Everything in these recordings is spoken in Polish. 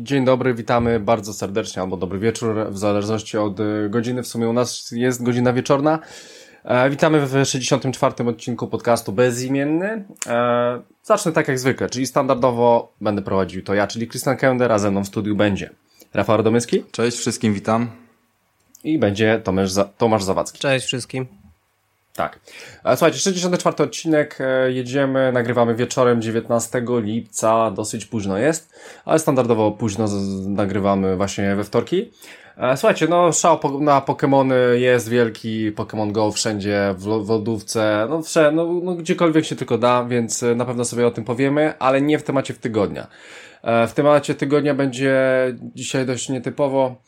Dzień dobry, witamy bardzo serdecznie, albo dobry wieczór, w zależności od godziny. W sumie u nas jest godzina wieczorna. Witamy w 64. odcinku podcastu Bezimienny. Zacznę tak jak zwykle, czyli standardowo będę prowadził to ja, czyli Krystian Kender, a ze mną w studiu będzie Rafał Radomyski. Cześć wszystkim, witam. I będzie Tomasz Zawadzki. Cześć wszystkim. Tak. Słuchajcie, 64. odcinek, jedziemy, nagrywamy wieczorem 19 lipca, dosyć późno jest, ale standardowo późno nagrywamy właśnie we wtorki. Słuchajcie, no szał na Pokemony jest wielki, Pokémon Go wszędzie, w lodówce, no gdziekolwiek się tylko da, więc na pewno sobie o tym powiemy, ale nie w temacie tygodnia. W temacie tygodnia będzie dzisiaj dość nietypowo,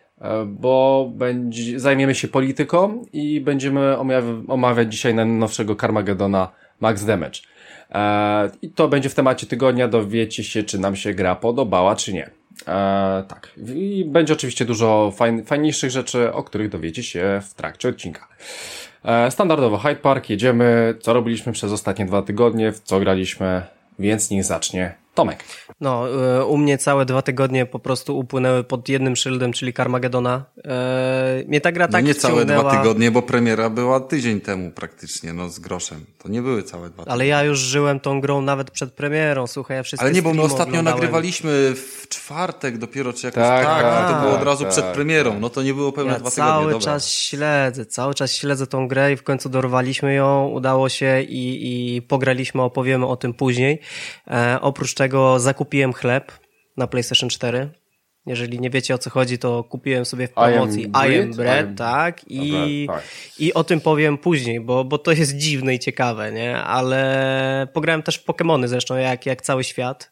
bo zajmiemy się polityką i będziemy omawiać dzisiaj najnowszego Carmagedona Max Damage. I to będzie w temacie tygodnia, dowiecie się, czy nam się gra podobała, czy nie. Tak. I będzie oczywiście dużo fajniejszych rzeczy, o których dowiecie się w trakcie odcinka. Standardowo Hyde Park, jedziemy, co robiliśmy przez ostatnie 2 tygodnie, w co graliśmy, więc niech zacznie Tomek. No, u mnie całe 2 tygodnie po prostu upłynęły pod jednym szyldem, czyli Carmagedona. Mnie ta gra tak nie całe wciągnęła. 2 tygodnie, bo premiera była tydzień temu praktycznie, z groszem. To nie były całe 2 tygodnie. Ale ja już żyłem tą grą nawet przed premierą, słuchaj, ja wszystkie Ale nie, bo my ostatnio oglądałem. nagrywaliśmy w czwartek dopiero, czy jakoś Tak, to było od razu przed premierą. No to nie było pełne 2 tygodnie. Cały czas śledzę tą grę i w końcu dorwaliśmy ją, udało się i pograliśmy, opowiemy o tym później. Oprócz tego zakupiłem chleb na PlayStation 4. Jeżeli nie wiecie, o co chodzi, to kupiłem sobie w promocji I Am Bread, tak? I o tym powiem później, bo to jest dziwne i ciekawe, nie? Ale pograłem też w Pokemony zresztą, jak cały świat.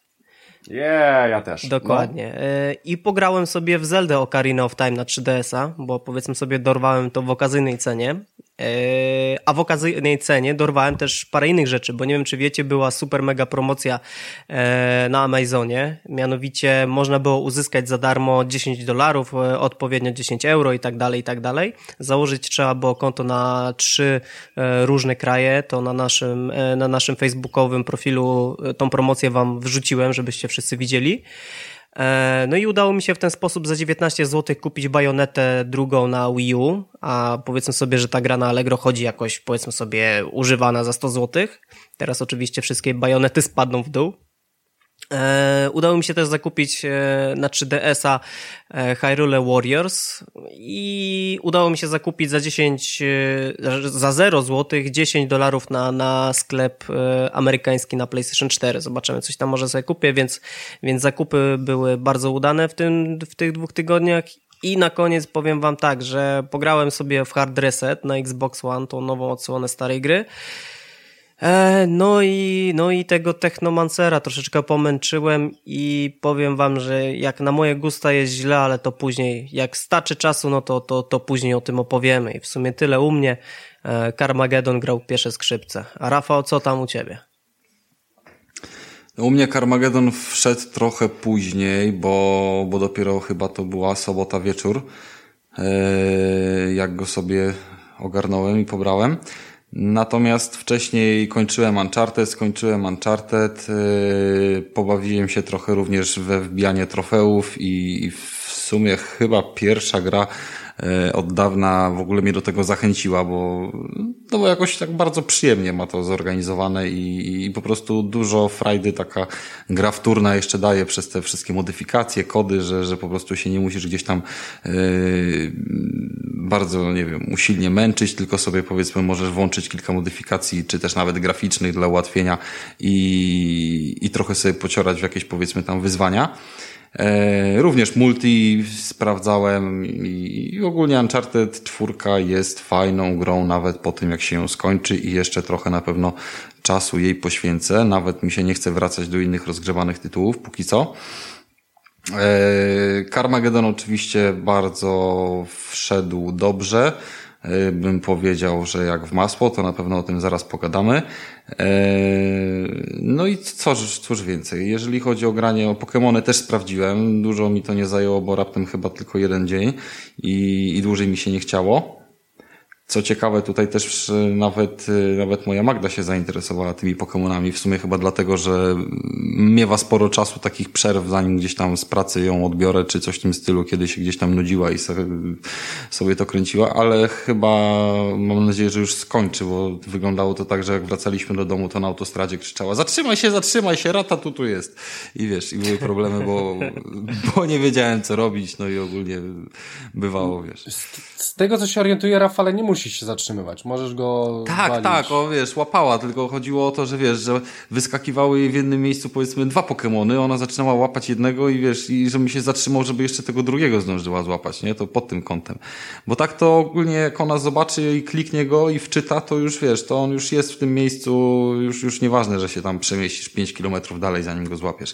Ja też. Dokładnie. I pograłem sobie w Zeldę Ocarina of Time na 3DS-a, bo powiedzmy sobie dorwałem to w okazyjnej cenie. A w okazyjnej cenie dorwałem też parę innych rzeczy, bo nie wiem, czy wiecie, była super mega promocja na Amazonie. Mianowicie można było uzyskać za darmo $10, odpowiednio 10 euro i tak dalej. Założyć trzeba było konto na 3 różne kraje. To na naszym facebookowym profilu tą promocję wam wrzuciłem, żebyście wszyscy widzieli. No i udało mi się w ten sposób za 19 zł kupić Bajonetę drugą na Wii U, a powiedzmy sobie, że ta gra na Allegro chodzi jakoś, powiedzmy sobie, używana za 100 zł. Teraz oczywiście wszystkie Bajonety spadną w dół. Udało mi się też zakupić na 3DS-a Hyrule Warriors i udało mi się zakupić za 0 zł $10 na sklep amerykański na PlayStation 4. Zobaczymy, coś tam może sobie kupię, więc zakupy były bardzo udane w tych 2 tygodniach. I na koniec powiem wam tak, że pograłem sobie w Hard Reset na Xbox One, tą nową odsłonę starej gry. No i tego Technomancera troszeczkę pomęczyłem i powiem wam, że jak na moje gusta jest źle, ale to później, jak starczy czasu, no to później o tym opowiemy. I w sumie tyle u mnie. Carmageddon grał pierwsze skrzypce. A Rafał, co tam u ciebie? U mnie Carmageddon wszedł trochę później, bo dopiero chyba to była sobota wieczór, jak go sobie ogarnąłem i pobrałem. Natomiast wcześniej skończyłem Uncharted, pobawiłem się trochę również we wbijanie trofeów i w sumie chyba pierwsza gra od dawna w ogóle mnie do tego zachęciła, bo jakoś tak bardzo przyjemnie ma to zorganizowane i po prostu dużo frajdy taka gra wtórna jeszcze daje przez te wszystkie modyfikacje, kody, że po prostu się nie musisz gdzieś tam bardzo, nie wiem, usilnie męczyć, tylko sobie powiedzmy możesz włączyć kilka modyfikacji, czy też nawet graficznych dla ułatwienia i trochę sobie pociorać w jakieś powiedzmy tam wyzwania. Również multi sprawdzałem i ogólnie Uncharted 4 jest fajną grą nawet po tym jak się ją skończy i jeszcze trochę na pewno czasu jej poświęcę. Nawet mi się nie chce wracać do innych rozgrzebanych tytułów póki co. Carmageddon oczywiście bardzo wszedł dobrze. Bym powiedział, że jak w masło, to na pewno o tym zaraz pogadamy. No i cóż więcej. Jeżeli chodzi o granie o Pokemony, też sprawdziłem. Dużo mi to nie zajęło, bo raptem chyba tylko 1 dzień i dłużej mi się nie chciało. Co ciekawe, tutaj też nawet moja Magda się zainteresowała tymi Pokemonami. W sumie chyba dlatego, że miewa sporo czasu takich przerw, zanim gdzieś tam z pracy ją odbiorę, czy coś w tym stylu, kiedy się gdzieś tam nudziła i sobie to kręciła, ale chyba mam nadzieję, że już skończy, bo wyglądało to tak, że jak wracaliśmy do domu, to na autostradzie krzyczała: zatrzymaj się, Rata tu jest. I wiesz, i były problemy, bo nie wiedziałem, co robić, no i ogólnie bywało, wiesz. Z tego, co się orientuje, Rafale, nie musisz się zatrzymywać. Możesz go walić. Tak, wiesz, łapała, tylko chodziło o to, że wiesz, że wyskakiwały jej w jednym miejscu, powiedzmy, 2 Pokemony, ona zaczynała łapać jednego i wiesz, i żebym się zatrzymał, żeby jeszcze tego drugiego zdążyła złapać, nie? To pod tym kątem. Bo tak to ogólnie, jak ona zobaczy i kliknie go i wczyta, to już wiesz, to on już jest w tym miejscu, już nieważne, że się tam przemieścisz 5 kilometrów dalej, zanim go złapiesz.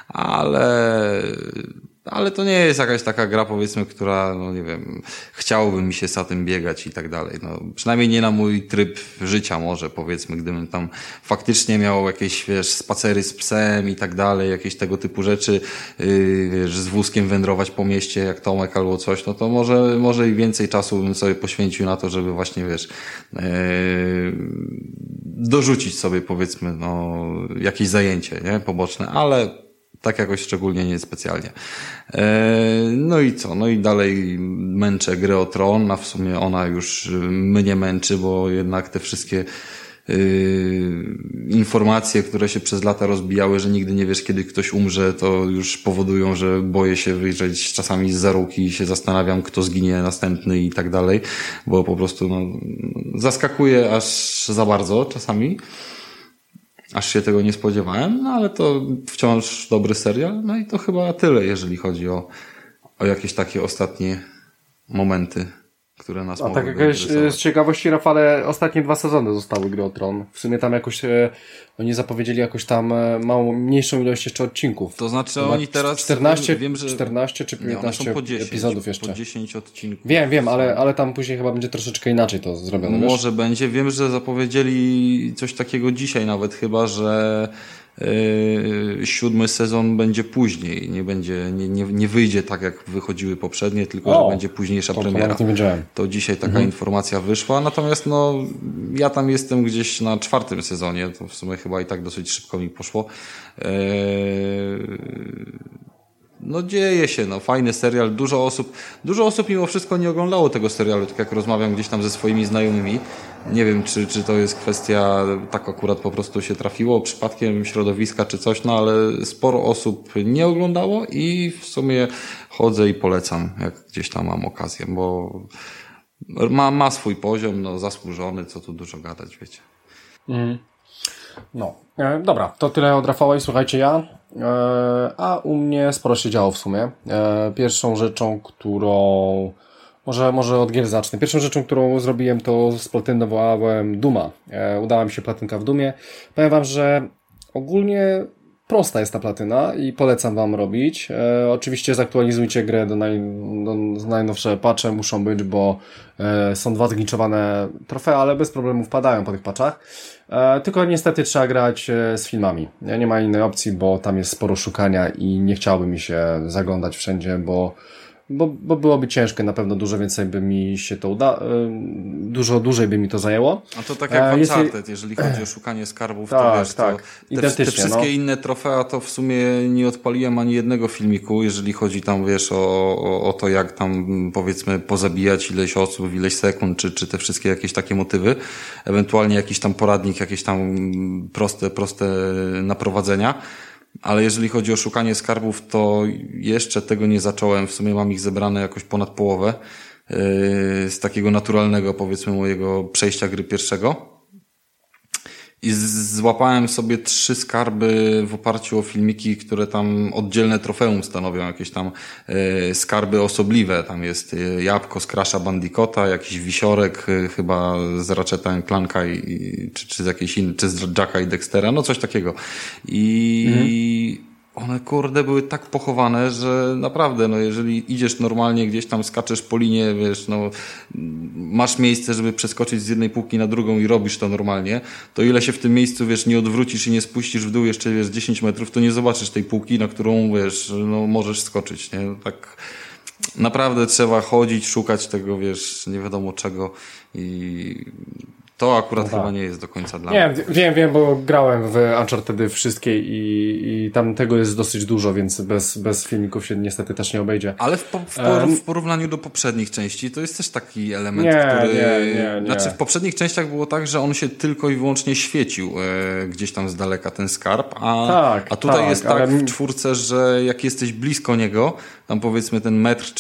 Ale to nie jest jakaś taka gra, powiedzmy, która, no nie wiem, chciałoby mi się za tym biegać i tak dalej. No, przynajmniej nie na mój tryb życia może, powiedzmy, gdybym tam faktycznie miał jakieś, wiesz, spacery z psem i tak dalej, jakieś tego typu rzeczy, wiesz, z wózkiem wędrować po mieście jak Tomek albo coś, no to może i więcej czasu bym sobie poświęcił na to, żeby właśnie, wiesz, dorzucić sobie, powiedzmy, no, jakieś zajęcie, nie, poboczne, ale tak jakoś szczególnie niespecjalnie. No i co? No i dalej męczę grę o Tron, a w sumie ona już mnie męczy, bo jednak te wszystkie informacje, które się przez lata rozbijały, że nigdy nie wiesz, kiedy ktoś umrze, to już powodują, że boję się wyjrzeć czasami z zarółki i się zastanawiam, kto zginie następny i tak dalej, bo po prostu no, zaskakuje aż za bardzo czasami. Aż się tego nie spodziewałem, no ale to wciąż dobry serial. No i to chyba tyle, jeżeli chodzi o jakieś takie ostatnie momenty, które nas mogą z ciekawości, Rafale, ostatnie 2 sezony zostały Gry o Tron. W sumie tam jakoś oni zapowiedzieli jakoś tam mniejszą ilość jeszcze odcinków. To znaczy oni teraz 14 czy 15 epizodów jeszcze. Po 10 odcinków. Wiem, ale tam później chyba będzie troszeczkę inaczej to zrobione. Może będzie. Wiem, że zapowiedzieli coś takiego dzisiaj nawet chyba, że 7 sezon będzie później, nie wyjdzie tak jak wychodziły poprzednie, tylko że będzie późniejsza premiera. To dzisiaj taka informacja wyszła, natomiast no ja tam jestem gdzieś na 4 sezonie, to w sumie chyba i tak dosyć szybko mi poszło. No dzieje się, no fajny serial, dużo osób mimo wszystko nie oglądało tego serialu, tak jak rozmawiam gdzieś tam ze swoimi znajomymi. Nie wiem, czy to jest kwestia, tak akurat po prostu się trafiło, przypadkiem środowiska czy coś, no ale sporo osób nie oglądało i w sumie chodzę i polecam, jak gdzieś tam mam okazję, bo ma swój poziom, no zasłużony, co tu dużo gadać, wiecie. No, dobra, to tyle od Rafała i słuchajcie, a u mnie sporo się działo w sumie. Pierwszą rzeczą, którą może od gier zacznę. Pierwszą rzeczą, którą zrobiłem, to splatynowałem Duma. Udała mi się platynka w Dumie. Powiem wam, że ogólnie prosta jest ta platyna i polecam wam robić. Oczywiście zaktualizujcie grę do najnowsze patche muszą być, bo są 2 zgliczowane trofea, ale bez problemu wpadają po tych patchach. Tylko niestety trzeba grać z filmami. Nie ma innej opcji, bo tam jest sporo szukania i nie chciałoby mi się zaglądać wszędzie, bo byłoby ciężkie, na pewno dużo więcej by mi się to dużo dłużej by mi to zajęło. A to tak jak w Uncharted, jeżeli chodzi o szukanie skarbów, to wiesz, te wszystkie inne trofea, to w sumie nie odpaliłem ani jednego filmiku, jeżeli chodzi tam, wiesz, o to, jak tam, powiedzmy, pozabijać ileś osób w ileś sekund, czy te wszystkie jakieś takie motywy, ewentualnie jakiś tam poradnik, jakieś tam proste naprowadzenia. Ale jeżeli chodzi o szukanie skarbów, to jeszcze tego nie zacząłem. W sumie mam ich zebrane jakoś ponad połowę z takiego naturalnego, powiedzmy, mojego przejścia gry pierwszego. I złapałem sobie 3 skarby w oparciu o filmiki, które tam oddzielne trofeum stanowią, jakieś tam skarby osobliwe. Tam jest jabłko z Crasha Bandicoota, jakiś wisiorek chyba z Ratcheta & Clanka czy z jakiejś innej, czy z Jacka i Dextera, no coś takiego. I one, kurde, były tak pochowane, że naprawdę, no jeżeli idziesz normalnie, gdzieś tam skaczesz po linie, wiesz, no masz miejsce, żeby przeskoczyć z jednej półki na drugą i robisz to normalnie, to ile się w tym miejscu, wiesz, nie odwrócisz i nie spuścisz w dół jeszcze, wiesz, 10 metrów, to nie zobaczysz tej półki, na którą, wiesz, no możesz skoczyć, nie? Tak naprawdę trzeba chodzić, szukać tego, wiesz, nie wiadomo czego i to akurat chyba nie jest do końca dla mnie. Wiem, bo grałem w Uncharted wszystkie i tam tego jest dosyć dużo, więc bez filmików się niestety też nie obejdzie. Ale w porównaniu do poprzednich części to jest też taki element, który... Nie. Znaczy w poprzednich częściach było tak, że on się tylko i wyłącznie świecił gdzieś tam z daleka ten skarb, a tutaj jest tak w czwórce, że jak jesteś blisko niego, tam powiedzmy ten metr,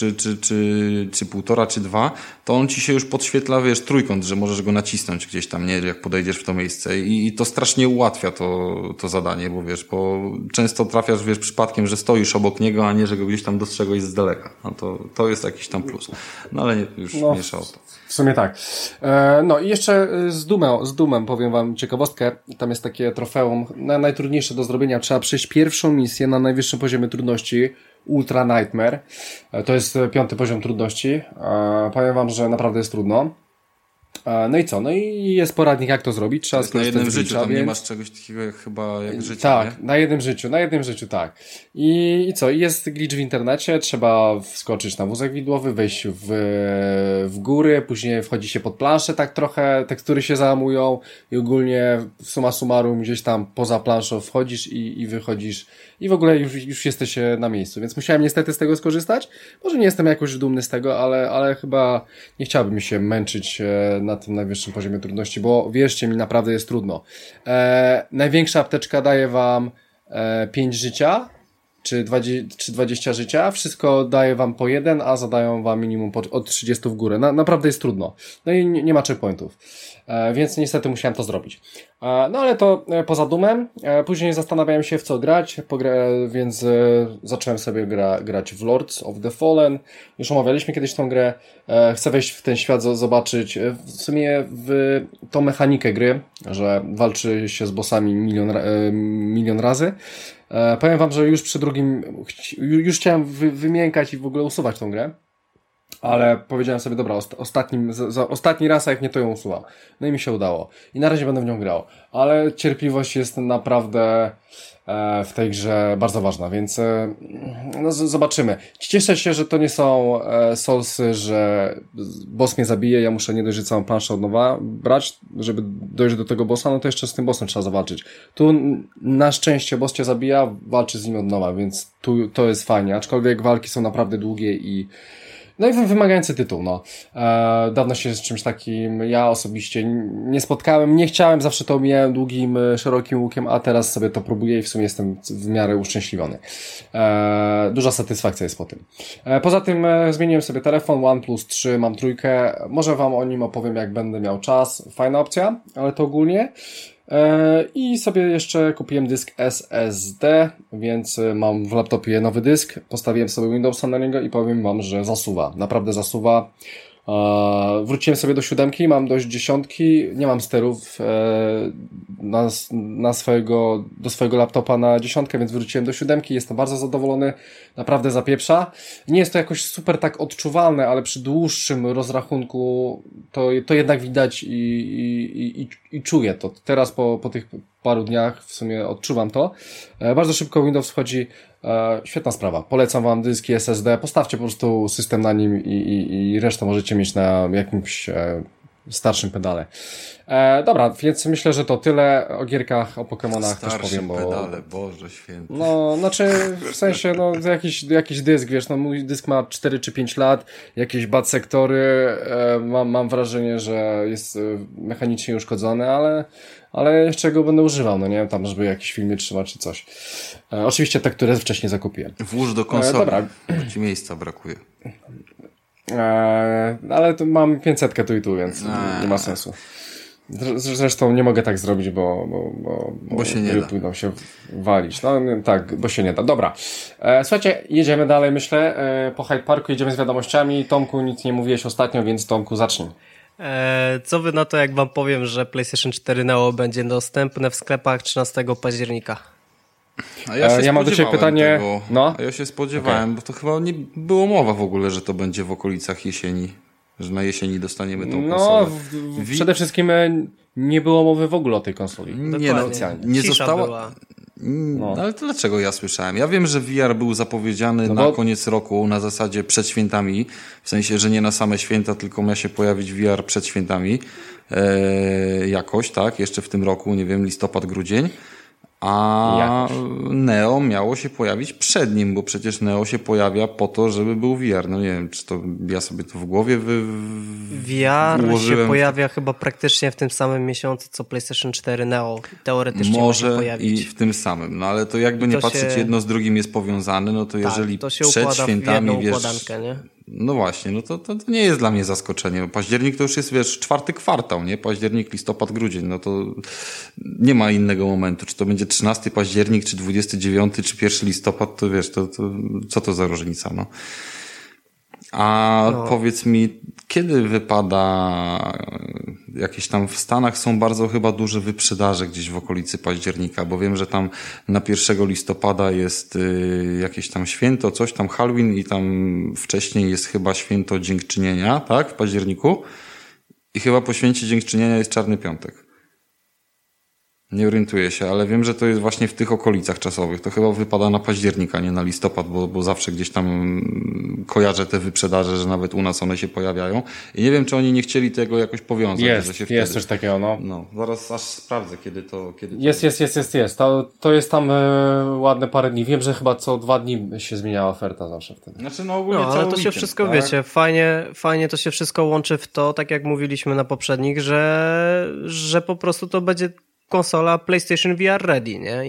czy półtora, czy 2, to on ci się już podświetla, wiesz, trójkąt, że możesz go nacisnąć gdzieś tam, nie, jak podejdziesz w to miejsce i to strasznie ułatwia to zadanie, bo wiesz, bo często trafiasz, wiesz, przypadkiem, że stoisz obok niego, a nie, że go gdzieś tam dostrzegłeś z daleka. No to jest jakiś tam plus. No ale już mniejsza o to. W sumie tak. No i jeszcze z Doomem powiem wam ciekawostkę. Tam jest takie trofeum, najtrudniejsze do zrobienia. Trzeba przejść pierwszą misję na najwyższym poziomie trudności, Ultra Nightmare. To jest 5. poziom trudności. Powiem wam, że naprawdę jest trudno. No i co? No i jest poradnik, jak to zrobić. Trzeba skorzystać na jednym z życiu, glitcha, tam nie masz czegoś takiego jak chyba jak życie, tak, nie? na jednym życiu, tak. I co? Jest glitch w internecie, trzeba wskoczyć na wózek widłowy, wejść w góry, później wchodzi się pod planszę tak trochę, tekstury się załamują i ogólnie summa summarum gdzieś tam poza planszą wchodzisz i wychodzisz i w ogóle już jesteś na miejscu, więc musiałem niestety z tego skorzystać. Może nie jestem jakoś dumny z tego, ale chyba nie chciałbym się męczyć na tym najwyższym poziomie trudności, bo wierzcie mi, naprawdę jest trudno. Największa apteczka daje wam 5 życia, czy 20 życia. Wszystko daje wam po 1, a zadają wam minimum od 30 w górę. Naprawdę jest trudno. No i nie ma checkpointów. Więc niestety musiałem to zrobić. No ale to poza Doomem. Później zastanawiałem się, w co grać, więc zacząłem sobie grać w Lords of the Fallen. Już omawialiśmy kiedyś tą grę. Chcę wejść w ten świat, zobaczyć w sumie w tą mechanikę gry, że walczy się z bossami milion razy. Powiem wam, że już przy drugim już chciałem wymiękać i w ogóle usuwać tą grę. Ale powiedziałem sobie, dobra, ostatni raz, a jak nie, to ją usuwam. No i mi się udało. I na razie będę w nią grał. Ale cierpliwość jest naprawdę w tej grze bardzo ważna, więc no, zobaczymy. Cieszę się, że to nie są Soulsy, że boss mnie zabije, ja muszę nie dość, że całą planszę od nowa brać, żeby dojść do tego bossa, no to jeszcze z tym bossem trzeba zawalczyć. Tu na szczęście boss cię zabija, walczy z nim od nowa, więc tu to jest fajnie, aczkolwiek walki są naprawdę długie i wymagający tytuł, no. Dawno się z czymś takim ja osobiście nie spotkałem, nie chciałem, zawsze to omijałem długim, szerokim łukiem, a teraz sobie to próbuję i w sumie jestem w miarę uszczęśliwiony. Duża satysfakcja jest po tym. Poza tym zmieniłem sobie telefon, OnePlus 3, mam 3, może wam o nim opowiem, jak będę miał czas. Fajna opcja, ale to ogólnie. I sobie jeszcze kupiłem dysk SSD, więc mam w laptopie nowy dysk, postawiłem sobie Windowsa na niego i powiem wam, że zasuwa, naprawdę zasuwa. Wróciłem sobie do 7, mam dość 10, nie mam sterów do swojego laptopa na 10, więc wróciłem do 7, jestem bardzo zadowolony, naprawdę zapieprza. Nie jest to jakoś super tak odczuwalne, ale przy dłuższym rozrachunku to jednak widać i czuję to. Teraz po tych paru dniach w sumie odczuwam to. Bardzo szybko Windows wchodzi. Świetna sprawa. Polecam wam dyski SSD. Postawcie po prostu system na nim i resztę możecie mieć na jakimś starszym pedale. Dobra, więc myślę, że to tyle o gierkach, o Pokemonach też powiem, bo... pedale, Boże święty. No, znaczy, w sensie, no, jakiś dysk, wiesz, no, mój dysk ma 4 czy 5 lat, jakieś bad sektory, mam wrażenie, że jest mechanicznie uszkodzony, ale jeszcze go będę używał, no nie, tam, żeby jakieś filmy trzymać czy coś. Oczywiście te, które wcześniej zakupiłem. Włóż do konsoli, dobra. Bo ci miejsca brakuje. Ale to mam 500 tu i tu, więc nie ma sensu. Zresztą nie mogę tak zrobić, bo się nie da. Pójdą się walić. No tak, bo się nie da. Dobra. Słuchajcie, jedziemy dalej, myślę. Po Hyde Parku jedziemy z wiadomościami. Tomku, nic nie mówiłeś ostatnio, więc Tomku, zacznij. Co wy na to, jak wam powiem, że PlayStation 4 Neo będzie dostępne w sklepach 13 października? A ja mam do ciebie pytanie. Tego. No? A ja się spodziewałem, bo to chyba nie było mowa w ogóle, że to będzie w okolicach jesieni. Że na jesieni dostaniemy tą konsolę. Przede wszystkim nie było mowy w ogóle o tej konsoli. Nie, No. Ale to dlaczego ja słyszałem? Ja wiem, że VR był zapowiedziany na koniec roku, na zasadzie przed świętami. W sensie, że nie na same święta, tylko ma się pojawić VR przed świętami. Jakoś, tak? Jeszcze w tym roku, nie wiem, listopad, grudzień. A Neo miało się pojawić przed nim, bo przecież Neo się pojawia po to, żeby był VR. No nie wiem, czy to ja sobie to w głowie VR ułożyłem. się pojawia chyba praktycznie w tym samym miesiącu, co PlayStation 4 Neo. Teoretycznie może ma się pojawić. I w tym samym. No ale to jakby nie patrzeć, jedno z drugim jest powiązane, no to jeżeli to się przed świętami, w układankę, nie? No właśnie, no to nie jest dla mnie zaskoczenie. Październik to już jest, wiesz, 4. kwartał, nie? Październik, listopad, grudzień, no to nie ma innego momentu. Czy to będzie 13 październik, czy 29, czy 1 listopad, to wiesz, to co to za różnica, no? A powiedz mi, kiedy wypada jakieś tam w Stanach są bardzo chyba duże wyprzedaże gdzieś w okolicy października, bo wiem, że tam na 1 listopada jest jakieś tam święto, coś tam Halloween i tam wcześniej jest chyba święto Dziękczynienia, tak? W październiku. I chyba po święcie Dziękczynienia jest Czarny Piątek. Nie orientuję się, ale wiem, że to jest właśnie w tych okolicach czasowych. To chyba wypada na październik, a nie na listopad, bo zawsze gdzieś tam kojarzę te wyprzedaże, że nawet u nas one się pojawiają. I nie wiem, czy oni nie chcieli tego jakoś powiązać. Jest coś takiego, no. No, zaraz aż sprawdzę, kiedy to... Jest. To jest tam ładne parę dni. Wiem, że chyba co 2 dni się zmieniała oferta zawsze wtedy. Znaczy, no ogólnie ale to weekend, się wszystko, tak? wiecie, fajnie to się wszystko łączy w to, tak jak mówiliśmy na poprzednich, że po prostu to będzie konsola PlayStation VR ready, nie?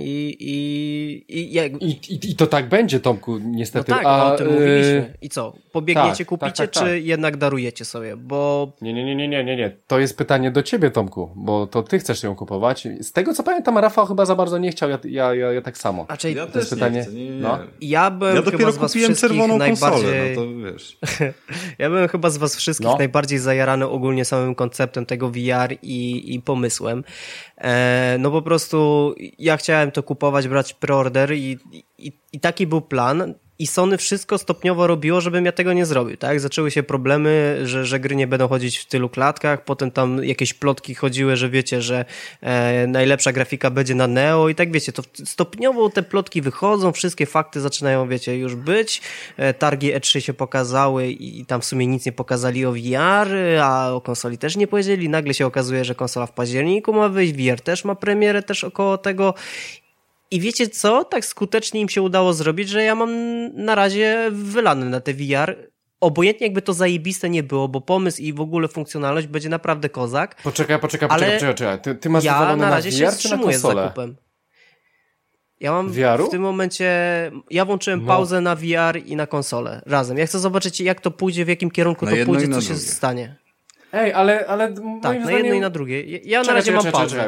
I to tak będzie, Tomku, niestety. No tak, o tym mówiliśmy. I co? Pobiegniecie, kupicie, tak. czy jednak darujecie sobie? Bo... Nie. To jest pytanie do ciebie, Tomku, bo to ty chcesz ją kupować. Z tego, co pamiętam, Rafał chyba za bardzo nie chciał, ja tak samo. Ja też pytanie... nie chcę. Nie. No. Ja dopiero kupiłem czerwoną konsolę, no to wiesz. Ja byłem chyba z was wszystkich najbardziej zajarany ogólnie samym konceptem tego VR i pomysłem. No po prostu ja chciałem to kupować, brać preorder i taki był plan. I Sony wszystko stopniowo robiło, żebym ja tego nie zrobił, tak? Zaczęły się problemy, że gry nie będą chodzić w tylu klatkach, potem tam jakieś plotki chodziły, że wiecie, że najlepsza grafika będzie na Neo i tak wiecie, to stopniowo te plotki wychodzą, wszystkie fakty zaczynają, wiecie, już być. Targi E3 się pokazały i tam w sumie nic nie pokazali o VR, a o konsoli też nie powiedzieli. Nagle się okazuje, że konsola w październiku ma wyjść, VR też ma premierę też około tego. I wiecie co? Tak skutecznie im się udało zrobić, że ja mam na razie wylane na te VR. Obojętnie jakby to zajebiste nie było, bo pomysł i w ogóle funkcjonalność będzie naprawdę kozak. Poczekaj. Ty masz wywalone na razie VR, się czy na wstrzymuję z konsolę? zakupem. Ja mam VR-u? w tym momencie... Ja włączyłem pauzę na VR i na konsolę razem. Ja chcę zobaczyć, jak to pójdzie, w jakim kierunku to pójdzie, co się stanie. Ej, ale tak, na jedno i na drugie. Ja na razie mam pauzę.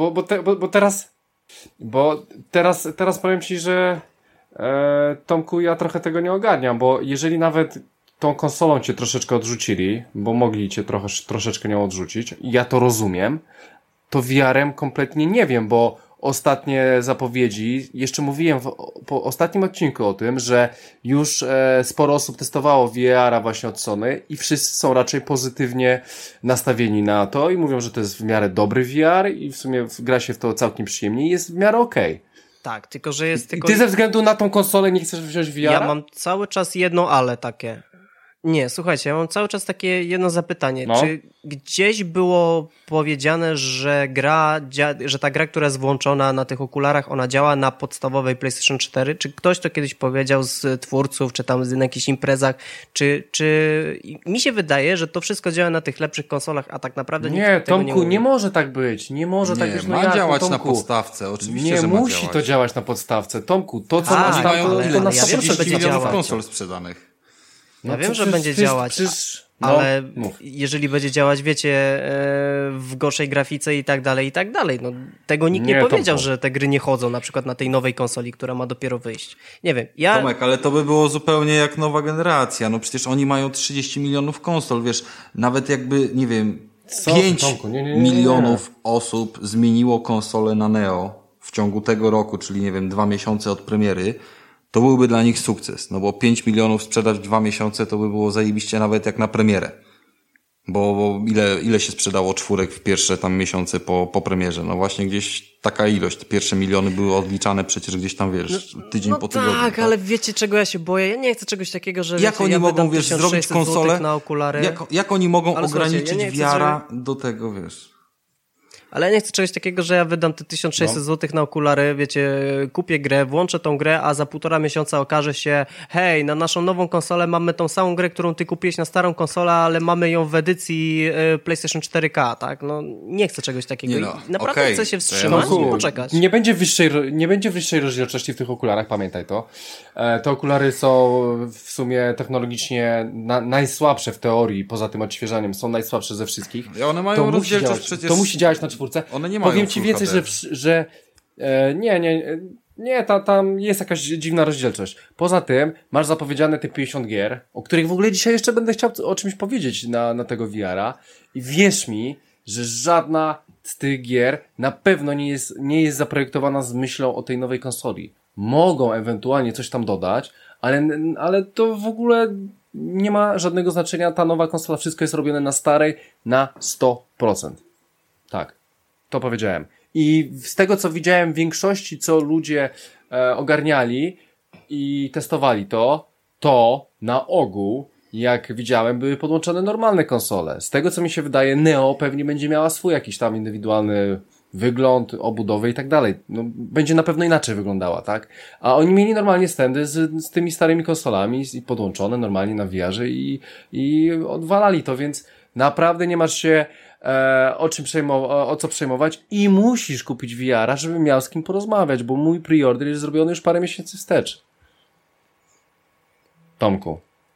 Bo teraz powiem ci, że Tomku, ja trochę tego nie ogarniam, bo jeżeli nawet tą konsolą cię troszeczkę odrzucili, bo mogli cię troszeczkę nią odrzucić, ja to rozumiem, to VR-em kompletnie nie wiem, bo ostatnie zapowiedzi, jeszcze mówiłem po ostatnim odcinku o tym, że już sporo osób testowało VR-a właśnie od Sony i wszyscy są raczej pozytywnie nastawieni na to i mówią, że to jest w miarę dobry VR i w sumie gra się w to całkiem przyjemnie i jest w miarę okej. Tak, tylko że jest... I ty ze względu na tą konsolę nie chcesz wziąć VR-a? Ja mam cały czas jedno ale takie. Nie, słuchajcie, ja mam cały czas takie jedno zapytanie. Czy gdzieś było powiedziane, że ta gra, która jest włączona na tych okularach, ona działa na podstawowej PlayStation 4? Czy ktoś to kiedyś powiedział z twórców, czy tam na jakichś imprezach? Czy mi się wydaje, że to wszystko działa na tych lepszych konsolach, a tak naprawdę nikt tego Tomku, nie mówi. Nie może tak być. Nie może tak być. Ma działać na podstawce, oczywiście, nie że ma musi działać. to działać na podstawce. Tomku, to co masz tam, to na 30 będzie milionów działać. konsol sprzedanych. Ja wiem, że będzie działać, ale jeżeli będzie działać, wiecie, w gorszej grafice i tak dalej, no tego nikt nie powiedział, że te gry nie chodzą, na przykład na tej nowej konsoli, która ma dopiero wyjść. Nie wiem, Tomek, ale to by było zupełnie jak nowa generacja, no przecież oni mają 30 milionów konsol, wiesz, nawet jakby, nie wiem, 5 milionów osób zmieniło konsolę na Neo w ciągu tego roku, czyli nie wiem, 2 miesiące od premiery, to byłby dla nich sukces, no bo 5 milionów sprzedać w 2 miesiące to by było zajebiście nawet jak na premierę. Bo ile się sprzedało czwórek w pierwsze tam miesiące po premierze? No właśnie gdzieś taka ilość. Te pierwsze miliony były odliczane przecież gdzieś tam, wiesz, tydzień po tygodniu. Tak, ale wiecie czego ja się boję? Ja nie chcę czegoś takiego, że jak oni mogą, wiesz, zrobić konsolę na okulary. Jak oni mogą ale ograniczyć ja VR-a do tego, wiesz... Ale ja nie chcę czegoś takiego, że ja wydam te 1600 zł na okulary, wiecie, kupię grę, włączę tą grę, a za 1,5 miesiąca okaże się, hej, na naszą nową konsolę mamy tą samą grę, którą ty kupiłeś na starą konsolę, ale mamy ją w edycji PlayStation 4K, tak? No nie chcę czegoś takiego. Naprawdę chcę się wstrzymać i poczekać. Nie będzie wyższej rozdzielczości w tych okularach, pamiętaj to. Te okulary są w sumie technologicznie najsłabsze w teorii, poza tym odświeżaniem, są najsłabsze ze wszystkich. I one mają rozdzielczość przecież... To musi działać na 4. One nie mają Powiem ci więcej, że nie, tam jest jakaś dziwna rozdzielczość. Poza tym masz zapowiedziane te 50 gier, o których w ogóle dzisiaj jeszcze będę chciał o czymś powiedzieć na tego VR-a i wierz mi, że żadna z tych gier na pewno nie jest zaprojektowana z myślą o tej nowej konsoli. Mogą ewentualnie coś tam dodać, ale to w ogóle nie ma żadnego znaczenia. Ta nowa konsola, wszystko jest robione na starej na 100%. Tak, to powiedziałem. I z tego, co widziałem w większości, co ludzie ogarniali i testowali to na ogół, jak widziałem, były podłączone normalne konsole. Z tego, co mi się wydaje, Neo pewnie będzie miała swój jakiś tam indywidualny wygląd, obudowę i tak dalej. No, będzie na pewno inaczej wyglądała, tak? A oni mieli normalnie standy z tymi starymi konsolami i podłączone normalnie na VR-ze i odwalali to, więc naprawdę nie masz się o co przejmować i musisz kupić VR-a, żeby miał z kim porozmawiać, bo mój preorder jest zrobiony już parę miesięcy wstecz. Tomku.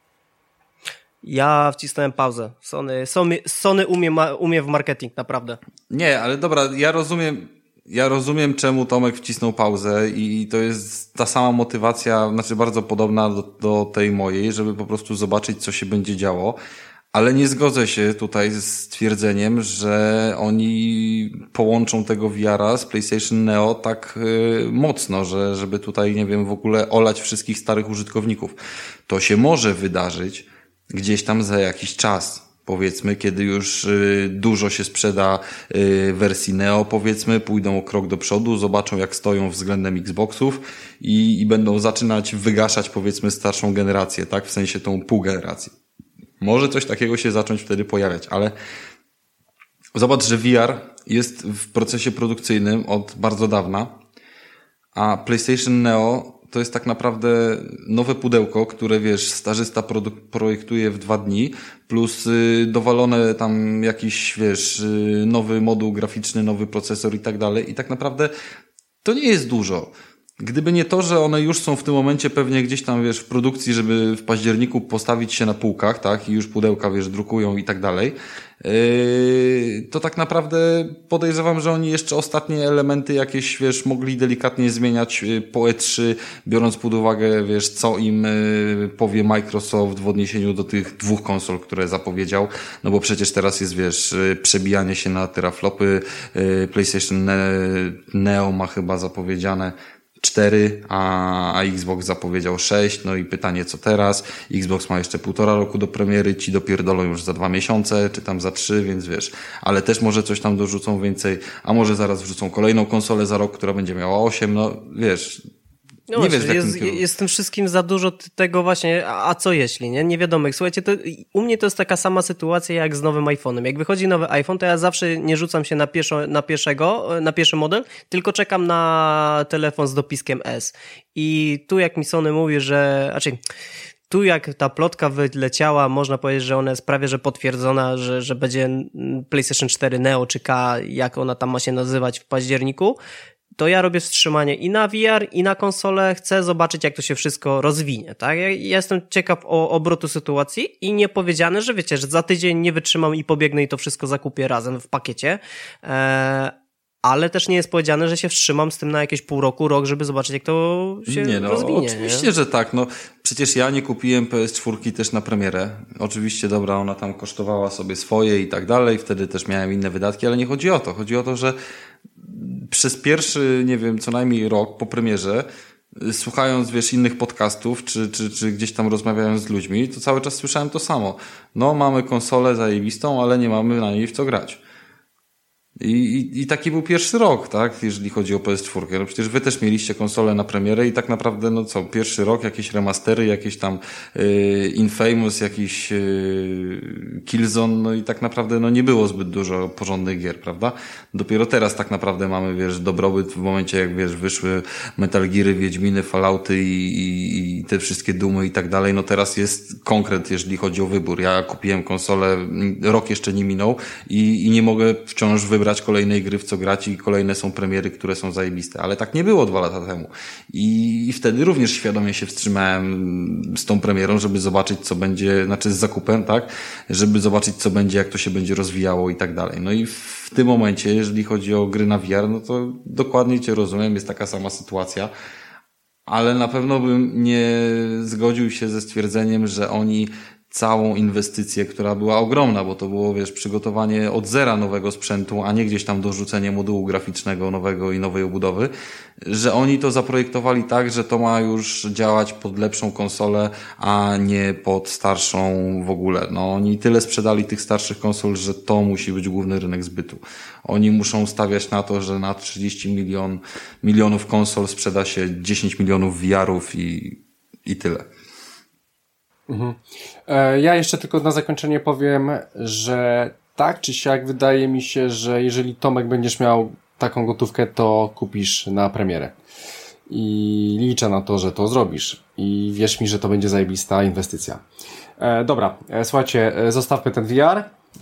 Ja wcisnąłem pauzę. Sony umie w marketing, naprawdę. Nie, ale dobra, ja rozumiem, czemu Tomek wcisnął pauzę i to jest ta sama motywacja, znaczy bardzo podobna do tej mojej, żeby po prostu zobaczyć, co się będzie działo. Ale nie zgodzę się tutaj z stwierdzeniem, że oni połączą tego VR-a z PlayStation Neo tak mocno, żeby tutaj, nie wiem, w ogóle olać wszystkich starych użytkowników. To się może wydarzyć gdzieś tam za jakiś czas. Powiedzmy, kiedy już dużo się sprzeda wersji Neo, powiedzmy, pójdą o krok do przodu, zobaczą jak stoją względem Xboxów i będą zaczynać wygaszać, powiedzmy, starszą generację, tak? W sensie tą pół generacji. Może coś takiego się zacząć wtedy pojawiać, ale zobacz, że VR jest w procesie produkcyjnym od bardzo dawna, a PlayStation Neo to jest tak naprawdę nowe pudełko, które, wiesz, starzysta projektuje w 2 dni, plus dowalone tam jakiś, wiesz, nowy moduł graficzny, nowy procesor i tak dalej. I tak naprawdę to nie jest dużo. Gdyby nie to, że one już są w tym momencie pewnie gdzieś tam, wiesz, w produkcji, żeby w październiku postawić się na półkach, tak, i już pudełka, wiesz, drukują i tak dalej, to tak naprawdę podejrzewam, że oni jeszcze ostatnie elementy jakieś, wiesz, mogli delikatnie zmieniać po E3, biorąc pod uwagę, wiesz, co im powie Microsoft w odniesieniu do tych 2 konsol, które zapowiedział, no bo przecież teraz jest, wiesz, przebijanie się na teraflopy, PlayStation Neo ma chyba zapowiedziane 4, a Xbox zapowiedział 6, no i pytanie co teraz? Xbox ma jeszcze 1,5 roku do premiery, ci dopierdolą już za 2 miesiące, czy tam za 3, więc wiesz, ale też może coś tam dorzucą więcej, a może zaraz wrzucą kolejną konsolę za rok, która będzie miała 8, no wiesz... No nie właśnie, jest w tym wszystkim za dużo tego właśnie, a co jeśli, nie? Nie wiadomo. Słuchajcie, u mnie to jest taka sama sytuacja jak z nowym iPhone'em. Jak wychodzi nowy iPhone, to ja zawsze nie rzucam się na pierwszy model, tylko czekam na telefon z dopiskiem S. I tu jak mi Sony mówi, tu jak ta plotka wyleciała, można powiedzieć, że ona jest prawie że potwierdzona, że będzie PlayStation 4 Neo czy K, jak ona tam ma się nazywać w październiku, to ja robię wstrzymanie i na VR, i na konsolę. Chcę zobaczyć, jak to się wszystko rozwinie, tak? Ja jestem ciekaw obrotu sytuacji i nie powiedziane, że wiecie, że za tydzień nie wytrzymam i pobiegnę i to wszystko zakupię razem w pakiecie, ale też nie jest powiedziane, że się wstrzymam z tym na jakieś pół roku, rok, żeby zobaczyć, jak to się rozwinie. Oczywiście, że tak. No, przecież ja nie kupiłem PS4 też na premierę. Oczywiście, dobra, ona tam kosztowała sobie swoje i tak dalej, wtedy też miałem inne wydatki, ale nie chodzi o to. Chodzi o to, że przez pierwszy, nie wiem, co najmniej rok po premierze słuchając, wiesz, innych podcastów, czy gdzieś tam rozmawiając z ludźmi, to cały czas słyszałem to samo. No, mamy konsolę zajebistą, ale nie mamy na niej w co grać. I taki był pierwszy rok, tak, jeżeli chodzi o PS4. No przecież wy też mieliście konsolę na premierę i tak naprawdę, no co, pierwszy rok, jakieś remastery, jakieś tam Infamous, jakiś Killzone, no i tak naprawdę no nie było zbyt dużo porządnych gier, prawda? Dopiero teraz tak naprawdę mamy, wiesz, dobrobyt w momencie, jak wiesz, wyszły Metal Geary, Wiedźminy, Fallouty i te wszystkie Doomy i tak dalej, no teraz jest konkret, jeżeli chodzi o wybór. Ja kupiłem konsolę, rok jeszcze nie minął i nie mogę wciąż wybrać kolejnej gry, w co grać i kolejne są premiery, które są zajebiste. Ale tak nie było 2 lata temu. I wtedy również świadomie się wstrzymałem z tą premierą, żeby zobaczyć, co będzie, znaczy z zakupem, tak? Żeby zobaczyć, co będzie, jak to się będzie rozwijało i tak dalej. No i w tym momencie, jeżeli chodzi o gry na VR, no to dokładnie cię rozumiem, jest taka sama sytuacja. Ale na pewno bym nie zgodził się ze stwierdzeniem, że oni całą inwestycję, która była ogromna, bo to było, wiesz, przygotowanie od zera nowego sprzętu, a nie gdzieś tam dorzucenie modułu graficznego nowego i nowej obudowy, że oni to zaprojektowali tak, że to ma już działać pod lepszą konsolę, a nie pod starszą w ogóle. No, oni tyle sprzedali tych starszych konsol, że to musi być główny rynek zbytu. Oni muszą stawiać na to, że na 30 milionów konsol sprzeda się 10 milionów VR-ów i tyle. Mhm. Ja jeszcze tylko na zakończenie powiem, że tak czy siak wydaje mi się, że jeżeli Tomek będziesz miał taką gotówkę, to kupisz na premierę. I liczę na to, że to zrobisz. I wierz mi, że to będzie zajebista inwestycja. Dobra, słuchajcie, zostawmy ten VR.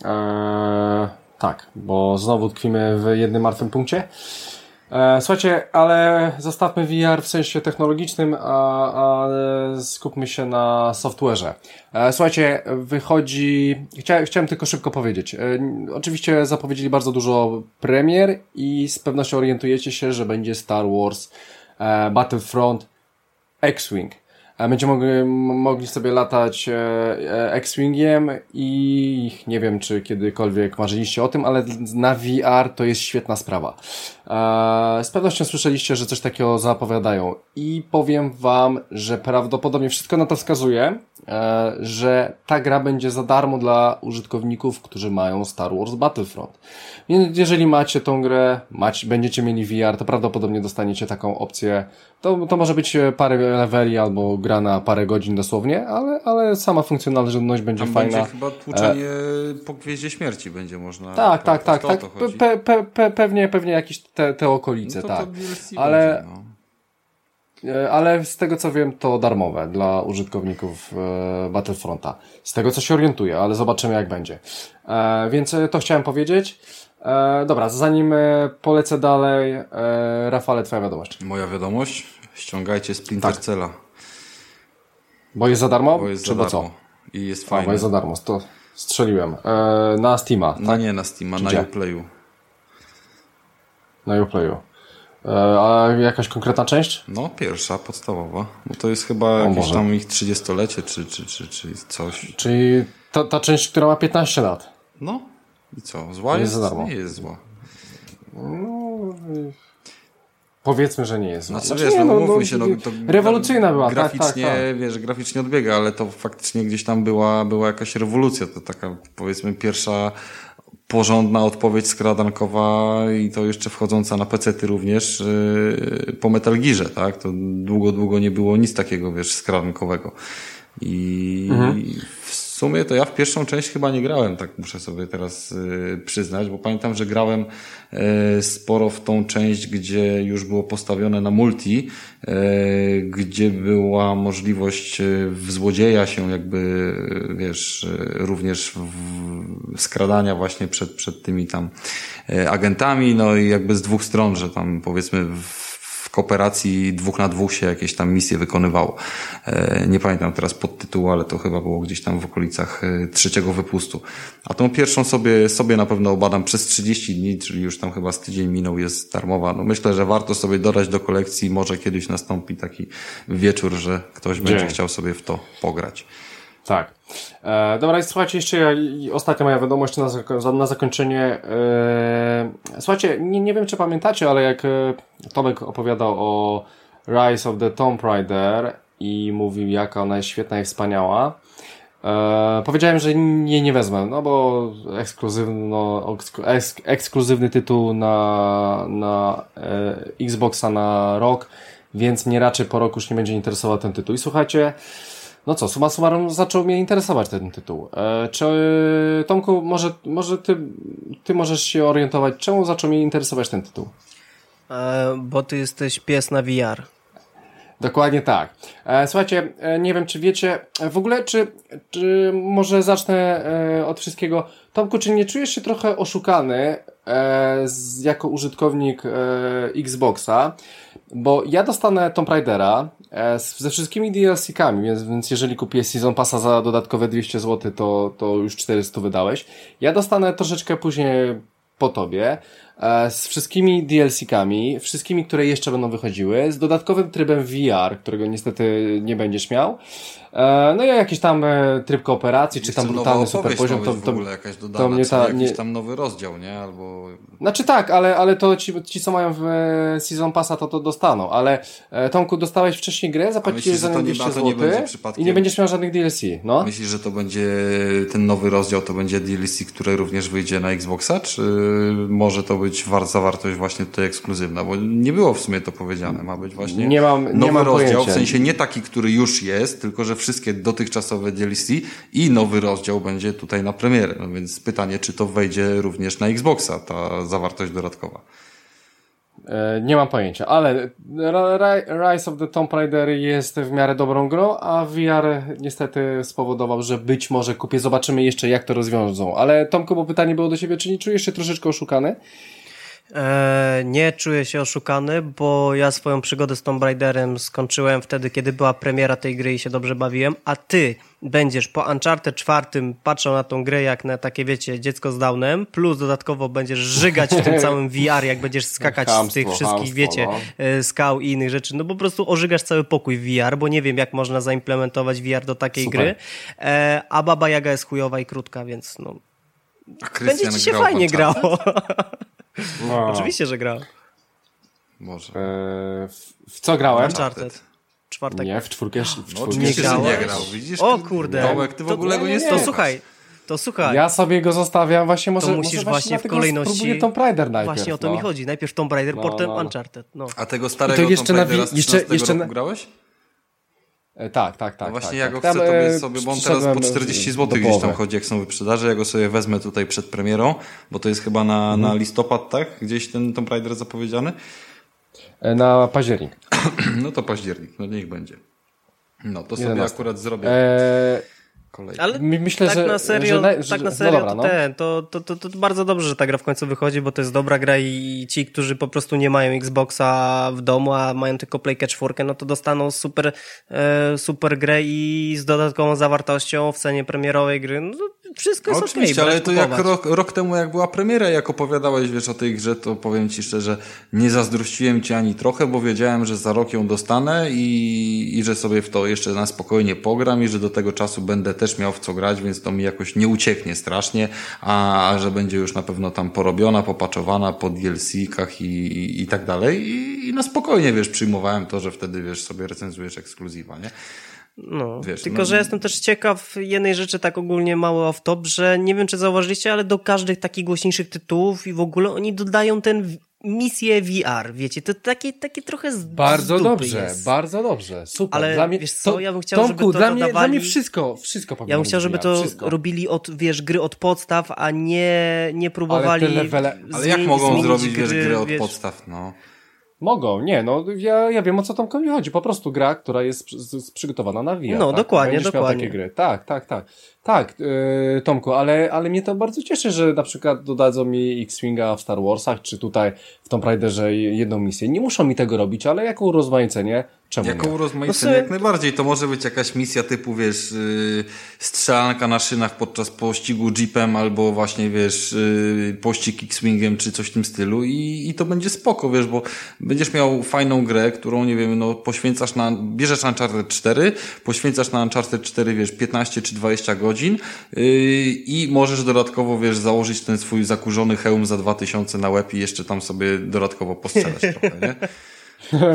Tak, bo znowu tkwimy w jednym martwym punkcie. Słuchajcie, ale zostawmy VR w sensie technologicznym, a skupmy się na software'ze. Słuchajcie, wychodzi... Chciałem tylko szybko powiedzieć. Oczywiście zapowiedzieli bardzo dużo premier i z pewnością orientujecie się, że będzie Star Wars Battlefront X-Wing. Będziemy mogli sobie latać X-Wingiem i nie wiem, czy kiedykolwiek marzyliście o tym, ale na VR to jest świetna sprawa. Z pewnością słyszeliście, że coś takiego zapowiadają i powiem wam, że prawdopodobnie wszystko na to wskazuje, że ta gra będzie za darmo dla użytkowników, którzy mają Star Wars Battlefront. Więc jeżeli macie tą grę, będziecie mieli VR, to prawdopodobnie dostaniecie taką opcję. To może być parę leveli albo gra na parę godzin dosłownie, ale sama funkcjonalność będzie tam fajna. Będzie chyba tłuczenie po Gwieździe Śmierci będzie można. Tak. Pewnie jakieś te okolice, no tak. Ale będzie, no. Ale z tego co wiem, to darmowe dla użytkowników Battlefronta. Z tego co się orientuję, ale zobaczymy jak będzie. Więc to chciałem powiedzieć. Dobra, zanim polecę dalej, Rafale, twoja wiadomość. Moja wiadomość? Ściągajcie Splinter Cella. Bo jest za darmo? Bo jest czy za bo darmo. Co? I jest fajne. Bo jest za darmo, to strzeliłem. Na Steama. Tak? No nie na Steama, na Uplayu. Na Uplayu. A jakaś konkretna część? No, pierwsza, podstawowa. Bo to jest chyba jakieś tam ich 30-lecie, czy coś. Czyli ta część, która ma 15 lat. No. I co? Zła jest? Nie jest zła. No, powiedzmy, że nie jest zła. Znaczy, wiesz, mówmy się, to rewolucyjna była. Graficznie, tak. Wiesz, graficznie odbiega, ale to faktycznie gdzieś tam była jakaś rewolucja. To taka, powiedzmy, pierwsza porządna odpowiedź skradankowa i to jeszcze wchodząca na pecety również po Metal Gearze, tak? To długo nie było nic takiego, wiesz, skradankowego. I w sumie to ja w pierwszą część chyba nie grałem, tak muszę sobie teraz przyznać, bo pamiętam, że grałem sporo w tą część, gdzie już było postawione na multi, gdzie była możliwość wzłodzieja się jakby, wiesz, również skradania właśnie przed tymi tam agentami, no i jakby z dwóch stron, że tam powiedzmy w kooperacji 2 na 2 się jakieś tam misje wykonywało. Nie pamiętam teraz podtytułu, ale to chyba było gdzieś tam w okolicach 3. wypustu. A tą pierwszą sobie na pewno obadam przez 30 dni, czyli już tam chyba z tydzień minął, jest darmowa. No myślę, że warto sobie dodać do kolekcji, może kiedyś nastąpi taki wieczór, że ktoś będzie chciał sobie w to pograć. Tak. Dobra, słuchajcie, jeszcze ostatnia moja wiadomość na zakończenie. Słuchajcie, nie wiem, czy pamiętacie, ale jak Tomek opowiadał o Rise of the Tomb Raider i mówił, jaka ona jest świetna i wspaniała. Powiedziałem, że jej nie wezmę, no bo ekskluzywny tytuł na Xboxa na rok, więc mnie raczej po roku już nie będzie interesował ten tytuł. I słuchajcie, no co, summa summarum zaczął mnie interesować ten tytuł. Czy Tomku, może ty możesz się orientować, czemu zaczął mnie interesować ten tytuł? Bo ty jesteś pies na VR. Dokładnie tak. Słuchajcie, nie wiem, czy wiecie, w ogóle, czy może zacznę od wszystkiego. Tomku, czy nie czujesz się trochę oszukany jako użytkownik Xboxa? Bo ja dostanę Tomb Raidera ze wszystkimi DLC-kami, więc jeżeli kupię Season Passa za dodatkowe 200 zł, to już 400 wydałeś. Ja dostanę troszeczkę później po tobie, z wszystkimi DLC-kami, wszystkimi, które jeszcze będą wychodziły, z dodatkowym trybem VR, którego niestety nie będziesz miał. No i jakiś tam tryb kooperacji, czy tam brutalny super poziom, w ogóle jakaś dodana, to mnie jakiś tam nowy rozdział, nie? Albo... Znaczy tak, ale to ci co mają w Season Passa, to dostaną, ale Tomku, dostałeś wcześniej grę, zapłaciłeś za nią 200 zł i nie będziesz miał żadnych DLC, no? Myślisz, że to będzie ten nowy rozdział, to będzie DLC, które również wyjdzie na Xboxa, czy może to być zawartość właśnie tutaj ekskluzywna, bo nie było w sumie to powiedziane, ma być właśnie nowy rozdział, pojęcia. W sensie nie taki, który już jest, tylko że wszystkie dotychczasowe DLC i nowy rozdział będzie tutaj na premierę, no więc pytanie, czy to wejdzie również na Xboxa, ta zawartość dodatkowa. Nie mam pojęcia, ale Rise of the Tomb Raider jest w miarę dobrą grą, a VR niestety spowodował, że być może kupię. Zobaczymy jeszcze, jak to rozwiążą. Ale Tomku, bo pytanie było do ciebie, czy nie czujesz się troszeczkę oszukany? Nie czuję się oszukany, bo ja swoją przygodę z Tomb Raiderem skończyłem wtedy, kiedy była premiera tej gry i się dobrze bawiłem, a ty będziesz po Uncharted 4 patrzył na tą grę jak na takie, wiecie, dziecko z Downem, plus dodatkowo będziesz żygać w tym całym VR, jak będziesz skakać z tych wszystkich, wiecie, skał i innych rzeczy. No po prostu ożygasz cały pokój w VR, bo nie wiem, jak można zaimplementować VR do takiej gry. A Baba Jaga jest chujowa i krótka, więc no... Będzie ci się fajnie grało. No. Oczywiście, że grał. Może. W co grałem? Uncharted. Czwartek. Nie, w czwórkę. Nie grał, widzisz? O kurde. Tomek, ty w ogóle go nie słuchasz. To słuchaj. Ja sobie go zostawiam, właśnie może... To musisz właśnie w kolejności... Spróbuję Tomb Raider najpierw. Właśnie o to mi chodzi. Najpierw Tomb Raider, potem Uncharted. No. A tego starego Tomb Raidera z 13 roku grałeś? Tak. No właśnie tak, ja go tak. chcę sobie, bo on teraz po 40 zł gdzieś tam chodzi, jak są wyprzedaże. Ja go sobie wezmę tutaj przed premierą, bo to jest chyba na listopad, tak? Gdzieś ten Tomb Raider zapowiedziany? Na październik. No to październik, no niech będzie. No to sobie 11. Akurat zrobię. Ale myślę, tak że, na serio, no dobra, to bardzo dobrze, że ta gra w końcu wychodzi, bo to jest dobra gra i ci, którzy po prostu nie mają Xboxa w domu, a mają tylko Playkę 4, no to dostaną super grę i z dodatkową zawartością w cenie premierowej gry. No wszystko jest oczywiście, okej, ale to jak rok temu, jak była premiera, jak opowiadałeś, wiesz, o tej grze, to powiem ci szczerze, nie zazdrościłem ci ani trochę, bo wiedziałem, że za rok ją dostanę i że sobie w to jeszcze na spokojnie pogram i że do tego czasu będę też miał w co grać, więc to mi jakoś nie ucieknie strasznie, a że będzie już na pewno tam porobiona, popaczowana po DLC-kach i tak dalej i na spokojnie, wiesz, przyjmowałem to, że wtedy, wiesz, sobie recenzujesz ekskluzywa, nie? No, wiesz, tylko że jestem też ciekaw jednej rzeczy, tak ogólnie mały off-top, że nie wiem, czy zauważyliście, ale do każdych takich głośniejszych tytułów i w ogóle oni dodają ten misję VR, wiecie, to takie trochę z bardzo dobrze, jest. bardzo dobrze, super. Ale dla mnie, wiesz co, ja bym chciał, Tomku, żeby to dla dodawali... mnie wszystko powinno Ja bym chciał, żeby to wszystko. robili gry od podstaw, a nie próbowali... Ale jak mogą zrobić, gry od podstaw, no? Mogą, nie, no ja wiem, o co Tomkowi chodzi, po prostu gra, która jest przygotowana na VR. No, tak? dokładnie. Takie gry. Tak, Tomku, ale mnie to bardzo cieszy, że na przykład dodadzą mi X-Winga w Star Warsach, czy tutaj w Tomb Raiderze jedną misję. Nie muszą mi tego robić, ale jako urozmaicenie, czemu jako nie? urozmaicenie jak najbardziej. To może być jakaś misja typu, wiesz, strzelanka na szynach podczas pościgu jeepem, albo właśnie, wiesz, pościg X-Wingiem, czy coś w tym stylu i to będzie spoko, wiesz, bo będziesz miał fajną grę, którą, nie wiem, no poświęcasz bierzesz Uncharted 4, poświęcasz na Uncharted 4, wiesz, 15 czy 20 godzin i możesz dodatkowo, wiesz, założyć ten swój zakurzony hełm za 2000 na łeb i jeszcze tam sobie dodatkowo postrzelać trochę, nie?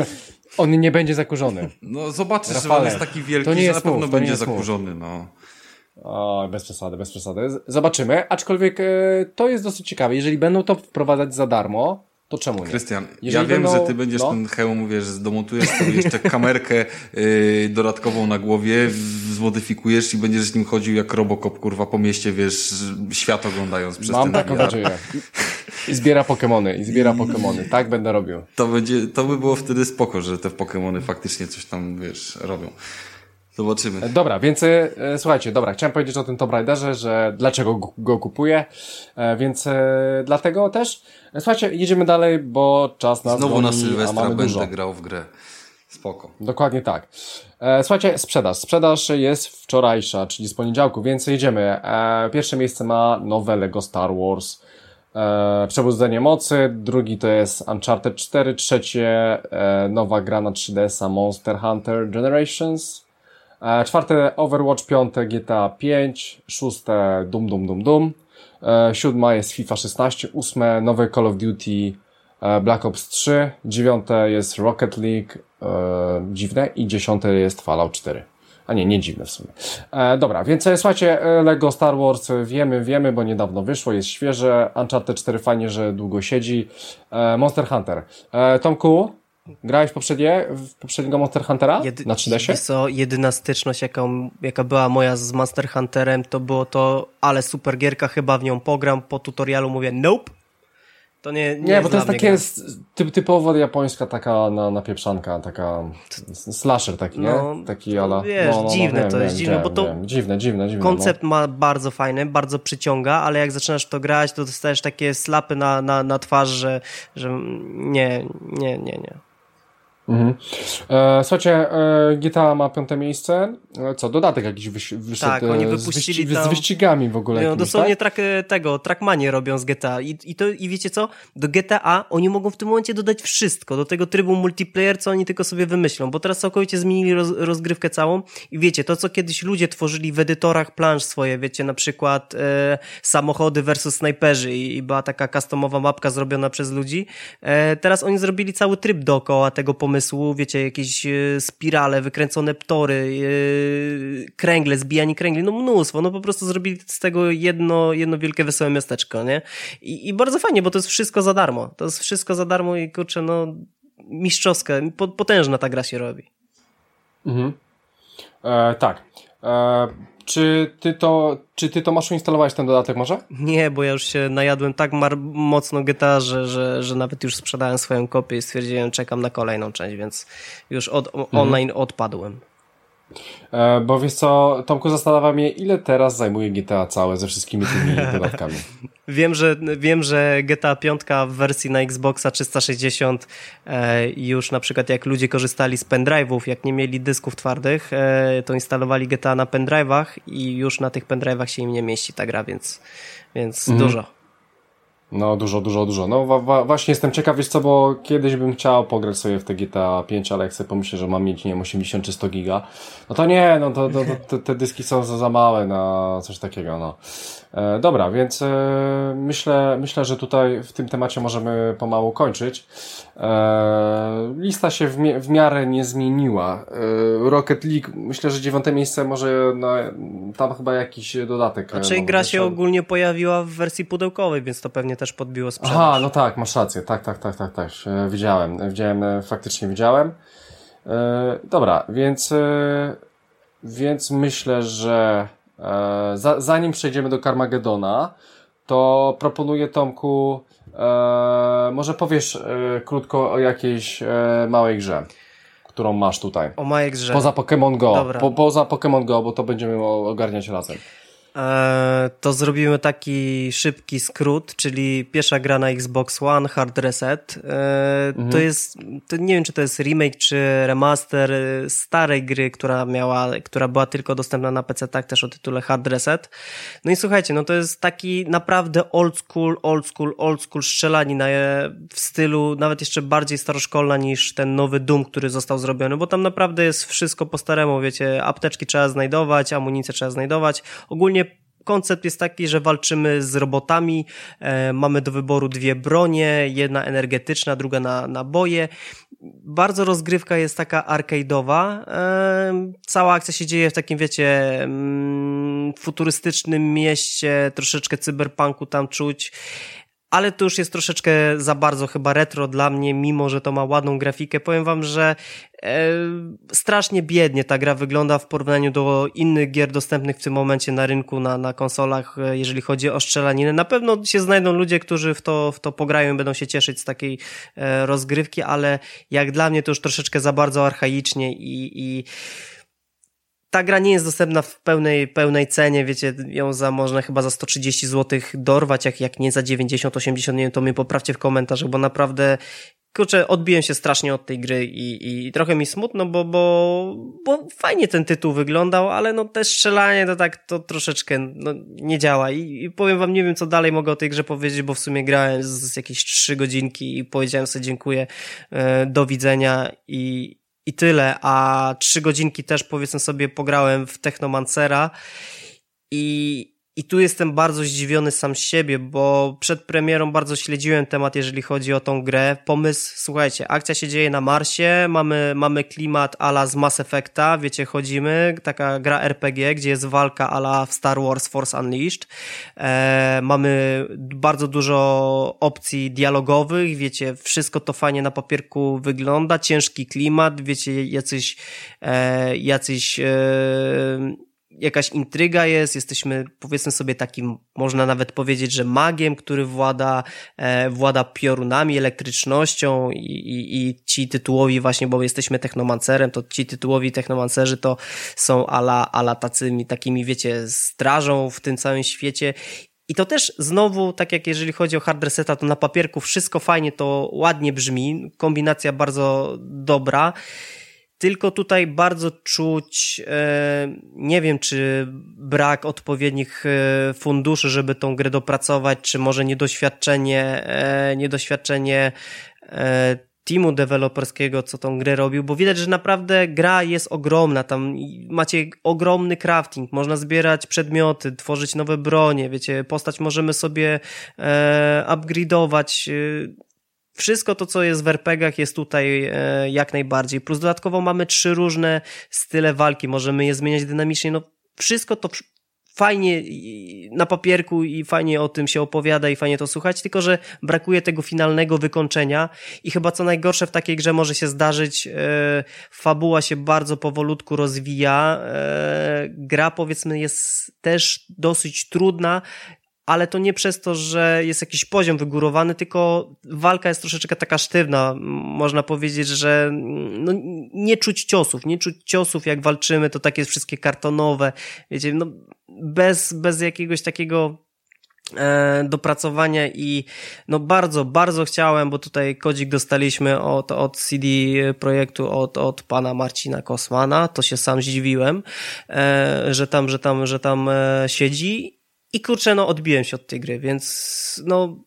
On nie będzie zakurzony. No zobaczysz, Rafale, że on jest taki wielki, że na pewno będzie zakurzony, no. O, bez przesady, bez przesady. Zobaczymy, aczkolwiek to jest dosyć ciekawe. Jeżeli będą to wprowadzać za darmo, to czemu nie? Krystian, Jeżeli ja wiem, będą... że ty będziesz ten hełm, wiesz, zdomontujesz sobie jeszcze kamerkę dodatkową na głowie, zmodyfikujesz i będziesz z nim chodził jak Robocop, kurwa, po mieście, wiesz, świat oglądając przez Mam ten taką VR. nadzieję. I zbiera Pokemony. Tak będę robił. To by było wtedy spoko, że te Pokemony faktycznie coś tam, wiesz, robią. Zobaczymy. Dobra, więc słuchajcie, chciałem powiedzieć o tym Tomb Raiderze, że dlaczego go kupuję, więc dlatego też, słuchajcie, jedziemy dalej, bo czas nas Znowu goni, na Sylwestra będę dużo. grał w grę. Spoko. Dokładnie tak. Słuchajcie, sprzedaż jest wczorajsza, czyli z poniedziałku, więc jedziemy. Pierwsze miejsce ma nowe Lego Star Wars, Przebudzenie Mocy, drugi to jest Uncharted 4, trzecie nowa gra na 3DS-a Monster Hunter Generations, czwarte Overwatch, piąte GTA 5, szóste Doom, siódma jest FIFA 16, ósme nowe Call of Duty Black Ops 3, dziewiąte jest Rocket League, dziwne, i dziesiąte jest Fallout 4. A nie dziwne w sumie. Dobra, więc słuchajcie, Lego Star Wars wiemy, bo niedawno wyszło, jest świeże. Uncharted 4 fajnie, że długo siedzi. Monster Hunter. Tomku, grałeś w poprzedniego Monster Huntera na 3DS-ie? Wiesz co, jedyna styczność, jaka była moja z Monster Hunterem, to było to, ale super gierka, chyba w nią pogram, po tutorialu mówię nope. To nie bo to jest takie typowo japońska taka napieprzanka, taka slasher taki, nie? Taki ala. Wiesz, dziwne to jest, bo to dziwne. koncept ma bardzo fajny, bardzo przyciąga, ale jak zaczynasz to grać, to dostajesz takie slapy na twarz, że nie. Mhm. Słuchajcie, GTA ma 5. miejsce. Co, dodatek jakiś wyszedł tak, oni wypuścili z wyścigami w ogóle. No, dosłownie tak? Trackmanie robią z GTA. I wiecie co? Do GTA oni mogą w tym momencie dodać wszystko. Do tego trybu multiplayer, co oni tylko sobie wymyślą. Bo teraz całkowicie zmienili rozgrywkę całą. I wiecie, to co kiedyś ludzie tworzyli w edytorach plansz swoje, wiecie, na przykład samochody versus snajperzy i była taka customowa mapka zrobiona przez ludzi. Teraz oni zrobili cały tryb dookoła tego pomysłu. Wiecie, jakieś spirale, wykręcone ptory, kręgle, zbijanie kręgli, no mnóstwo, no po prostu zrobili z tego jedno wielkie wesołe miasteczko, nie? I bardzo fajnie, bo to jest wszystko za darmo. To jest wszystko za darmo i kurczę, no mistrzowska, potężna ta gra się robi. Mhm. Tak. Czy ty to masz uinstalować ten dodatek może? Nie, bo ja już się najadłem tak mocno GTA, że nawet już sprzedałem swoją kopię i stwierdziłem, czekam na kolejną część, więc już online odpadłem. Bo wiesz co, Tomku, zastanawia mnie, ile teraz zajmuje GTA całe ze wszystkimi tymi dodatkami. Wiem, że GTA 5 w wersji na Xboxa 360 już na przykład jak ludzie korzystali z pendrive'ów, jak nie mieli dysków twardych, to instalowali GTA na pendrive'ach i już na tych pendrive'ach się im nie mieści ta gra, więc dużo. No dużo. No właśnie jestem ciekaw, wiesz co, bo kiedyś bym chciał pograć sobie w te GTA 5, ale jak sobie pomyślę, że mam mieć, nie wiem, 80 czy 100 giga, no to nie, no to te dyski są za małe na coś takiego, no. Dobra, więc myślę, że tutaj w tym temacie możemy pomału kończyć. Lista się w miarę nie zmieniła. Rocket League, myślę, że 9. miejsce może tam chyba jakiś dodatek. Znaczy gra się ogólnie pojawiła w wersji pudełkowej, więc to pewnie też podbiło sprzedaż. Aha, no tak, masz rację. Tak. Faktycznie widziałem. Dobra, więc myślę, że zanim przejdziemy do Carmagedona, to proponuję, Tomku, może powiesz krótko o jakiejś małej grze, którą masz tutaj. O małej grze. Poza Pokémon Go. Dobra. Poza Pokémon Go, bo to będziemy ogarniać razem. To zrobimy taki szybki skrót, czyli pierwsza gra na Xbox One, Hard Reset. To nie wiem, czy to jest remake, czy remaster starej gry, która była tylko dostępna na PC, tak też o tytule Hard Reset. No i słuchajcie, no to jest taki naprawdę old school strzelanina w stylu nawet jeszcze bardziej staroszkolna niż ten nowy Doom, który został zrobiony, bo tam naprawdę jest wszystko po staremu, wiecie, apteczki trzeba znajdować, amunicję trzeba znajdować. Ogólnie koncept jest taki, że walczymy z robotami, mamy do wyboru 2 bronie, jedna energetyczna, druga na naboje bardzo rozgrywka jest taka arcade'owa. Cała akcja się dzieje w takim, wiecie, futurystycznym mieście, troszeczkę cyberpunku tam czuć. Ale to już jest troszeczkę za bardzo chyba retro dla mnie, mimo że to ma ładną grafikę. Powiem wam, że strasznie biednie ta gra wygląda w porównaniu do innych gier dostępnych w tym momencie na rynku, na konsolach, jeżeli chodzi o strzelaninę. Na pewno się znajdą ludzie, którzy w to pograją i będą się cieszyć z takiej rozgrywki, ale jak dla mnie to już troszeczkę za bardzo archaicznie i ta gra nie jest dostępna w pełnej cenie, wiecie, ją można chyba za 130 zł dorwać, jak nie za 90, 80, nie wiem, to mnie poprawcie w komentarzach, bo naprawdę, kurczę, odbiłem się strasznie od tej gry i trochę mi smutno, bo fajnie ten tytuł wyglądał, ale no te strzelanie to troszeczkę nie działa i powiem wam, nie wiem co dalej mogę o tej grze powiedzieć, bo w sumie grałem z jakieś 3 godzinki i powiedziałem sobie dziękuję, do widzenia i tyle, a 3 godzinki też powiedzmy sobie pograłem w Technomancera i tu jestem bardzo zdziwiony sam z siebie, bo przed premierą bardzo śledziłem temat, jeżeli chodzi o tą grę. Pomysł, słuchajcie, akcja się dzieje na Marsie, mamy klimat a la z Mass Effecta, wiecie, chodzimy, taka gra RPG, gdzie jest walka a la w Star Wars Force Unleashed. Mamy bardzo dużo opcji dialogowych, wiecie, wszystko to fajnie na papierku wygląda, ciężki klimat, wiecie, jakaś intryga jest, jesteśmy powiedzmy sobie takim, można nawet powiedzieć, że magiem, który włada piorunami, elektrycznością i ci tytułowi właśnie, bo jesteśmy technomancerem, to ci tytułowi technomancerzy to są ala takimi, wiecie, strażą w tym całym świecie. I to też znowu, tak jak jeżeli chodzi o Hard Reseta, to na papierku wszystko fajnie, to ładnie brzmi, kombinacja bardzo dobra. Tylko tutaj bardzo czuć, nie wiem, czy brak odpowiednich funduszy, żeby tą grę dopracować, czy może niedoświadczenie teamu deweloperskiego, co tą grę robił, bo widać, że naprawdę gra jest ogromna, tam macie ogromny crafting, można zbierać przedmioty, tworzyć nowe bronie, wiecie, postać możemy sobie upgrade'ować. Wszystko to, co jest w RPG-ach, jest tutaj jak najbardziej. Plus dodatkowo mamy 3 różne style walki. Możemy je zmieniać dynamicznie. No, wszystko to fajnie na papierku i fajnie o tym się opowiada i fajnie to słuchać, tylko że brakuje tego finalnego wykończenia i chyba co najgorsze w takiej grze może się zdarzyć, fabuła się bardzo powolutku rozwija. Gra, powiedzmy, jest też dosyć trudna, ale to nie przez to, że jest jakiś poziom wygórowany, tylko walka jest troszeczkę taka sztywna. Można powiedzieć, że no, nie czuć ciosów, jak walczymy, to takie jest wszystkie kartonowe, wiecie, no bez jakiegoś takiego dopracowania i no bardzo, bardzo chciałem, bo tutaj kodzik dostaliśmy od CD Projektu, od pana Marcina Kosmana, to się sam zdziwiłem, że tam siedzi. I kurczę, no odbiłem się od tej gry, więc no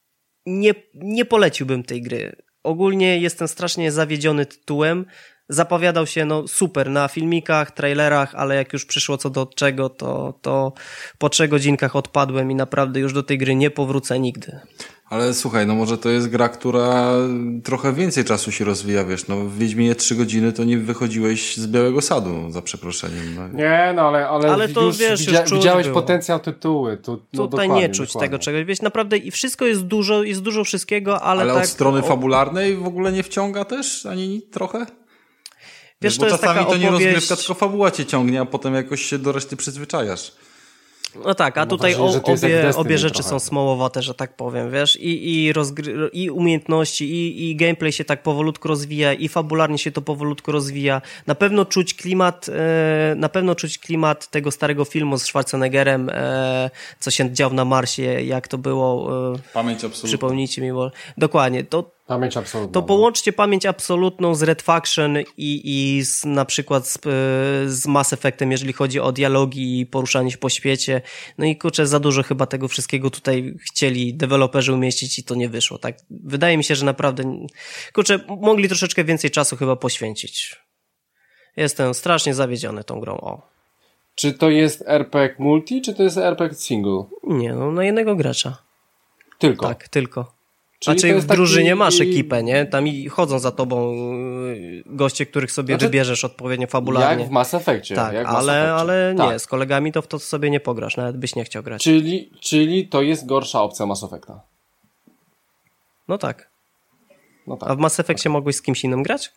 nie poleciłbym tej gry. Ogólnie jestem strasznie zawiedziony tytułem. Zapowiadał się no super na filmikach, trailerach, ale jak już przyszło co do czego, to po 3 godzinkach odpadłem i naprawdę już do tej gry nie powrócę nigdy. Ale słuchaj, no może to jest gra, która trochę więcej czasu się rozwija, wiesz, no w Wiedźminie 3 godziny to nie wychodziłeś z Białego Sadu, za przeproszeniem. No. Nie, no ale to już, wiesz, widziałeś potencjał tytułu. Tutaj nie czuć tego czegoś, wiesz, naprawdę i wszystko jest dużo wszystkiego, ale tak... od strony fabularnej w ogóle nie wciąga też, ani trochę? Wiesz, bo to jest czasami taka to nie opowieść... rozgrywka, tylko fabuła cię ciągnie, a potem jakoś się do reszty przyzwyczajasz. No tak, a tutaj obie rzeczy trochę. Są smołowate, że tak powiem, wiesz, i umiejętności, i gameplay się tak powolutku rozwija, i fabularnie się to powolutku rozwija. Na pewno czuć klimat tego starego filmu z Schwarzeneggerem, co się działo na Marsie, jak to było. Pamięć absolutna. Przypomnijcie mi, bo dokładnie, Pamięć absolutna. To połączcie pamięć absolutną z Red Faction i na przykład z Mass Effectem, jeżeli chodzi o dialogi i poruszanie się po świecie. No i kurczę, za dużo chyba tego wszystkiego tutaj chcieli deweloperzy umieścić i to nie wyszło. Tak, wydaje mi się, że naprawdę, kurczę, mogli troszeczkę więcej czasu chyba poświęcić. Jestem strasznie zawiedziony tą grą. O. Czy to jest RPG multi, czy to jest RPG single? Nie, no na jednego gracza. Tylko? Tak, tylko. Znaczy w drużynie masz ekipę, nie? Tam i chodzą za tobą goście, których sobie wybierzesz odpowiednio fabularnie. Jak w Mass Effectie. Tak, jak ale nie, tak. z kolegami to w to sobie nie pograsz, nawet byś nie chciał grać. Czyli to jest gorsza opcja Mass Effecta. No tak. No tak. A w Mass Effectie mogłeś z kimś innym grać?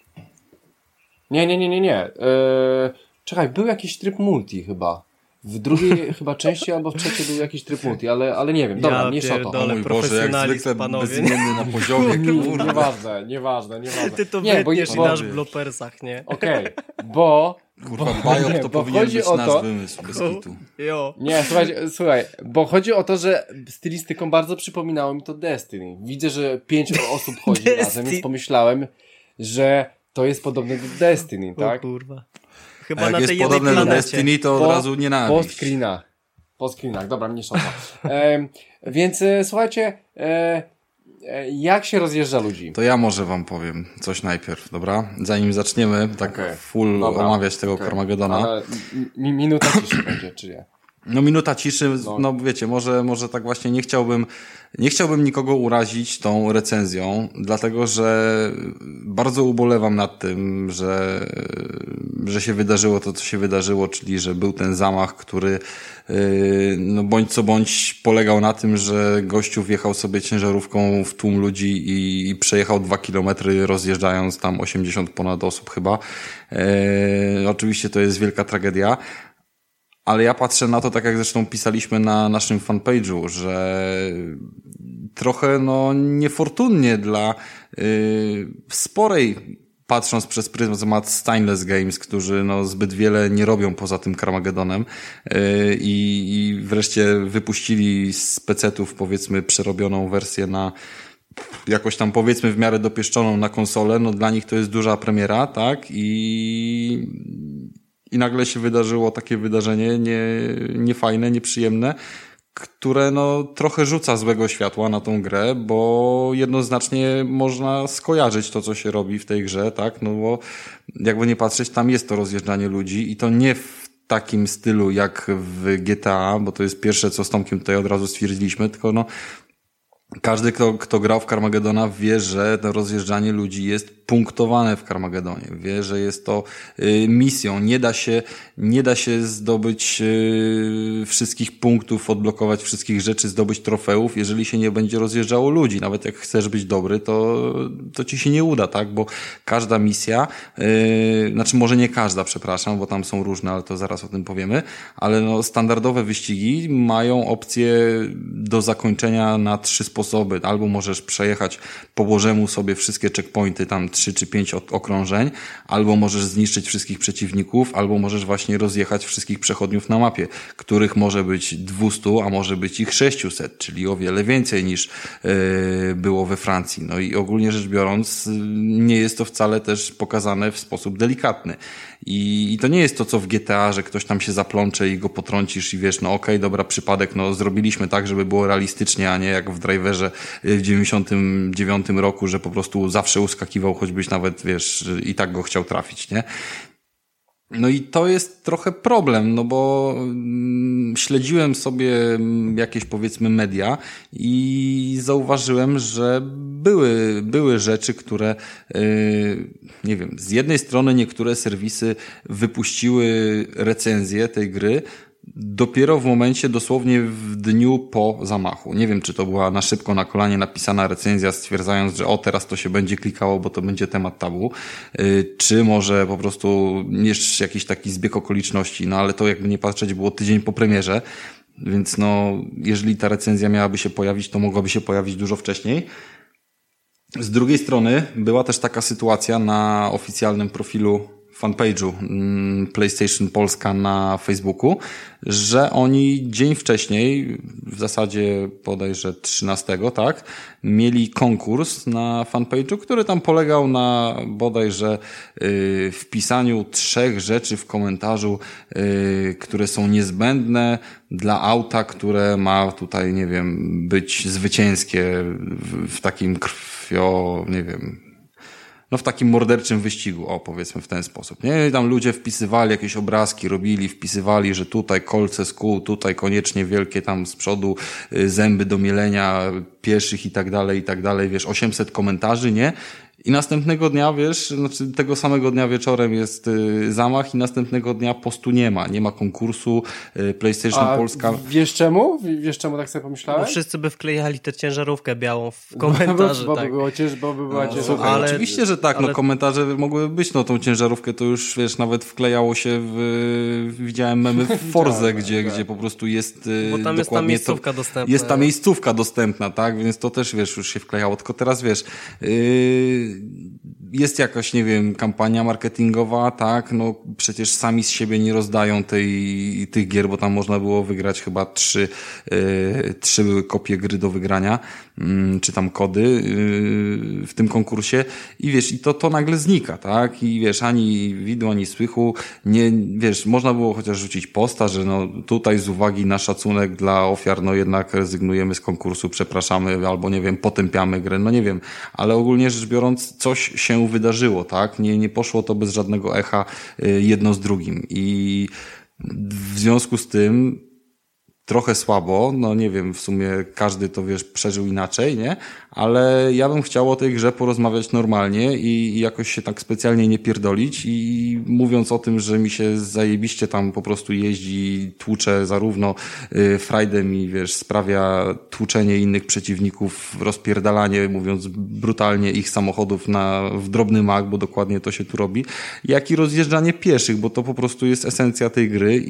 Nie. Czekaj, był jakiś tryb multi chyba. W drugiej chyba części albo w trzeciej był jakiś tryb multi, ale nie wiem. Dobra, mniejsza o to. O mój Boże, jak zwykle bezimienny na poziomie. Nieważne. Ty to wytniesz i nasz w blopersach, nie? Okej, bo... Kurwa, Bajok to powinien być nasz wymysł, bez kitu. Nie, słuchaj, bo chodzi o to, że stylistyką bardzo przypominało mi to Destiny. Widzę, że 5 osób chodzi razem, więc pomyślałem, że to jest podobne do Destiny, tak? O kurwa. Chyba jak na jest tej podobne jednej do Destiny, to od razu nienawiść. Po screenach, dobra, mniejsza o to. Więc słuchajcie, jak się rozjeżdża ludzi? To ja może wam powiem coś najpierw, dobra? Zanim zaczniemy full omawiać tego Carmagedona. Ale minuta ciszy będzie, czy nie? No minuta ciszy, no wiecie, może tak właśnie nie chciałbym nikogo urazić tą recenzją, dlatego że bardzo ubolewam nad tym, że się wydarzyło to, co się wydarzyło, czyli że był ten zamach, który no bądź co bądź polegał na tym, że gościu wjechał sobie ciężarówką w tłum ludzi i przejechał 2 kilometry, rozjeżdżając tam 80 ponad osób chyba. Oczywiście to jest wielka tragedia. Ale ja patrzę na to, tak jak zresztą pisaliśmy na naszym fanpage'u, że trochę niefortunnie dla sporej, patrząc przez pryzmat Stainless Games, którzy zbyt wiele nie robią poza tym Carmagedonem i wreszcie wypuścili z PC-ów powiedzmy przerobioną wersję na jakoś tam powiedzmy w miarę dopieszczoną na konsolę, dla nich to jest duża premiera, tak? I nagle się wydarzyło takie wydarzenie niefajne, nieprzyjemne, które trochę rzuca złego światła na tą grę, bo jednoznacznie można skojarzyć to, co się robi w tej grze, tak? Bo jakby nie patrzeć, tam jest to rozjeżdżanie ludzi i to nie w takim stylu jak w GTA, bo to jest pierwsze, co z Tomkiem tutaj od razu stwierdziliśmy, tylko każdy, kto grał w Carmagedona, wie, że to rozjeżdżanie ludzi jest punktowane w Carmagedonie. Wie, że jest to misją. Nie da się zdobyć wszystkich punktów, odblokować wszystkich rzeczy, zdobyć trofeów, jeżeli się nie będzie rozjeżdżało ludzi. Nawet jak chcesz być dobry, to ci się nie uda, tak? Bo każda misja, znaczy może nie każda, przepraszam, bo tam są różne, ale to zaraz o tym powiemy, ale standardowe wyścigi mają opcję do zakończenia na 3 sposoby. Albo możesz przejechać po Bożemu sobie wszystkie checkpointy, tam 3 czy 5 okrążeń, albo możesz zniszczyć wszystkich przeciwników, albo możesz właśnie rozjechać wszystkich przechodniów na mapie, których może być 200, a może być ich 600, czyli o wiele więcej niż było we Francji. No i ogólnie rzecz biorąc, nie jest to wcale też pokazane w sposób delikatny. I to nie jest to, co w GTA, że ktoś tam się zaplącze i go potrącisz i wiesz, okej, dobra, przypadek, zrobiliśmy tak, żeby było realistycznie, a nie jak w Driverze w 99 roku, że po prostu zawsze uskakiwał, choćbyś nawet, wiesz, i tak go chciał trafić, nie? No i to jest trochę problem, bo śledziłem sobie jakieś powiedzmy media i zauważyłem, że były rzeczy, które nie wiem, z jednej strony niektóre serwisy wypuściły recenzję tej gry dopiero w momencie, dosłownie w dniu po zamachu. Nie wiem, czy to była na szybko, na kolanie napisana recenzja stwierdzając, że teraz to się będzie klikało, bo to będzie temat tabu, czy może po prostu jeszcze jakiś taki zbieg okoliczności, ale to jakby nie patrzeć było tydzień po premierze, więc jeżeli ta recenzja miałaby się pojawić, to mogłaby się pojawić dużo wcześniej. Z drugiej strony była też taka sytuacja na oficjalnym profilu fanpage'u PlayStation Polska na Facebooku, że oni dzień wcześniej, w zasadzie bodajże 13, tak, mieli konkurs na fanpage'u, który tam polegał na bodajże wpisaniu 3 rzeczy w komentarzu, które są niezbędne dla auta, które ma tutaj, nie wiem, być zwycięskie w takim nie wiem, no w takim morderczym wyścigu, o powiedzmy w ten sposób, nie? I tam ludzie wpisywali jakieś obrazki, wpisywali, że tutaj kolce z kół, tutaj koniecznie wielkie tam z przodu zęby do mielenia pieszych i tak dalej, wiesz, 800 komentarzy, nie? I następnego dnia, wiesz, znaczy tego samego dnia wieczorem jest zamach i następnego dnia postu nie ma konkursu, PlayStation Polska. Wiesz czemu? Wiesz czemu tak sobie pomyślałem? Bo wszyscy by wklejali tę ciężarówkę białą w komentarze. Bo tak. by była ciężarówka. Słuchaj, ale, oczywiście, że tak, no komentarze mogły być, no tą ciężarówkę to już, wiesz, nawet wklejało się widziałem memy w Forze, gdzie po prostu jest bo tam jest ta miejscówka dostępna. Jest ta miejscówka dostępna, tak, więc to też, wiesz, już się wklejało, tylko teraz, wiesz, jest jakaś, nie wiem, kampania marketingowa, tak, no przecież sami z siebie nie rozdają tych gier, bo tam można było wygrać chyba trzy były kopie gry do wygrania, czy tam kody w tym konkursie i wiesz, i to nagle znika, tak, i wiesz, ani widu, ani słychu, nie, wiesz, można było chociaż rzucić posta, że no tutaj z uwagi na szacunek dla ofiar, no jednak rezygnujemy z konkursu, przepraszamy, albo nie wiem, potępiamy grę, no nie wiem, ale ogólnie rzecz biorąc, coś się wydarzyło, tak? Nie poszło to bez żadnego echa jedno z drugim i w związku z tym trochę słabo, no nie wiem, w sumie każdy to, wiesz, przeżył inaczej, nie? Ale ja bym chciał o tej grze porozmawiać normalnie i jakoś się tak specjalnie nie pierdolić i mówiąc o tym, że mi się zajebiście tam po prostu jeździ, tłucze zarówno frajdem i, wiesz, sprawia tłuczenie innych przeciwników, rozpierdalanie, mówiąc brutalnie, ich samochodów w drobny mak, bo dokładnie to się tu robi, jak i rozjeżdżanie pieszych, bo to po prostu jest esencja tej gry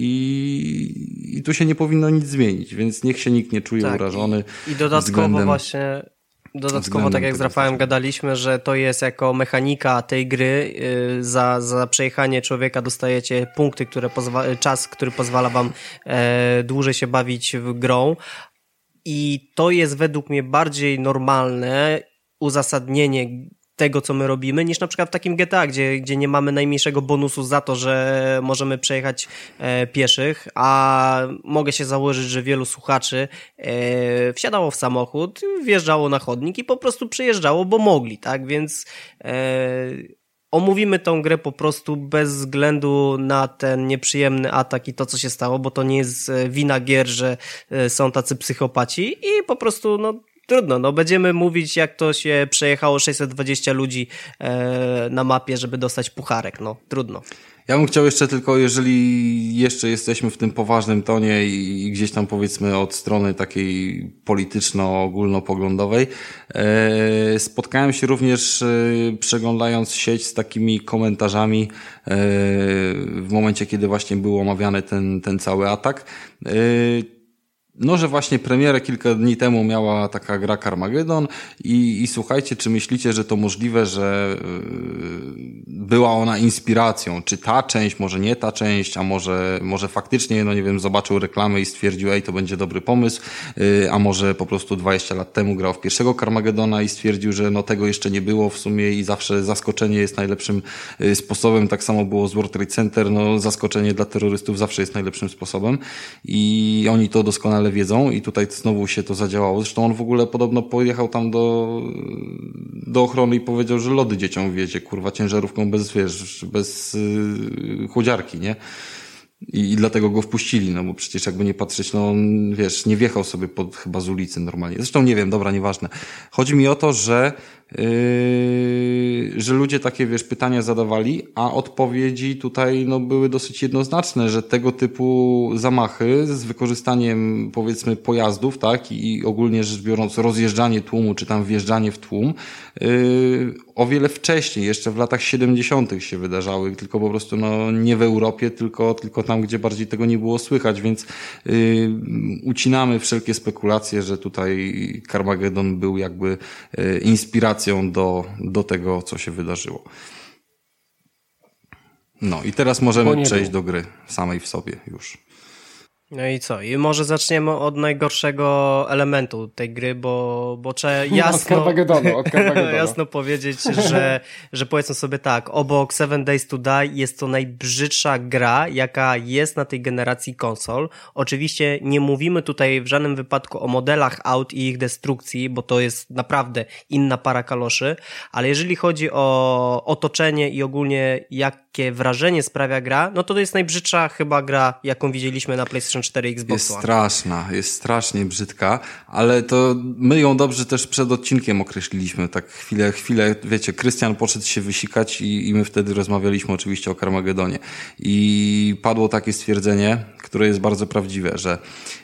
i tu się nie powinno nic zmienić, więc niech się nikt nie czuje urażony. I dodatkowo właśnie, tak jak z Rafałem gadaliśmy, że to jest jako mechanika tej gry, za przejechanie człowieka dostajecie punkty, czas, który pozwala wam dłużej się bawić w grą i to jest według mnie bardziej normalne uzasadnienie tego, co my robimy, niż na przykład w takim GTA, gdzie nie mamy najmniejszego bonusu za to, że możemy przejechać pieszych, a mogę się założyć, że wielu słuchaczy wsiadało w samochód, wjeżdżało na chodnik i po prostu przejeżdżało, bo mogli, tak? Więc omówimy tą grę po prostu bez względu na ten nieprzyjemny atak i to, co się stało, bo to nie jest wina gier, że są tacy psychopaci i po prostu, no trudno, no będziemy mówić, jak to się przejechało 620 ludzi na mapie, żeby dostać pucharek, no trudno. Ja bym chciał jeszcze tylko, jeżeli jeszcze jesteśmy w tym poważnym tonie i gdzieś tam powiedzmy od strony takiej polityczno-ogólnopoglądowej, spotkałem się również przeglądając sieć z takimi komentarzami w momencie, kiedy właśnie był omawiany ten cały atak. No, że właśnie premierę kilka dni temu miała taka gra Carmageddon i słuchajcie, czy myślicie, że to możliwe, że była ona inspiracją? Czy ta część, może nie ta część, a może faktycznie, no nie wiem, zobaczył reklamę i stwierdził, to będzie dobry pomysł, a może po prostu 20 lat temu grał w pierwszego Carmageddona i stwierdził, że no tego jeszcze nie było w sumie i zawsze zaskoczenie jest najlepszym sposobem. Tak samo było z World Trade Center, no zaskoczenie dla terrorystów zawsze jest najlepszym sposobem i oni to doskonale wiedzą i tutaj znowu się to zadziałało. Zresztą on w ogóle podobno pojechał tam do ochrony i powiedział, że lody dzieciom wiezie, kurwa, ciężarówką bez chłodziarki, nie? I dlatego go wpuścili, no bo przecież jakby nie patrzeć, no on, wiesz, nie wjechał sobie chyba z ulicy normalnie. Zresztą nie wiem, dobra, nieważne. Chodzi mi o to, że ludzie takie, wiesz, pytania zadawali, a odpowiedzi tutaj, no, były dosyć jednoznaczne, że tego typu zamachy z wykorzystaniem, powiedzmy, pojazdów, tak, i ogólnie rzecz biorąc rozjeżdżanie tłumu, czy tam wjeżdżanie w tłum, o wiele wcześniej, jeszcze w latach 70. się wydarzały, tylko po prostu, no, nie w Europie, tylko tam, gdzie bardziej tego nie było słychać, więc ucinamy wszelkie spekulacje, że tutaj Carmageddon był jakby inspiracją do tego, co się wydarzyło. No i teraz możemy przejść do gry samej w sobie już. No i co? I może zaczniemy od najgorszego elementu tej gry, bo trzeba jasno, od Carmagedonu. jasno powiedzieć, że powiedzmy sobie tak, obok 7 Days to Die jest to najbrzydsza gra, jaka jest na tej generacji konsol. Oczywiście nie mówimy tutaj w żadnym wypadku o modelach aut i ich destrukcji, bo to jest naprawdę inna para kaloszy, ale jeżeli chodzi o otoczenie i ogólnie jakie wrażenie sprawia gra, no to jest najbrzydsza chyba gra, jaką widzieliśmy na PlayStation 4 i Xbox Jest One. straszna, jest strasznie brzydka, ale to my ją dobrze też przed odcinkiem określiliśmy, tak chwilę, wiecie, Krystian poszedł się wysikać i my wtedy rozmawialiśmy oczywiście o Carmagedonie i padło takie stwierdzenie, które jest bardzo prawdziwe, że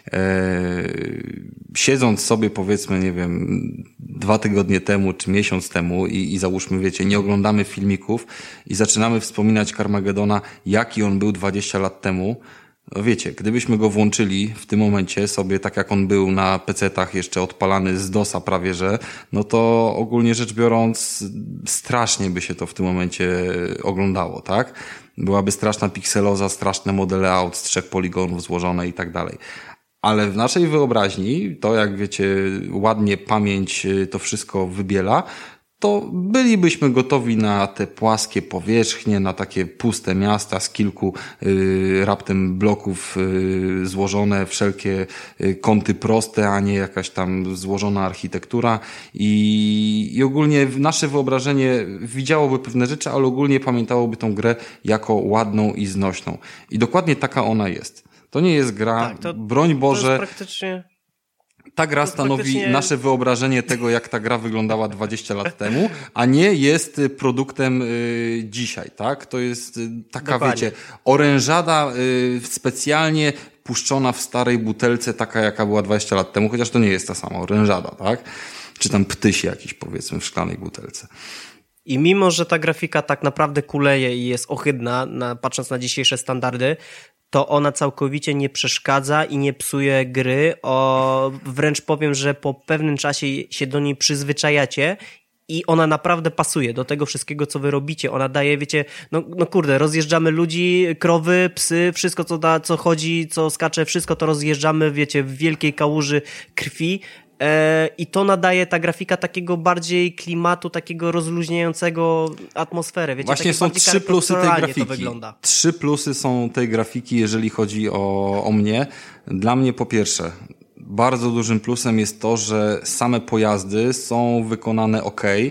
siedząc sobie powiedzmy, nie wiem, 2 tygodnie temu czy miesiąc temu i załóżmy, wiecie, nie oglądamy filmików i zaczynamy wspominać Carmagedona, jaki on był 20 lat temu. No wiecie, gdybyśmy go włączyli w tym momencie sobie tak jak on był na PC-tach jeszcze odpalany z DOS-a prawie, że no to ogólnie rzecz biorąc strasznie by się to w tym momencie oglądało, tak? Byłaby straszna pikseloza, straszne modele aut z 3 poligonów złożone i tak dalej. Ale w naszej wyobraźni, to jak wiecie, ładnie pamięć to wszystko wybiela, to bylibyśmy gotowi na te płaskie powierzchnie, na takie puste miasta z kilku raptem bloków złożone, wszelkie kąty proste, a nie jakaś tam złożona architektura i ogólnie nasze wyobrażenie widziałoby pewne rzeczy, ale ogólnie pamiętałoby tą grę jako ładną i znośną. I dokładnie taka ona jest. To nie jest gra, tak, broń Boże... To jest praktycznie... Ta gra stanowi nasze wyobrażenie tego, jak ta gra wyglądała 20 lat temu, a nie jest produktem dzisiaj, tak? To jest taka, Dokładnie. wiecie, orężada specjalnie puszczona w starej butelce, taka jaka była 20 lat temu, chociaż to nie jest ta sama orężada, tak? Czy tam ptyś jakiś, powiedzmy, w szklanej butelce. I mimo, że ta grafika tak naprawdę kuleje i jest ohydna, patrząc na dzisiejsze standardy, to ona całkowicie nie przeszkadza i nie psuje gry. Wręcz powiem, że po pewnym czasie się do niej przyzwyczajacie i ona naprawdę pasuje do tego wszystkiego, co wy robicie. Ona daje, wiecie, no kurde, rozjeżdżamy ludzi, krowy, psy, wszystko co chodzi, co skacze, wszystko to rozjeżdżamy, wiecie, w wielkiej kałuży krwi. I to nadaje ta grafika takiego bardziej klimatu, takiego rozluźniającego atmosferę. Wiecie, właśnie są 3 plusy tej grafiki. 3 plusy są tej grafiki, jeżeli chodzi o mnie. Dla mnie po pierwsze, bardzo dużym plusem jest to, że same pojazdy są wykonane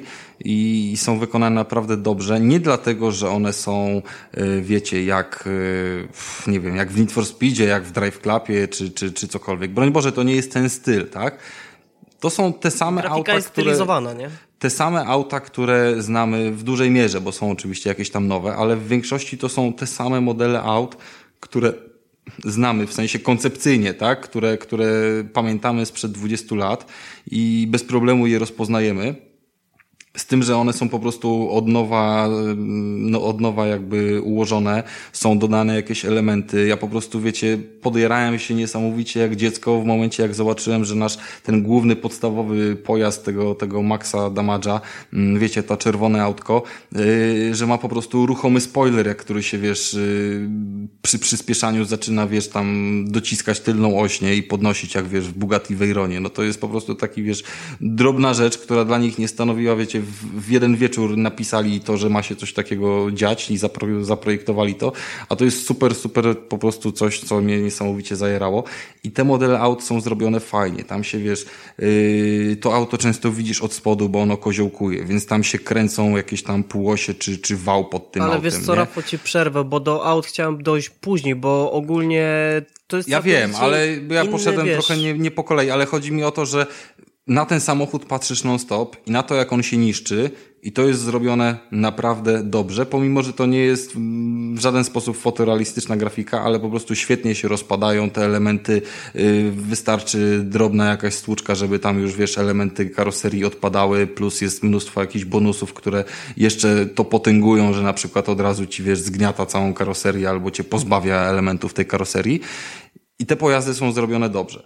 i są wykonane naprawdę dobrze. Nie dlatego, że one są, wiecie, jak, nie wiem, jak w Need for Speedzie, jak w Drive Clubie, czy cokolwiek. Broń Boże, to nie jest ten styl, tak? To są te same grafika auta, jest stylizowana, nie? Te same auta, które znamy w dużej mierze, bo są oczywiście jakieś tam nowe, ale w większości to są te same modele aut, które znamy w sensie koncepcyjnie, tak? Które pamiętamy sprzed 20 lat i bez problemu je rozpoznajemy. Z tym, że one są po prostu od nowa jakby ułożone, są dodane jakieś elementy. Ja po prostu, wiecie, podjarałem się niesamowicie jak dziecko w momencie, jak zobaczyłem, że nasz ten główny, podstawowy pojazd tego Maxa Damage'a, wiecie, to czerwone autko, że ma po prostu ruchomy spoiler, jak który się, wiesz, przy przyspieszaniu zaczyna, wiesz, tam dociskać tylną ośnię i podnosić, jak wiesz, w Bugatti Veyronie. No to jest po prostu taki, wiesz, drobna rzecz, która dla nich nie stanowiła, wiecie, w jeden wieczór napisali to, że ma się coś takiego dziać i zaprojektowali to, a to jest super po prostu coś, co mnie niesamowicie zajerało i te modele aut są zrobione fajnie, tam się, wiesz, to auto często widzisz od spodu, bo ono koziołkuje, więc tam się kręcą jakieś tam półosie czy wał pod tym autem. Ale wiesz co, Rafał, ci przerwę, bo do aut chciałem dojść później, bo ogólnie to jest... Ja wiem, ale ja poszedłem wiesz... trochę nie po kolei, ale chodzi mi o to, że na ten samochód patrzysz non-stop i na to, jak on się niszczy i to jest zrobione naprawdę dobrze, pomimo, że to nie jest w żaden sposób fotorealistyczna grafika, ale po prostu świetnie się rozpadają te elementy, wystarczy drobna jakaś stłuczka, żeby tam już, wiesz, elementy karoserii odpadały, plus jest mnóstwo jakichś bonusów, które jeszcze to potęgują, że na przykład od razu ci, wiesz, zgniata całą karoserię albo cię pozbawia elementów tej karoserii i te pojazdy są zrobione dobrze.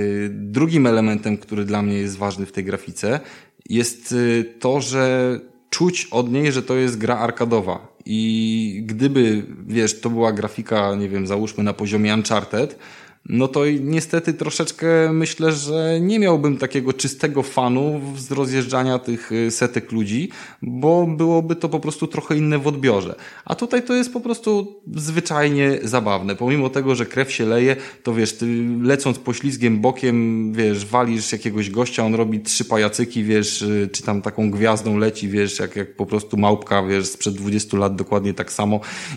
Drugim elementem, który dla mnie jest ważny w tej grafice, jest to, że czuć od niej, że to jest gra arkadowa. I gdyby, wiesz, to była grafika, nie wiem, załóżmy na poziomie Uncharted, no to niestety troszeczkę myślę, że nie miałbym takiego czystego fanu z rozjeżdżania tych setek ludzi, bo byłoby to po prostu trochę inne w odbiorze. A tutaj to jest po prostu zwyczajnie zabawne. Pomimo tego, że krew się leje, to wiesz, ty lecąc poślizgiem bokiem, wiesz, walisz jakiegoś gościa, on robi 3 pajacyki, wiesz, czy tam taką gwiazdą leci, wiesz, jak po prostu małpka, wiesz, sprzed 20 lat dokładnie tak samo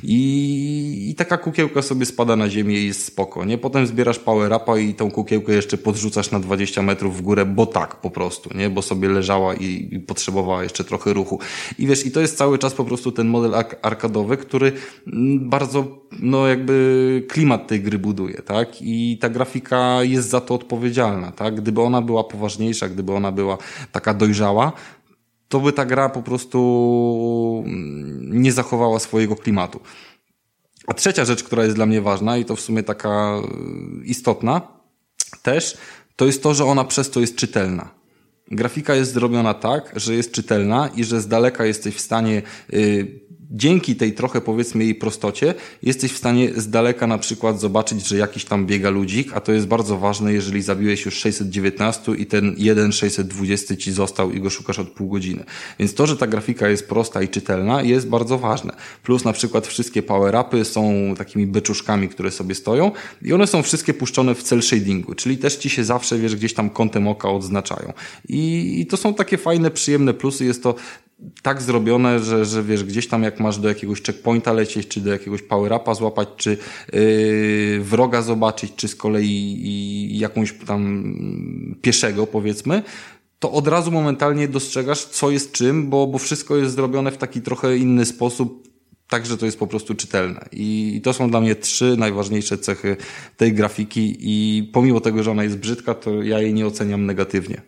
i taka kukiełka sobie spada na ziemię i jest spoko, nie? Potem zbierasz power-upa i tą kukiełkę jeszcze podrzucasz na 20 metrów w górę, bo tak po prostu, nie? Bo sobie leżała i potrzebowała jeszcze trochę ruchu. I wiesz, i to jest cały czas po prostu ten model arkadowy, który bardzo, no jakby klimat tej gry buduje, tak? I ta grafika jest za to odpowiedzialna, tak? Gdyby ona była poważniejsza, gdyby ona była taka dojrzała, to by ta gra po prostu nie zachowała swojego klimatu. A trzecia rzecz, która jest dla mnie ważna i to w sumie taka istotna też, to jest to, że ona przez to jest czytelna. Grafika jest zrobiona tak, że jest czytelna i że z daleka jesteś w stanie dzięki tej trochę, powiedzmy, jej prostocie, jesteś w stanie z daleka na przykład zobaczyć, że jakiś tam biega ludzik, a to jest bardzo ważne, jeżeli zabiłeś już 619 i ten jeden 620 ci został i go szukasz od pół godziny. Więc to, że ta grafika jest prosta i czytelna, jest bardzo ważne. Plus na przykład wszystkie power-upy są takimi beczuszkami, które sobie stoją i one są wszystkie puszczone w cel shadingu, czyli też ci się zawsze, wiesz, gdzieś tam kątem oka odznaczają. I to są takie fajne, przyjemne plusy. Jest to tak zrobione, że wiesz, gdzieś tam jak masz do jakiegoś checkpointa lecieć, czy do jakiegoś power-upa złapać, czy wroga zobaczyć, czy z kolei jakąś tam pieszego, powiedzmy, to od razu momentalnie dostrzegasz, co jest czym, bo wszystko jest zrobione w taki trochę inny sposób, tak, że to jest po prostu czytelne. I to są dla mnie 3 najważniejsze cechy tej grafiki i pomimo tego, że ona jest brzydka, to ja jej nie oceniam negatywnie.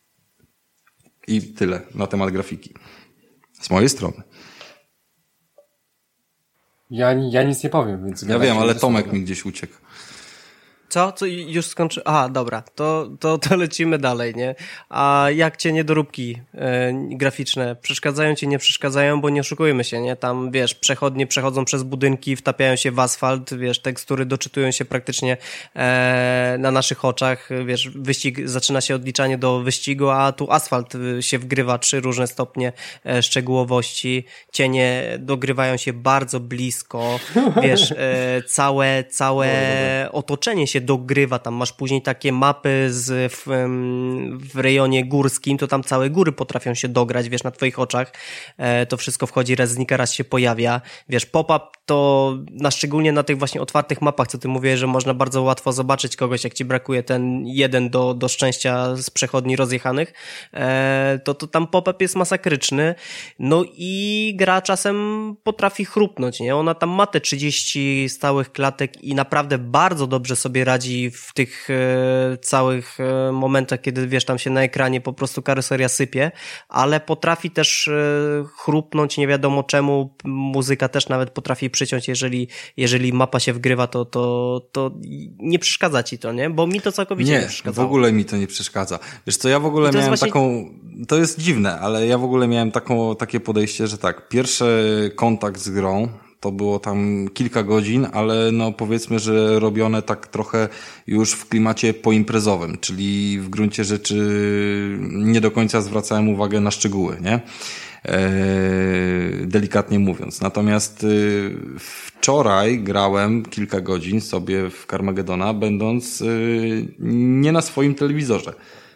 I tyle na temat grafiki. Z mojej strony. Ja nic nie powiem, więc... Ja wiem, ale Tomek mi gdzieś uciekł. Co już skończy? Aha, dobra, to lecimy dalej, nie? A jak cię niedoróbki graficzne przeszkadzają ci, nie przeszkadzają, bo nie oszukujmy się, nie? Tam, wiesz, przechodnie przechodzą przez budynki, wtapiają się w asfalt, wiesz, tekstury doczytują się praktycznie na naszych oczach, wiesz, wyścig, zaczyna się odliczanie do wyścigu, a tu asfalt się wgrywa 3 różne stopnie szczegółowości, cienie dogrywają się bardzo blisko, wiesz, całe otoczenie się dogrywa, tam masz później takie mapy w rejonie górskim, to tam całe góry potrafią się dograć, wiesz, na twoich oczach, to wszystko wchodzi, raz znika, raz się pojawia, wiesz, pop-up to szczególnie na tych właśnie otwartych mapach, co ty mówiłeś, że można bardzo łatwo zobaczyć kogoś, jak ci brakuje ten jeden do szczęścia z przechodni rozjechanych, to tam pop-up jest masakryczny, no i gra czasem potrafi chrupnąć, nie? Ona tam ma te 30 stałych klatek i naprawdę bardzo dobrze sobie radzi w tych całych momentach, kiedy wiesz, tam się na ekranie po prostu karoseria sypie, ale potrafi też chrupnąć nie wiadomo czemu, muzyka też nawet potrafi przyciąć, jeżeli mapa się wgrywa, to nie przeszkadza ci to, nie? Bo mi to całkowicie nie przeszkadzało. W ogóle mi to nie przeszkadza. Wiesz co, ja w ogóle miałem właśnie... to jest dziwne, ale ja w ogóle miałem takie podejście, że tak, pierwszy kontakt z grą to było tam kilka godzin, ale no powiedzmy, że robione tak trochę już w klimacie poimprezowym, czyli w gruncie rzeczy nie do końca zwracałem uwagę na szczegóły, nie? Delikatnie mówiąc. Natomiast wczoraj grałem kilka godzin sobie w Carmagedona, będąc nie na swoim telewizorze.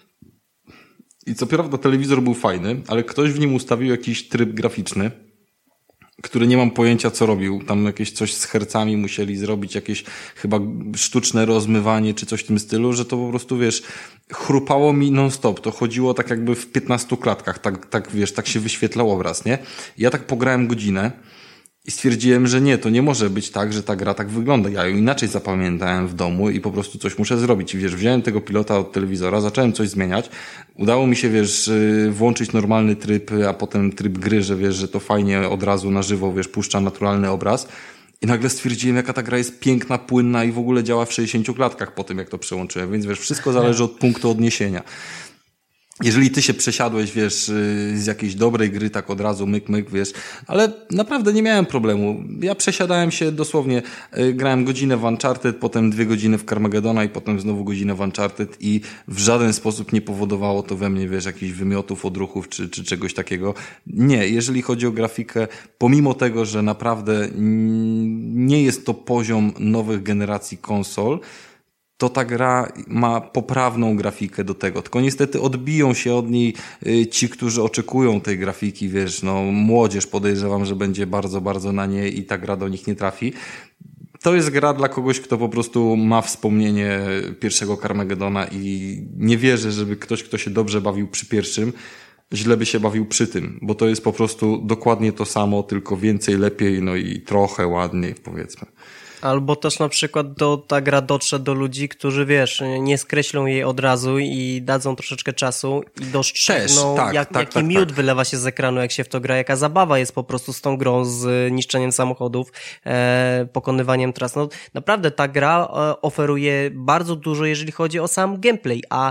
I co prawda telewizor był fajny, ale ktoś w nim ustawił jakiś tryb graficzny, który nie mam pojęcia co robił. Tam jakieś coś z hercami musieli zrobić, jakieś chyba sztuczne rozmywanie czy coś w tym stylu, że to po prostu, wiesz, chrupało mi non-stop. To chodziło tak jakby w 15 klatkach. Tak wiesz, tak się wyświetlał obraz, nie? Ja tak pograłem godzinę i stwierdziłem, że nie, to nie może być tak, że ta gra tak wygląda. Ja ją inaczej zapamiętałem w domu i po prostu coś muszę zrobić. I wiesz, wziąłem tego pilota od telewizora, zacząłem coś zmieniać. Udało mi się, wiesz, włączyć normalny tryb, a potem tryb gry, że wiesz, że to fajnie od razu na żywo, wiesz, puszcza naturalny obraz. I nagle stwierdziłem, jaka ta gra jest piękna, płynna i w ogóle działa w 60 klatkach po tym, jak to przełączyłem. Więc wiesz, wszystko zależy od punktu odniesienia. jeżeli ty się przesiadłeś, wiesz, z jakiejś dobrej gry, tak od razu myk, wiesz, ale naprawdę nie miałem problemu. Ja przesiadałem się dosłownie, grałem godzinę w Uncharted, potem 2 godziny w Carmagedona i potem znowu godzinę w Uncharted i w żaden sposób nie powodowało to we mnie, wiesz, jakichś wymiotów, odruchów czy czegoś takiego. Nie, jeżeli chodzi o grafikę, pomimo tego, że naprawdę nie jest to poziom nowych generacji konsol, to ta gra ma poprawną grafikę do tego. Tylko niestety odbiją się od niej ci, którzy oczekują tej grafiki, wiesz, no młodzież podejrzewam, że będzie bardzo, bardzo na nie i ta gra do nich nie trafi. To jest gra dla kogoś, kto po prostu ma wspomnienie pierwszego Carmagedona i nie wierzę, żeby ktoś, kto się dobrze bawił przy pierwszym, źle by się bawił przy tym, bo to jest po prostu dokładnie to samo, tylko więcej, lepiej, no i trochę ładniej, powiedzmy. Albo też na przykład ta gra dotrze do ludzi, którzy, wiesz, nie skreślą jej od razu i dadzą troszeczkę czasu i dostrzegną, jaki miód wylewa się z ekranu, jak się w to gra, jaka zabawa jest po prostu z tą grą, z niszczeniem samochodów, pokonywaniem tras. No naprawdę ta gra oferuje bardzo dużo, jeżeli chodzi o sam gameplay, a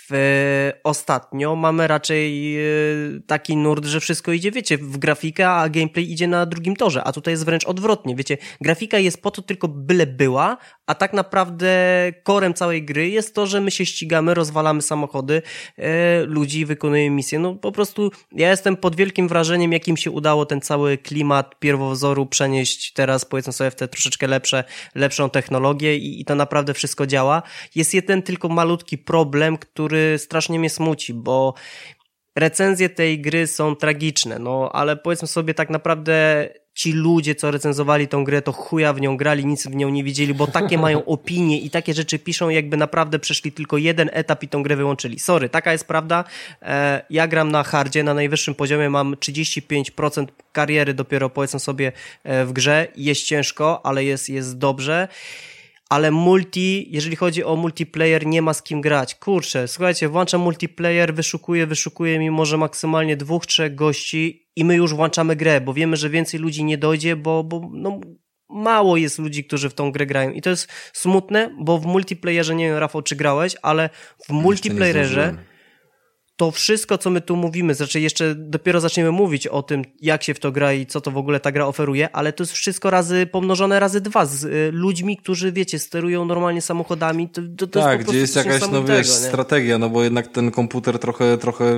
ostatnio mamy raczej taki nurt, że wszystko idzie, wiecie, w grafikę, a gameplay idzie na drugim torze, a tutaj jest wręcz odwrotnie, wiecie, grafika jest po to tylko byle była, a tak naprawdę korem całej gry jest to, że my się ścigamy, rozwalamy samochody ludzi, wykonujemy misje. No po prostu ja jestem pod wielkim wrażeniem, jakim się udało ten cały klimat pierwowzoru przenieść teraz, powiedzmy sobie, w te troszeczkę lepszą technologię i to naprawdę wszystko działa. Jest jeden tylko malutki problem, który strasznie mnie smuci, bo recenzje tej gry są tragiczne, no ale powiedzmy sobie tak naprawdę ci ludzie, co recenzowali tą grę, to chuja w nią grali, nic w nią nie widzieli, bo takie mają opinie i takie rzeczy piszą, jakby naprawdę przeszli tylko jeden etap i tą grę wyłączyli. Sorry, taka jest prawda. Ja gram na hardzie, na najwyższym poziomie, mam 35% kariery dopiero, powiedzmy sobie, w grze. Jest ciężko, ale jest dobrze. Ale jeżeli chodzi o multiplayer, nie ma z kim grać. Kurczę, słuchajcie, włączam multiplayer, wyszukuję mimo że maksymalnie 2-3 gości i my już włączamy grę, bo wiemy, że więcej ludzi nie dojdzie, bo no, mało jest ludzi, którzy w tą grę grają. I to jest smutne, bo w multiplayerze, nie wiem, Rafał, czy grałeś, ale w multiplayerze to wszystko, co my tu mówimy, znaczy jeszcze dopiero zaczniemy mówić o tym, jak się w to gra i co to w ogóle ta gra oferuje, ale to jest wszystko pomnożone razy 2 z ludźmi, którzy, wiecie, sterują normalnie samochodami. To jest po prostu gdzie jest jakaś, no wiesz, strategia, no bo jednak ten komputer trochę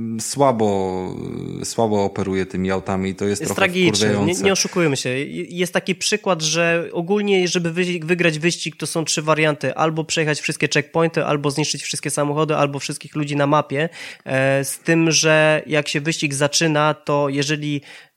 słabo operuje tymi autami i to jest trochę tragiczne. Nie oszukujmy się. Jest taki przykład, że ogólnie, żeby wygrać wyścig, to są 3 warianty. Albo przejechać wszystkie checkpointy, albo zniszczyć wszystkie samochody, albo wszystkich ludzi na mapie. Z tym, że jak się wyścig zaczyna, to jeżeli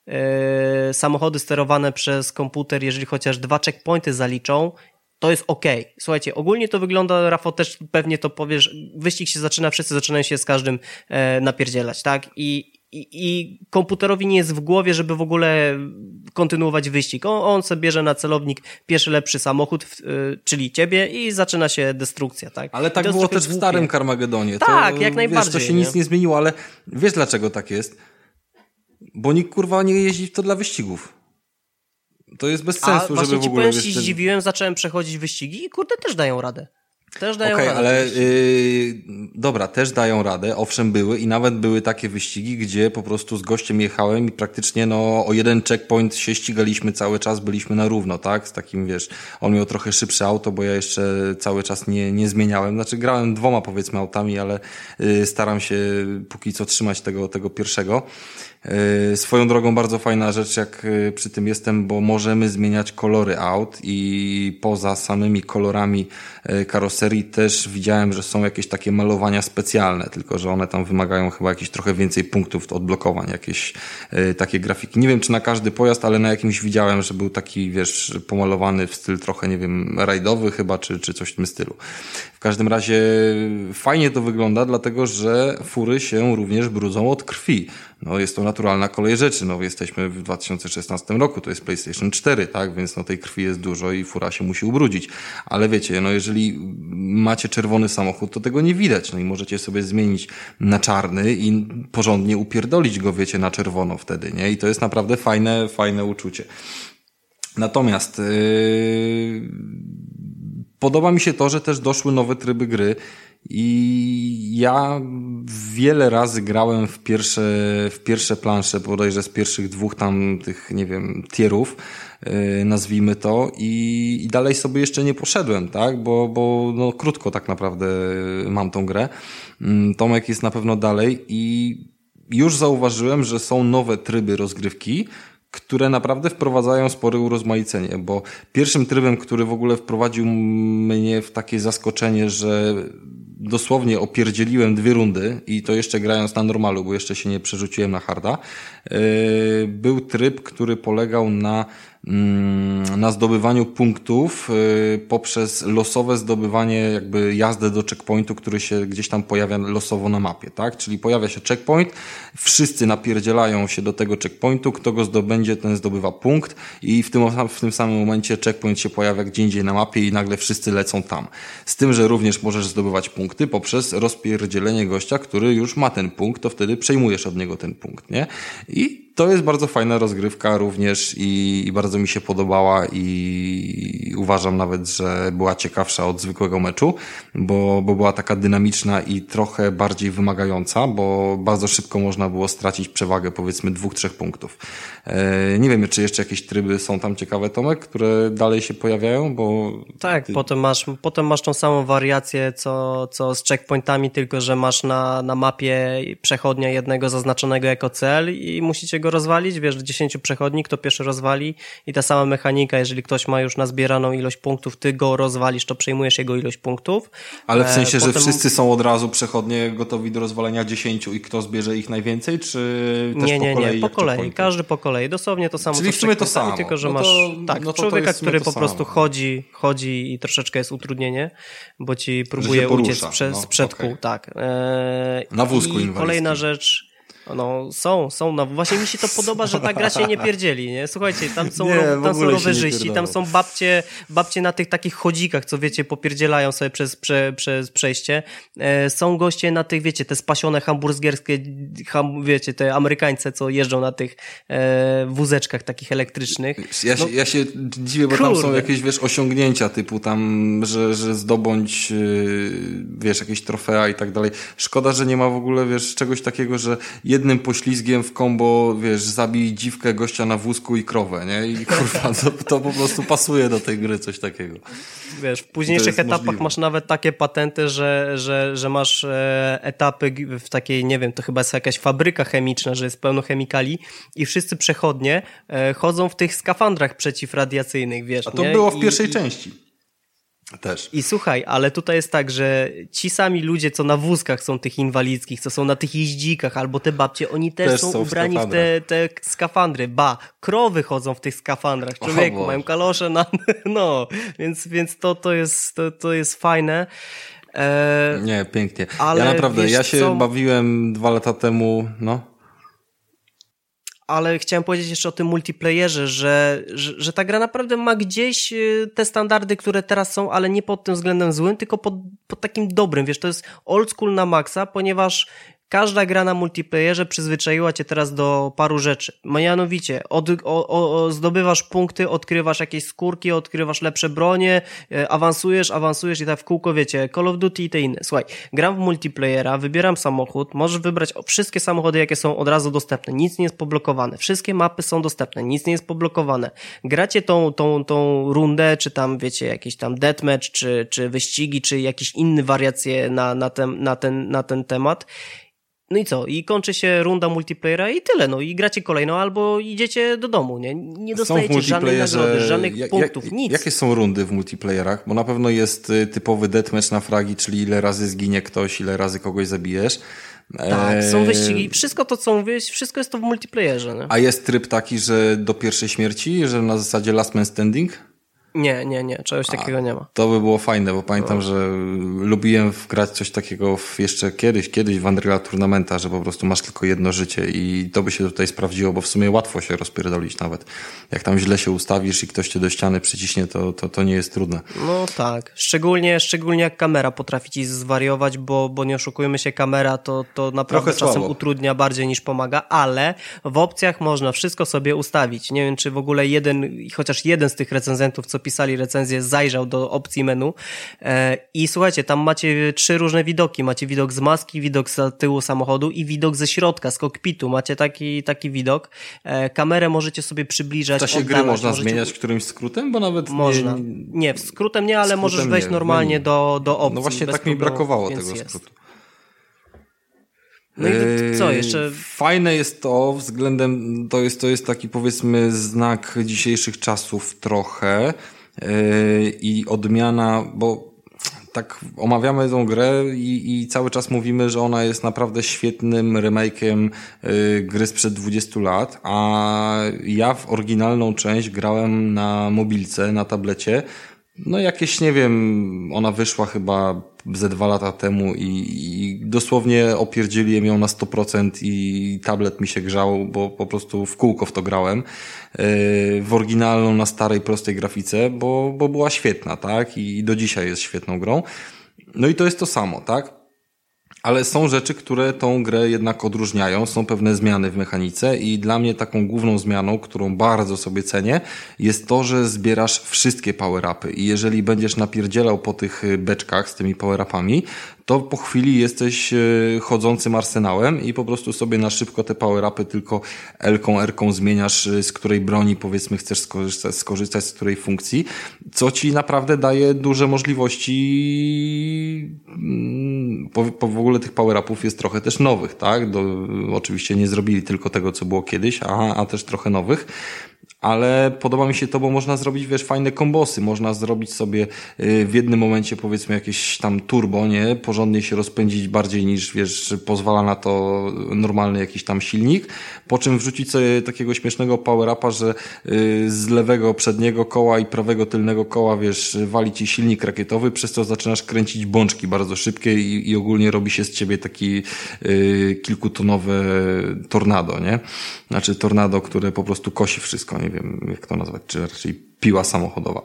samochody sterowane przez komputer, jeżeli chociaż 2 checkpointy zaliczą, to jest okej. Słuchajcie, ogólnie to wygląda, Rafał też pewnie to powiesz, wyścig się zaczyna, wszyscy zaczynają się z każdym napierdzielać, tak? I komputerowi nie jest w głowie, żeby w ogóle kontynuować wyścig. On sobie bierze na celownik pierwszy lepszy samochód, czyli ciebie i zaczyna się destrukcja, tak? Ale tak było też w starym Carmagedonie. Tak, jak najbardziej. To się nic nie zmieniło, ale wiesz dlaczego tak jest? Bo nikt kurwa nie jeździ w to dla wyścigów. To jest bez sensu, żeby w ogóle... Ja się zdziwiłem, zacząłem przechodzić wyścigi i kurde też dają radę. Okej, ale dobra, też dają radę, owszem były i nawet były takie wyścigi, gdzie po prostu z gościem jechałem i praktycznie o jeden checkpoint się ścigaliśmy cały czas, byliśmy na równo, tak? Z takim, wiesz, on miał trochę szybsze auto, bo ja jeszcze cały czas nie zmieniałem, znaczy grałem 2 powiedzmy autami, ale staram się póki co trzymać tego pierwszego. Swoją drogą bardzo fajna rzecz, jak przy tym jestem, bo możemy zmieniać kolory aut i poza samymi kolorami karoserii też widziałem, że są jakieś takie malowania specjalne, tylko że one tam wymagają chyba jakieś trochę więcej punktów odblokowań, jakieś takie grafiki. Nie wiem, czy na każdy pojazd, ale na jakimś widziałem, że był taki, wiesz, pomalowany w styl trochę, nie wiem, rajdowy chyba, czy coś w tym stylu. W każdym razie fajnie to wygląda, dlatego że fury się również brudzą od krwi. No jest to naturalna kolej rzeczy, no jesteśmy w 2016 roku, to jest PlayStation 4, tak, więc no tej krwi jest dużo i fura się musi ubrudzić, ale wiecie, no jeżeli macie czerwony samochód, to tego nie widać, no i możecie sobie zmienić na czarny i porządnie upierdolić go, wiecie, na czerwono wtedy, nie, i to jest naprawdę fajne uczucie. Natomiast podoba mi się to, że też doszły nowe tryby gry. I ja wiele razy grałem w pierwsze plansze, bodajże z pierwszych 2 tam tych, nie wiem, tierów, nazwijmy to, i dalej sobie jeszcze nie poszedłem, tak, bo no krótko tak naprawdę mam tą grę. Tomek jest na pewno dalej i już zauważyłem, że są nowe tryby rozgrywki, które naprawdę wprowadzają spore urozmaicenie, bo pierwszym trybem, który w ogóle wprowadził mnie w takie zaskoczenie, że dosłownie opierdzieliłem 2 rundy i to jeszcze grając na normalu, bo jeszcze się nie przerzuciłem na harda, był tryb, który polegał na zdobywaniu punktów poprzez losowe zdobywanie, jakby jazdę do checkpointu, który się gdzieś tam pojawia losowo na mapie, tak? Czyli pojawia się checkpoint, wszyscy napierdzielają się do tego checkpointu, kto go zdobędzie, ten zdobywa punkt i w tym samym momencie checkpoint się pojawia gdzie indziej na mapie i nagle wszyscy lecą tam. Z tym, że również możesz zdobywać punkty poprzez rozpierdzielenie gościa, który już ma ten punkt, to wtedy przejmujesz od niego ten punkt, nie? I to jest bardzo fajna rozgrywka również i bardzo mi się podobała i uważam nawet, że była ciekawsza od zwykłego meczu, bo była taka dynamiczna i trochę bardziej wymagająca, bo bardzo szybko można było stracić przewagę powiedzmy 2-3 punktów. Nie wiem, czy jeszcze jakieś tryby są tam ciekawe, Tomek, które dalej się pojawiają, bo... Tak, potem masz tą samą wariację, co z checkpointami, tylko że masz na mapie przechodnia jednego zaznaczonego jako cel i musicie go rozwalić, wiesz, 10 przechodni, kto pierwszy rozwali i ta sama mechanika, jeżeli ktoś ma już nazbieraną ilość punktów, ty go rozwalisz, to przejmujesz jego ilość punktów. Ale w sensie, że wszyscy są od razu przechodnie gotowi do rozwalenia 10 i kto zbierze ich najwięcej, czy też nie, po kolei, każdy po kolei, dosłownie to samo. Czyli w sumie to samo. Tylko, że masz człowieka, który po prostu chodzi i troszeczkę jest utrudnienie, bo ci próbuje uciec sprzed kół, tak. Na wózku inwalidzkim. Kolejna rzecz, no są. Właśnie mi się to podoba, że ta gra się nie pierdzieli, nie? Słuchajcie, tam są rowerzyści, tam są babcie na tych takich chodzikach, co wiecie, popierdzielają sobie przez przejście. Są goście na tych, wiecie, te spasione hamburgerskie, wiecie, te Amerykańce, co jeżdżą na tych wózeczkach takich elektrycznych. Ja się dziwię, bo tam są jakieś, wiesz, osiągnięcia typu tam, że zdobądź, wiesz, jakieś trofea i tak dalej. Szkoda, że nie ma w ogóle, wiesz, czegoś takiego, że jednym poślizgiem w kombo, wiesz, zabij dziwkę, gościa na wózku i krowę, nie? I kurwa, to po prostu pasuje do tej gry, coś takiego. Wiesz, w późniejszych etapach masz nawet takie patenty, że masz etapy w takiej, nie wiem, to chyba jest jakaś fabryka chemiczna, że jest pełno chemikali i wszyscy przechodnie chodzą w tych skafandrach przeciwradiacyjnych, wiesz, a to było w pierwszej części. Też. I słuchaj, ale tutaj jest tak, że ci sami ludzie, co na wózkach są tych inwalidzkich, co są na tych jeździkach, albo te babcie, oni też są ubrani w te skafandry. Krowy chodzą w tych skafandrach. Człowieku, mają kalosze na... No, więc to jest fajne. Nie, pięknie. Ale ja naprawdę, ja się bawiłem 2 lata temu, no. Ale chciałem powiedzieć jeszcze o tym multiplayerze, że ta gra naprawdę ma gdzieś te standardy, które teraz są, ale nie pod tym względem złym, tylko pod takim dobrym, wiesz, to jest old school na maksa, ponieważ każda gra na multiplayerze przyzwyczaiła cię teraz do paru rzeczy. Mianowicie, zdobywasz punkty, odkrywasz jakieś skórki, odkrywasz lepsze bronie, awansujesz i tak w kółko, wiecie, Call of Duty i te inne. Słuchaj, gram w multiplayera, wybieram samochód, możesz wybrać wszystkie samochody, jakie są od razu dostępne, nic nie jest poblokowane, wszystkie mapy są dostępne, nic nie jest poblokowane. Gracie tą rundę, czy tam, wiecie, jakiś tam deathmatch, czy wyścigi, czy jakieś inne wariacje na ten temat. No i co? I kończy się runda multiplayera i tyle, no i gracie kolejną albo idziecie do domu, nie? Nie dostajecie żadnej nagrody, żadnych punktów, nic. Jakie są rundy w multiplayerach? Bo na pewno jest typowy deathmatch na fragi, czyli ile razy zginie ktoś, ile razy kogoś zabijesz. Tak, są wyścigi, wszystko to, co mówiłeś, wszystko jest to w multiplayerze, nie? A jest tryb taki, że do pierwszej śmierci, że na zasadzie last man standing? Nie, czegoś takiego nie ma. To by było fajne, bo pamiętam, że lubiłem grać coś takiego jeszcze kiedyś w Unreal Tournamenta, że po prostu masz tylko jedno życie i to by się tutaj sprawdziło, bo w sumie łatwo się rozpierdolić nawet. Jak tam źle się ustawisz i ktoś cię do ściany przyciśnie, to nie jest trudne. No tak, szczególnie jak kamera potrafi ci zwariować, bo nie oszukujmy się, kamera to naprawdę czasem utrudnia bardziej niż pomaga, ale w opcjach można wszystko sobie ustawić. Nie wiem, czy w ogóle chociaż jeden z tych recenzentów, co pisali recenzję, zajrzał do opcji menu i słuchajcie, tam macie 3 różne widoki. Macie widok z maski, widok z tyłu samochodu i widok ze środka, z kokpitu. Macie taki widok. Kamerę możecie sobie przybliżać, w czasie gry można zmieniać którymś skrótem? Bo nawet można. Nie, skrótem nie, ale skrótem możesz wejść normalnie do opcji. No właśnie tak mi brakowało tego skrótu. No i co jeszcze? Fajne jest to względem, to jest taki powiedzmy znak dzisiejszych czasów trochę i odmiana, bo tak omawiamy tą grę i cały czas mówimy, że ona jest naprawdę świetnym remake'iem gry sprzed 20 lat, a ja w oryginalną część grałem na mobilce, na tablecie. No jakieś, nie wiem, ona wyszła chyba ze 2 lata temu i dosłownie opierdzieliłem ją na 100% i tablet mi się grzał, bo po prostu w kółko w to grałem. W oryginalną na starej, prostej grafice, bo była świetna, tak? I do dzisiaj jest świetną grą. No i to jest to samo, tak? Ale są rzeczy, które tą grę jednak odróżniają, są pewne zmiany w mechanice i dla mnie taką główną zmianą, którą bardzo sobie cenię, jest to, że zbierasz wszystkie power-upy i jeżeli będziesz napierdzielał po tych beczkach z tymi power-upami, to po chwili jesteś chodzącym arsenałem i po prostu sobie na szybko te power-upy tylko L-ką, R-ką zmieniasz, z której broni powiedzmy chcesz skorzystać z której funkcji, co ci naprawdę daje duże możliwości. W ogóle tych power-upów jest trochę też nowych, tak? Oczywiście nie zrobili tylko tego, co było kiedyś, a też trochę nowych. Ale podoba mi się to, bo można zrobić, wiesz, fajne kombosy. Można zrobić sobie w jednym momencie, powiedzmy, jakieś tam turbo, nie? Porządnie się rozpędzić bardziej niż, wiesz, pozwala na to normalny jakiś tam silnik. Po czym wrzucić sobie takiego śmiesznego power-upa, że z lewego przedniego koła i prawego tylnego koła, wiesz, wali ci silnik rakietowy, przez to zaczynasz kręcić bączki bardzo szybkie i ogólnie robi się z ciebie taki kilkutonowe tornado, nie? Znaczy tornado, które po prostu kosi wszystko, nie wiem jak to nazwać, czy raczej piła samochodowa.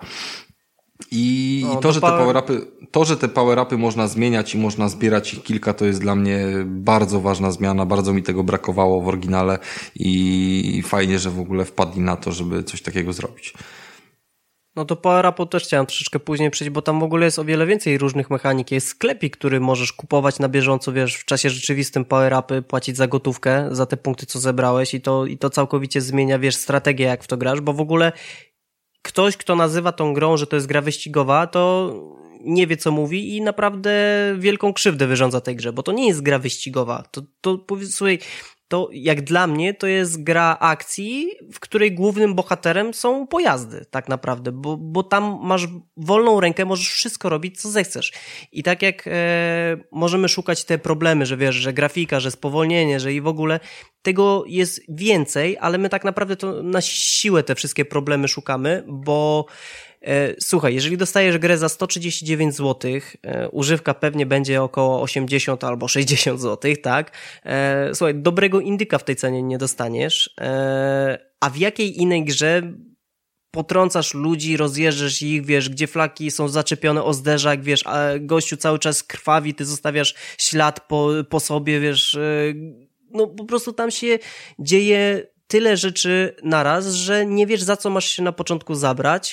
I to, że te power-upy można zmieniać i można zbierać ich kilka, to jest dla mnie bardzo ważna zmiana, bardzo mi tego brakowało w oryginale i fajnie, że w ogóle wpadli na to, żeby coś takiego zrobić. No to power-upu też chciałem troszeczkę później przejść, bo tam w ogóle jest o wiele więcej różnych mechanik. Jest sklepik, który możesz kupować na bieżąco, wiesz, w czasie rzeczywistym power-upy, płacić za gotówkę, za te punkty, co zebrałeś i to całkowicie zmienia, wiesz, strategię, jak w to grasz, bo w ogóle ktoś, kto nazywa tą grą, że to jest gra wyścigowa, to nie wie, co mówi i naprawdę wielką krzywdę wyrządza tej grze, bo to nie jest gra wyścigowa. Słuchaj, to jak dla mnie to jest gra akcji, w której głównym bohaterem są pojazdy tak naprawdę, bo tam masz wolną rękę, możesz wszystko robić, co zechcesz. I tak jak możemy szukać te problemy, że wiesz, że grafika, że spowolnienie, że i w ogóle tego jest więcej, ale my tak naprawdę to na siłę te wszystkie problemy szukamy, bo słuchaj, jeżeli dostajesz grę za 139 zł, używka pewnie będzie około 80 albo 60 zł, tak? Słuchaj, dobrego indyka w tej cenie nie dostaniesz, a w jakiej innej grze potrącasz ludzi, rozjeżdżasz ich, wiesz, gdzie flaki są zaczepione o zderzak, wiesz, a gościu cały czas krwawi, ty zostawiasz ślad po sobie, wiesz, no po prostu tam się dzieje tyle rzeczy naraz, że nie wiesz, za co masz się na początku zabrać.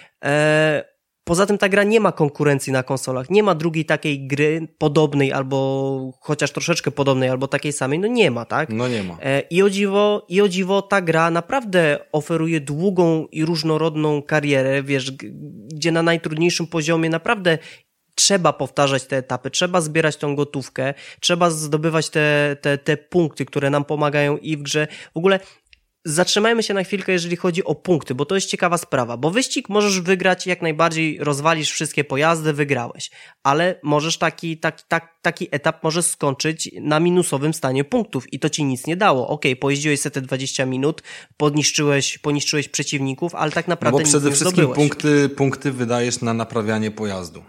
Poza tym ta gra nie ma konkurencji na konsolach, nie ma drugiej takiej gry podobnej albo chociaż troszeczkę podobnej albo takiej samej, no nie ma, tak? No nie ma. I o dziwo ta gra naprawdę oferuje długą i różnorodną karierę, wiesz, gdzie na najtrudniejszym poziomie naprawdę trzeba powtarzać te etapy, trzeba zbierać tą gotówkę, trzeba zdobywać te punkty, które nam pomagają i w grze. W ogóle zatrzymajmy się na chwilkę, jeżeli chodzi o punkty, bo to jest ciekawa sprawa, bo wyścig możesz wygrać jak najbardziej, rozwalisz wszystkie pojazdy, wygrałeś, ale możesz taki etap możesz skończyć na minusowym stanie punktów i to ci nic nie dało. Okej, pojeździłeś sobie te 20 minut, poniszczyłeś przeciwników, ale tak naprawdę nic nie zdobyłeś. Bo przede wszystkim punkty wydajesz na naprawianie pojazdu.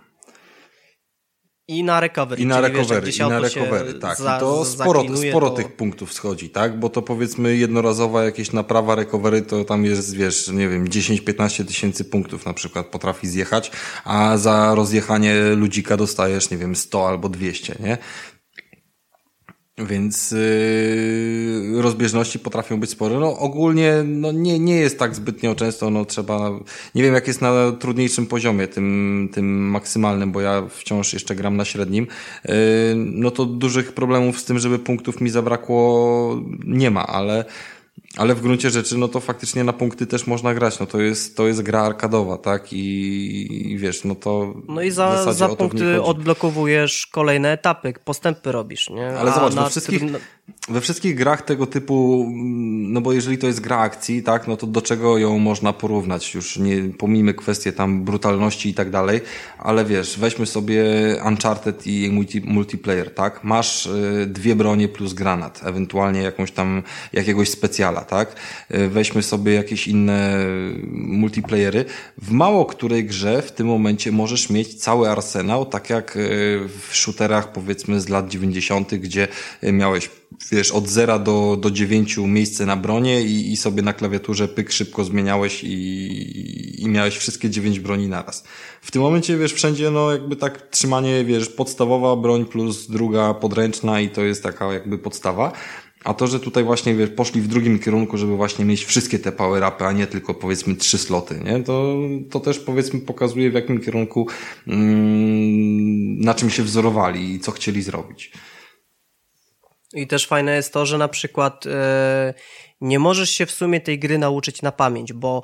I na recovery. Tak. I to sporo tych punktów schodzi, tak? Bo to powiedzmy jednorazowa jakieś naprawa recovery, to tam jest, wiesz, nie wiem, 10-15 tysięcy punktów na przykład potrafi zjechać, a za rozjechanie ludzika dostajesz, nie wiem, 100 albo 200, nie? Więc rozbieżności potrafią być spore. No ogólnie no nie jest tak zbytnio często, no trzeba, nie wiem jak jest na trudniejszym poziomie, tym maksymalnym, bo ja wciąż jeszcze gram na średnim, no to dużych problemów z tym, żeby punktów mi zabrakło nie ma, ale w gruncie rzeczy, no to faktycznie na punkty też można grać, no to jest gra arkadowa, tak? I wiesz, no to no i za punkty odblokowujesz kolejne etapy, postępy robisz, nie? Ale zobacz, we wszystkich grach tego typu, no bo jeżeli to jest gra akcji, tak, no to do czego ją można porównać? Już nie pomijmy kwestie tam brutalności i tak dalej, ale wiesz, weźmy sobie Uncharted i multiplayer, tak? Masz 2 bronie plus granat, ewentualnie jakiegoś specjala, tak? Weźmy sobie jakieś inne multiplayery. W mało której grze w tym momencie możesz mieć cały arsenał, tak jak w shooterach powiedzmy z lat 90., gdzie miałeś, wiesz, od 0 do 9 miejsce na bronie i sobie na klawiaturze pyk szybko zmieniałeś i miałeś wszystkie 9 broni naraz. W tym momencie, wiesz, wszędzie no jakby tak trzymanie, wiesz, podstawowa broń plus druga podręczna i to jest taka jakby podstawa. A to, że tutaj właśnie, wiesz, poszli w drugim kierunku, żeby właśnie mieć wszystkie te power-upy, a nie tylko powiedzmy 3 sloty, nie? To też powiedzmy pokazuje w jakim kierunku, na czym się wzorowali i co chcieli zrobić. I też fajne jest to, że na przykład nie możesz się w sumie tej gry nauczyć na pamięć, bo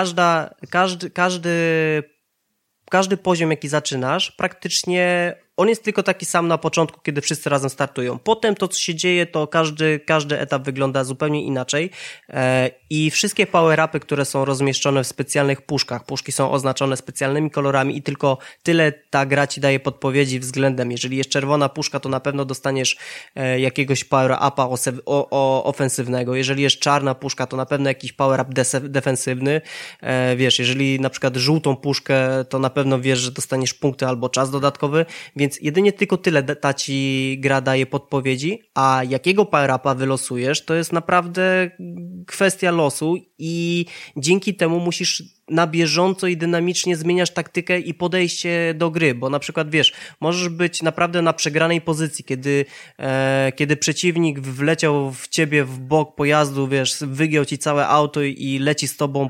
każdy poziom, jaki zaczynasz, praktycznie on jest tylko taki sam na początku, kiedy wszyscy razem startują. Potem to, co się dzieje, to każdy etap wygląda zupełnie inaczej i wszystkie power-upy, które są rozmieszczone w specjalnych puszkach, puszki są oznaczone specjalnymi kolorami i tylko tyle ta gra ci daje podpowiedzi względem. Jeżeli jest czerwona puszka, to na pewno dostaniesz jakiegoś power-upa ofensywnego. Jeżeli jest czarna puszka, to na pewno jakiś power-up defensywny. Wiesz, jeżeli na przykład żółtą puszkę, to na pewno wiesz, że dostaniesz punkty albo czas dodatkowy, więc jedynie tylko tyle ta ci gra daje podpowiedzi, a jakiego power-upa wylosujesz, to jest naprawdę kwestia losu i dzięki temu musisz na bieżąco i dynamicznie zmieniasz taktykę i podejście do gry, bo na przykład wiesz, możesz być naprawdę na przegranej pozycji, kiedy przeciwnik wleciał w ciebie w bok pojazdu, wiesz, wygiął ci całe auto i leci z tobą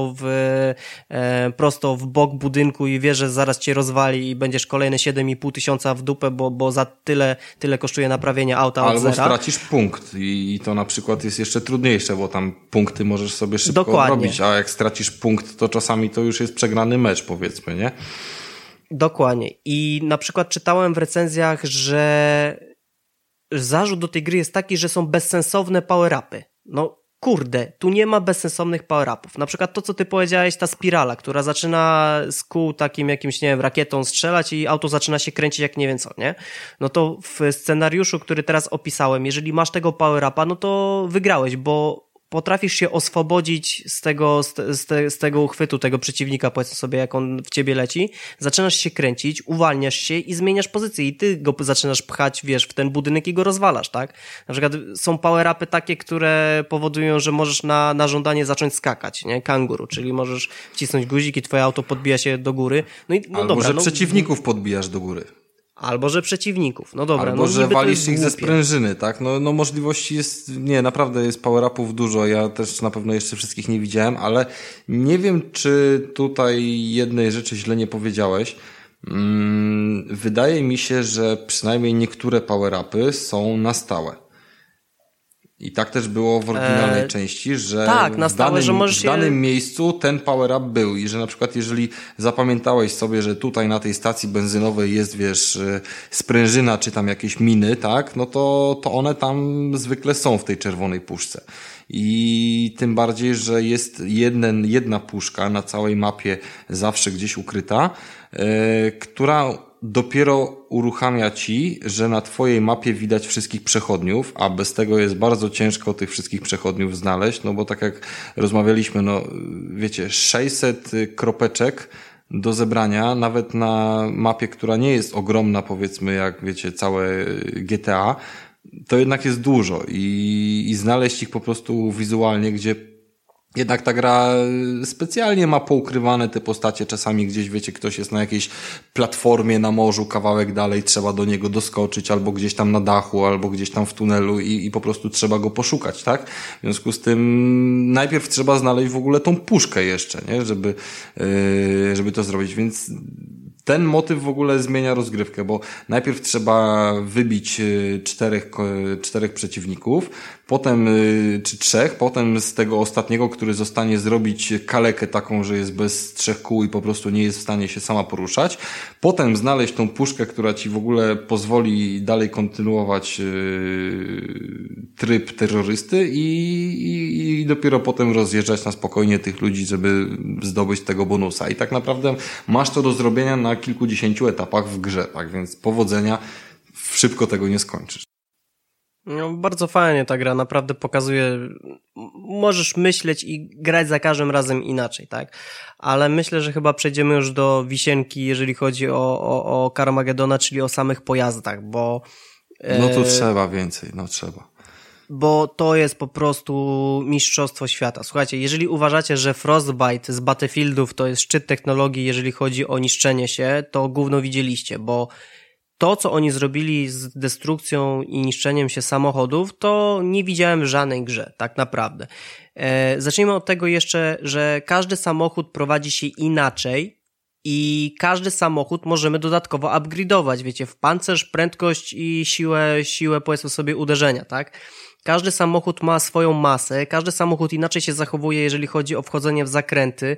prosto w bok budynku i wiesz, że zaraz cię rozwali i będziesz kolejne 7,5 tysiąca w dupę, bo za tyle kosztuje naprawienie auta od zera. Albo stracisz punkt i to na przykład jest jeszcze trudniejsze, bo tam punkty możesz sobie szybko odrobić, a jak stracisz punkt, to czasami to już jest przegrany mecz, powiedzmy, nie? Dokładnie. I na przykład czytałem w recenzjach, że zarzut do tej gry jest taki, że są bezsensowne power-upy. No kurde, tu nie ma bezsensownych power-upów. Na przykład to, co ty powiedziałeś, ta spirala, która zaczyna z kół takim jakimś, nie wiem, rakietą strzelać i auto zaczyna się kręcić jak nie wiem co, nie? No to w scenariuszu, który teraz opisałem, jeżeli masz tego power-upa, no to wygrałeś, bo potrafisz się oswobodzić z tego uchwytu, tego przeciwnika, powiedzmy sobie, jak on w ciebie leci, zaczynasz się kręcić, uwalniasz się i zmieniasz pozycję i ty go zaczynasz pchać, wiesz, w ten budynek i go rozwalasz, tak? Na przykład są power-upy takie, które powodują, że możesz na żądanie zacząć skakać, nie? Kanguru, czyli możesz wcisnąć guzik i twoje auto podbija się do góry. No i, no albo, dobra, że przeciwników podbijasz do góry. Albo, że przeciwników. No dobra. Albo, no że walisz ich ze sprężyny, tak? No możliwości jest, nie, naprawdę jest power-upów dużo. Ja też na pewno jeszcze wszystkich nie widziałem, ale nie wiem, czy tutaj jednej rzeczy źle nie powiedziałeś. Wydaje mi się, że przynajmniej niektóre power-upy są na stałe. I tak też było w oryginalnej części, że tak, na stałe, że możesz w danym miejscu ten power-up był i że na przykład jeżeli zapamiętałeś sobie, że tutaj na tej stacji benzynowej jest, wiesz, sprężyna czy tam jakieś miny, tak, no to one tam zwykle są w tej czerwonej puszce. I tym bardziej, że jest jedna puszka na całej mapie zawsze gdzieś ukryta, która dopiero uruchamia ci, że na twojej mapie widać wszystkich przechodniów, a bez tego jest bardzo ciężko tych wszystkich przechodniów znaleźć, no bo tak jak rozmawialiśmy, no wiecie, 600 kropeczek do zebrania, nawet na mapie, która nie jest ogromna, powiedzmy, jak wiecie, całe GTA, to jednak jest dużo i znaleźć ich po prostu wizualnie, gdzie Jednak ta gra specjalnie ma poukrywane te postacie. Czasami gdzieś, wiecie, ktoś jest na jakiejś platformie na morzu, kawałek dalej, trzeba do niego doskoczyć, albo gdzieś tam na dachu, albo gdzieś tam w tunelu i po prostu trzeba go poszukać, tak? W związku z tym najpierw trzeba znaleźć w ogóle tą puszkę jeszcze, nie? Żeby to zrobić, więc ten motyw w ogóle zmienia rozgrywkę, bo najpierw trzeba wybić czterech przeciwników, potem czy trzech, potem z tego ostatniego, który zostanie, zrobić kalekę taką, że jest bez 3 kół i po prostu nie jest w stanie się sama poruszać, potem znaleźć tą puszkę, która ci w ogóle pozwoli dalej kontynuować tryb terrorysty i dopiero potem rozjeżdżać na spokojnie tych ludzi, żeby zdobyć tego bonusa. I tak naprawdę masz to do zrobienia na kilkudziesięciu etapach w grze, tak więc powodzenia, szybko tego nie skończysz. No, bardzo fajnie ta gra, naprawdę pokazuje, możesz myśleć i grać za każdym razem inaczej, tak? Ale myślę, że chyba przejdziemy już do wisienki, jeżeli chodzi o Carmagedona, czyli o samych pojazdach, bo... No to trzeba więcej, trzeba. Bo to jest po prostu mistrzostwo świata. Słuchajcie, jeżeli uważacie, że Frostbite z Battlefieldów to jest szczyt technologii, jeżeli chodzi o niszczenie się, to gówno widzieliście, bo to, co oni zrobili z destrukcją i niszczeniem się samochodów, to nie widziałem w żadnej grze, tak naprawdę. Zacznijmy od tego jeszcze, że każdy samochód prowadzi się inaczej i każdy samochód możemy dodatkowo upgrade'ować, wiecie, w pancerz, prędkość i siłę powiedzmy sobie uderzenia, tak? Każdy samochód ma swoją masę, każdy samochód inaczej się zachowuje, jeżeli chodzi o wchodzenie w zakręty.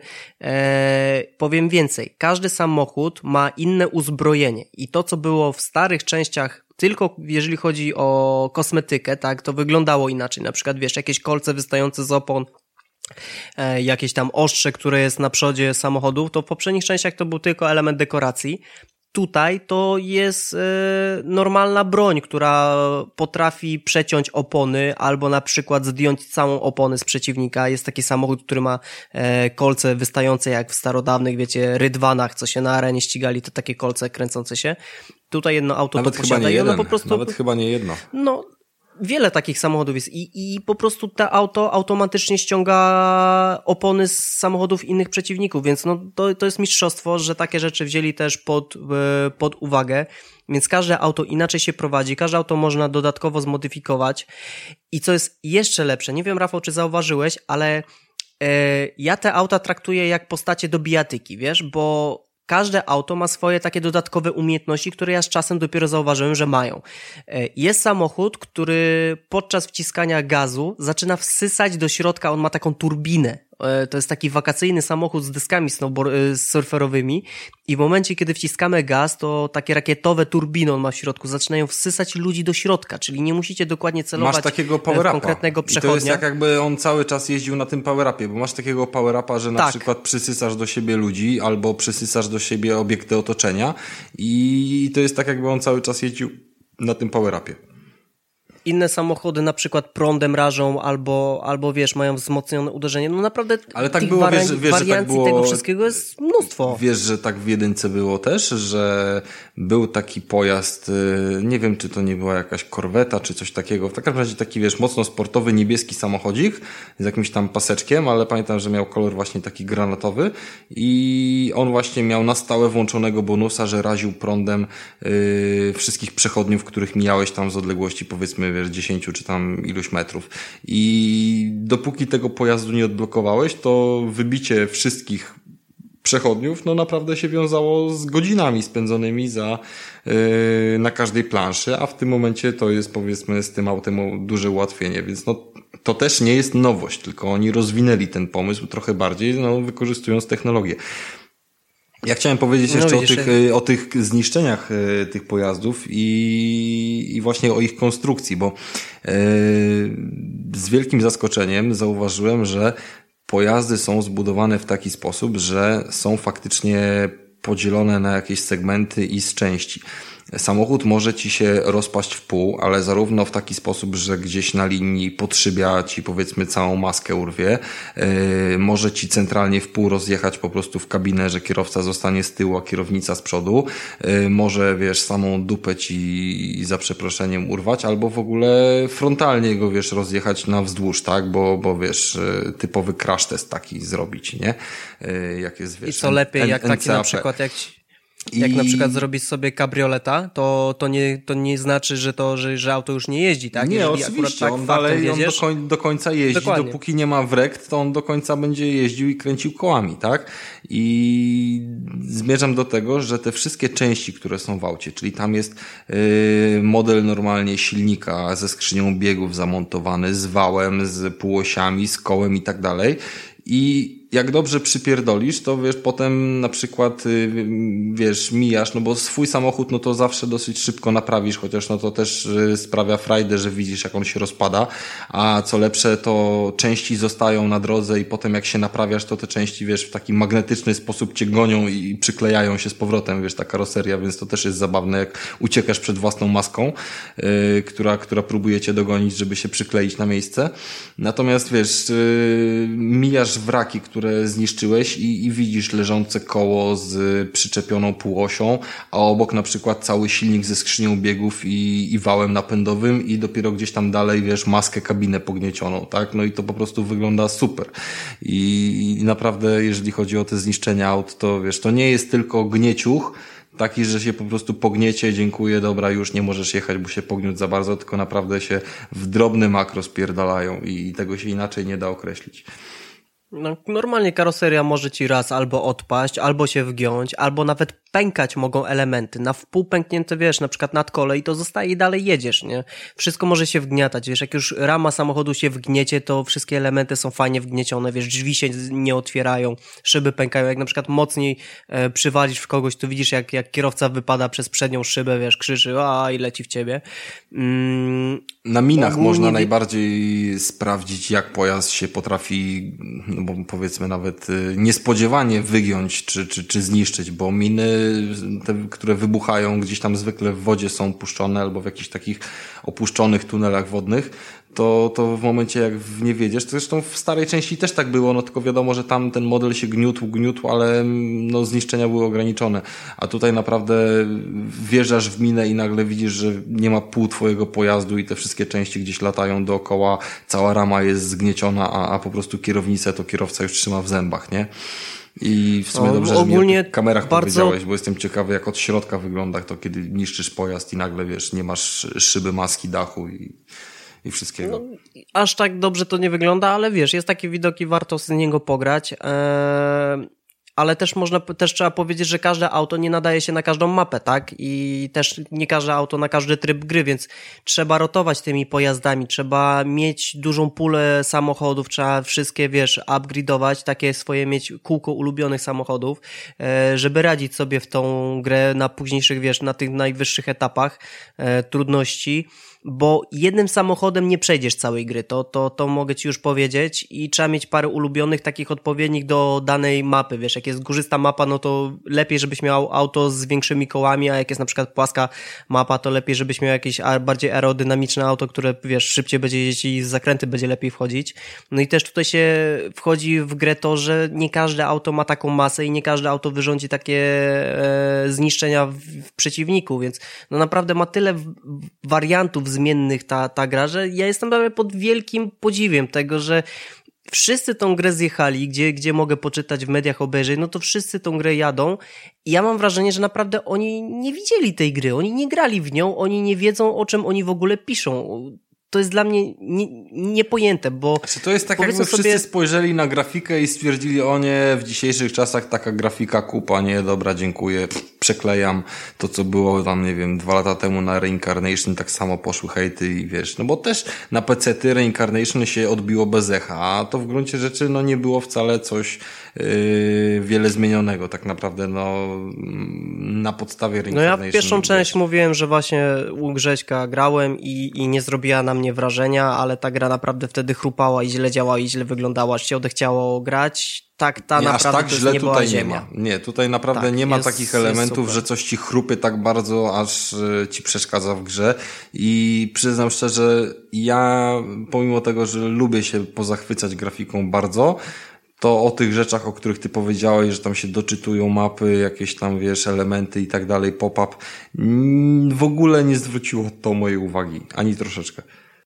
Powiem więcej, każdy samochód ma inne uzbrojenie i to, co było w starych częściach, tylko jeżeli chodzi o kosmetykę, tak, to wyglądało inaczej. Na przykład, wiesz, jakieś kolce wystające z opon, jakieś tam ostrze, które jest na przodzie samochodów, to w poprzednich częściach to był tylko element dekoracji. Tutaj to jest normalna broń, która potrafi przeciąć opony albo na przykład zdjąć całą oponę z przeciwnika. Jest taki samochód, który ma kolce wystające jak w starodawnych, wiecie, rydwanach, co się na arenie ścigali, to takie kolce kręcące się. Tutaj jedno auto nawet to posiada i ono po prostu... Nawet chyba nie jedno. No, wiele takich samochodów jest i po prostu to auto automatycznie ściąga opony z samochodów innych przeciwników, więc no to jest mistrzostwo, że takie rzeczy wzięli też pod uwagę, więc każde auto inaczej się prowadzi, każde auto można dodatkowo zmodyfikować i co jest jeszcze lepsze, nie wiem, Rafał, czy zauważyłeś, ale ja te auta traktuję jak postacie do bijatyki, wiesz, bo każde auto ma swoje takie dodatkowe umiejętności, które ja z czasem dopiero zauważyłem, że mają. Jest samochód, który podczas wciskania gazu zaczyna wsysać do środka, on ma taką turbinę. To jest taki wakacyjny samochód z deskami surferowymi i w momencie, kiedy wciskamy gaz, to takie rakietowe turbiny on ma w środku, zaczynają wsysać ludzi do środka, czyli nie musicie dokładnie celować masz takiego w konkretnego przechodnia. I to jest jak jakby on cały czas jeździł na tym power-upie, bo masz takiego power-upa, że na przykład przysysasz do siebie ludzi albo przysysasz do siebie obiekty otoczenia i to jest tak, jakby on cały czas jeździł na tym power-upie. Inne samochody na przykład prądem rażą albo wiesz, mają wzmocnione uderzenie. No naprawdę ale tak tych było, wiesz, wariancji że tak było, tego wszystkiego jest mnóstwo. Wiesz, że tak w jedynce było też, że był taki pojazd, nie wiem, czy to nie była jakaś korweta, czy coś takiego. W takim razie taki, wiesz, mocno sportowy, niebieski samochodzik z jakimś tam paseczkiem, ale pamiętam, że miał kolor właśnie taki granatowy i on właśnie miał na stałe włączonego bonusa, że raził prądem wszystkich przechodniów, których mijałeś tam z odległości, powiedzmy, wiesz, 10 czy tam iluś metrów. I dopóki tego pojazdu nie odblokowałeś, to wybicie wszystkich przechodniów, no naprawdę się wiązało z godzinami spędzonymi na każdej planszy, a w tym momencie to jest, powiedzmy, z tym autem duże ułatwienie, więc no to też nie jest nowość, tylko oni rozwinęli ten pomysł trochę bardziej, no wykorzystując technologię. Ja chciałem powiedzieć jeszcze o tych zniszczeniach tych pojazdów i właśnie o ich konstrukcji, bo z wielkim zaskoczeniem zauważyłem, że pojazdy są zbudowane w taki sposób, że są faktycznie podzielone na jakieś segmenty i z części. samochód może ci się rozpaść w pół, ale zarówno w taki sposób, że gdzieś na linii podszybia ci powiedzmy całą maskę urwie, może ci centralnie w pół rozjechać po prostu w kabinę, że kierowca zostanie z tyłu, a kierownica z przodu, może wiesz, samą dupę ci za przeproszeniem urwać, albo w ogóle frontalnie go wiesz, rozjechać na wzdłuż, tak, bo wiesz, typowy crash test taki zrobić, nie? Jak jest, wiesz, i co lepiej, jak taki NCAP. na przykład, jak na przykład zrobisz sobie kabrioleta, to nie znaczy, że auto już nie jeździ, tak? Nie, jeżeli oczywiście, tak on dalej jedziesz, do końca jeździ, dokładnie. Dopóki nie ma wrekt, to on do końca będzie jeździł i kręcił kołami, tak? I zmierzam do tego, że te wszystkie części, które są w aucie, czyli tam jest model normalnie silnika ze skrzynią biegów zamontowany, z wałem, z półosiami, z kołem i tak dalej. I jak dobrze przypierdolisz, to wiesz, potem na przykład, wiesz, mijasz, no bo swój samochód, no to zawsze dosyć szybko naprawisz, chociaż no to też sprawia frajdę, że widzisz, jak on się rozpada, a co lepsze, to części zostają na drodze i potem jak się naprawiasz, to te części, wiesz, w taki magnetyczny sposób cię gonią i przyklejają się z powrotem, wiesz, ta karoseria, więc to też jest zabawne, jak uciekasz przed własną maską, która próbuje cię dogonić, żeby się przykleić na miejsce. Natomiast, wiesz, mijasz wraki, które zniszczyłeś i widzisz leżące koło z przyczepioną półosią, a obok na przykład cały silnik ze skrzynią biegów i wałem napędowym i dopiero gdzieś tam dalej, wiesz, maskę, kabinę pogniecioną, tak? No i to po prostu wygląda super. I naprawdę, jeżeli chodzi o te zniszczenia aut, to wiesz, to nie jest tylko gnieciuch, taki, że się po prostu pogniecie, dziękuję, dobra, już nie możesz jechać, bo się pogniótł za bardzo, tylko naprawdę się w drobny mak rozpierdalają i tego się inaczej nie da określić. No, normalnie karoseria może ci raz albo odpaść, albo się wgiąć, albo nawet pękać mogą elementy. Na wpół pęknięte, wiesz, na przykład nadkole i to zostaje i dalej jedziesz, nie? Wszystko może się wgniatać, wiesz, jak już rama samochodu się wgniecie, to wszystkie elementy są fajnie wgniecione, wiesz, drzwi się nie otwierają, szyby pękają, jak na przykład mocniej przywalisz w kogoś, to widzisz jak kierowca wypada przez przednią szybę, wiesz, krzyczy, i leci w ciebie. Na minach można najbardziej sprawdzić, jak pojazd się potrafi, no bo powiedzmy nawet niespodziewanie wygiąć czy zniszczyć, bo miny, te, które wybuchają gdzieś tam zwykle w wodzie są puszczone albo w jakichś takich opuszczonych tunelach wodnych, to w momencie jak w nie wiedziesz, to zresztą w starej części też tak było, no tylko wiadomo, że tam ten model się gniótł, ale no zniszczenia były ograniczone, a tutaj naprawdę wjeżdżasz w minę i nagle widzisz, że nie ma pół twojego pojazdu i te wszystkie części gdzieś latają dookoła, cała rama jest zgnieciona, a po prostu kierownicę to kierowca już trzyma w zębach, nie? I w sumie dobrze, że mi o kamerach powiedziałeś, bo jestem ciekawy, jak od środka wygląda to, kiedy niszczysz pojazd i nagle, wiesz, nie masz szyby, maski, dachu i wszystkiego. No, aż tak dobrze to nie wygląda, ale wiesz, jest taki widok i warto z niego pograć. Ale też trzeba powiedzieć, że każde auto nie nadaje się na każdą mapę, tak? I też nie każde auto na każdy tryb gry, więc trzeba rotować tymi pojazdami, trzeba mieć dużą pulę samochodów, trzeba wszystkie, wiesz, upgrade'ować, takie swoje mieć kółko ulubionych samochodów, żeby radzić sobie w tą grę na późniejszych, wiesz, na tych najwyższych etapach trudności. Bo jednym samochodem nie przejdziesz całej gry, to mogę ci już powiedzieć i trzeba mieć parę ulubionych takich odpowiednich do danej mapy, wiesz, jak jest górzysta mapa, no to lepiej, żebyś miał auto z większymi kołami, a jak jest na przykład płaska mapa, to lepiej, żebyś miał jakieś bardziej aerodynamiczne auto, które, wiesz, szybciej będzie jeździć i z zakręty będzie lepiej wchodzić. No i też tutaj się wchodzi w grę to, że nie każde auto ma taką masę i nie każde auto wyrządzi takie zniszczenia w przeciwniku, więc no naprawdę ma tyle wariantów zmiennych ta gra, że ja jestem prawie pod wielkim podziwiem tego, że wszyscy tą grę zjechali, gdzie mogę poczytać w mediach, obejrzeć, no to wszyscy tą grę jadą i ja mam wrażenie, że naprawdę oni nie widzieli tej gry, oni nie grali w nią, oni nie wiedzą, o czym oni w ogóle piszą. To jest dla mnie niepojęte, bo... To jest tak, jakby wszyscy spojrzeli na grafikę i stwierdzili, o nie, w dzisiejszych czasach taka grafika kupa, nie, dobra, dziękuję, przeklejam to, co było tam, nie wiem, 2 lata temu na Reincarnation, tak samo poszły hejty i wiesz, no bo też na PC-ty Reincarnation się odbiło bez echa, a to w gruncie rzeczy, no nie było wcale coś wiele zmienionego, tak naprawdę, no na podstawie Reincarnation. No ja pierwszą część mówiłem, że właśnie u Grześka grałem i nie zrobiła na mnie wrażenia, ale ta gra naprawdę wtedy chrupała i źle działała i źle wyglądała, aż się odechciało grać. ta naprawdę aż tak to źle jest tutaj ziemia. nie ma. Nie, tutaj naprawdę Tak, nie ma jest, takich elementów, jest że coś ci chrupy tak bardzo, aż ci przeszkadza w grze. I przyznam szczerze, ja pomimo tego, że lubię się pozachwycać grafiką bardzo, to o tych rzeczach, o których ty powiedziałeś, że tam się doczytują mapy, jakieś tam, wiesz, elementy i tak dalej, pop-up, w ogóle nie zwróciło to mojej uwagi, ani troszeczkę.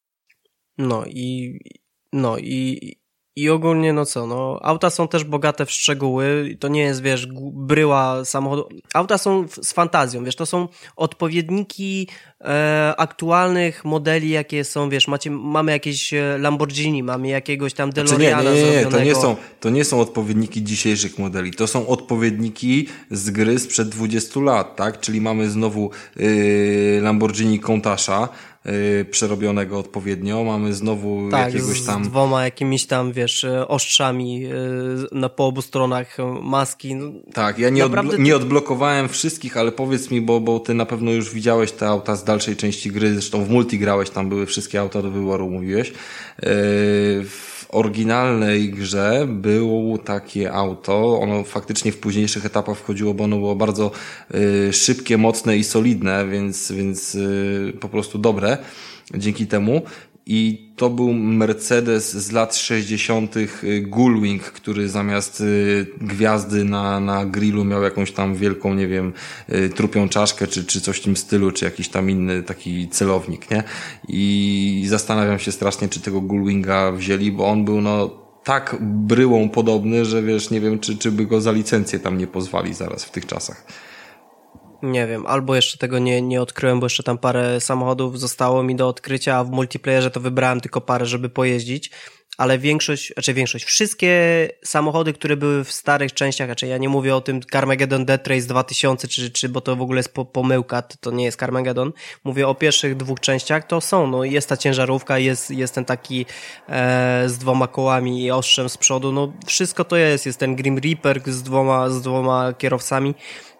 I ogólnie auta są też bogate w szczegóły, to nie jest, wiesz, bryła samochodu. Auta są z fantazją, wiesz, to są odpowiedniki aktualnych modeli, jakie są, wiesz, mamy jakieś Lamborghini, mamy jakiegoś tam DeLoreana zrobionego. To nie są odpowiedniki dzisiejszych modeli, to są odpowiedniki z gry sprzed 20 lat, tak? Czyli mamy znowu Lamborghini Countasza, przerobionego odpowiednio, mamy znowu jakiegoś tam... z dwoma jakimiś tam, wiesz, ostrzami po obu stronach maski. Tak, ja nie odblokowałem wszystkich, ale powiedz mi, bo ty na pewno już widziałeś te auta z dalszej części gry, zresztą w multi grałeś, tam były wszystkie auta do wyboru, mówiłeś. W oryginalnej grze było takie auto, ono faktycznie w późniejszych etapach wchodziło, bo ono było bardzo szybkie, mocne i solidne, więc po prostu dobre dzięki temu. I to był Mercedes z lat 60. Gullwing, który zamiast gwiazdy na grillu miał jakąś tam wielką, nie wiem, trupią czaszkę, czy coś w tym stylu, czy jakiś tam inny taki celownik, nie? I zastanawiam się strasznie, czy tego Gullwinga wzięli, bo on był tak bryłą podobny, że wiesz, nie wiem, czy by go za licencję tam nie pozwali zaraz w tych czasach. Nie wiem, albo jeszcze tego nie odkryłem, bo jeszcze tam parę samochodów zostało mi do odkrycia, a w multiplayerze to wybrałem tylko parę, żeby pojeździć, ale wszystkie samochody, które były w starych częściach, ja nie mówię o tym Carmageddon Death Race 2000, czy bo to w ogóle jest pomyłka, to nie jest Carmageddon, mówię o pierwszych dwóch częściach, to są, jest ta ciężarówka, jest ten taki z dwoma kołami i ostrzem z przodu, wszystko to jest ten Grim Reaper z dwoma kierowcami.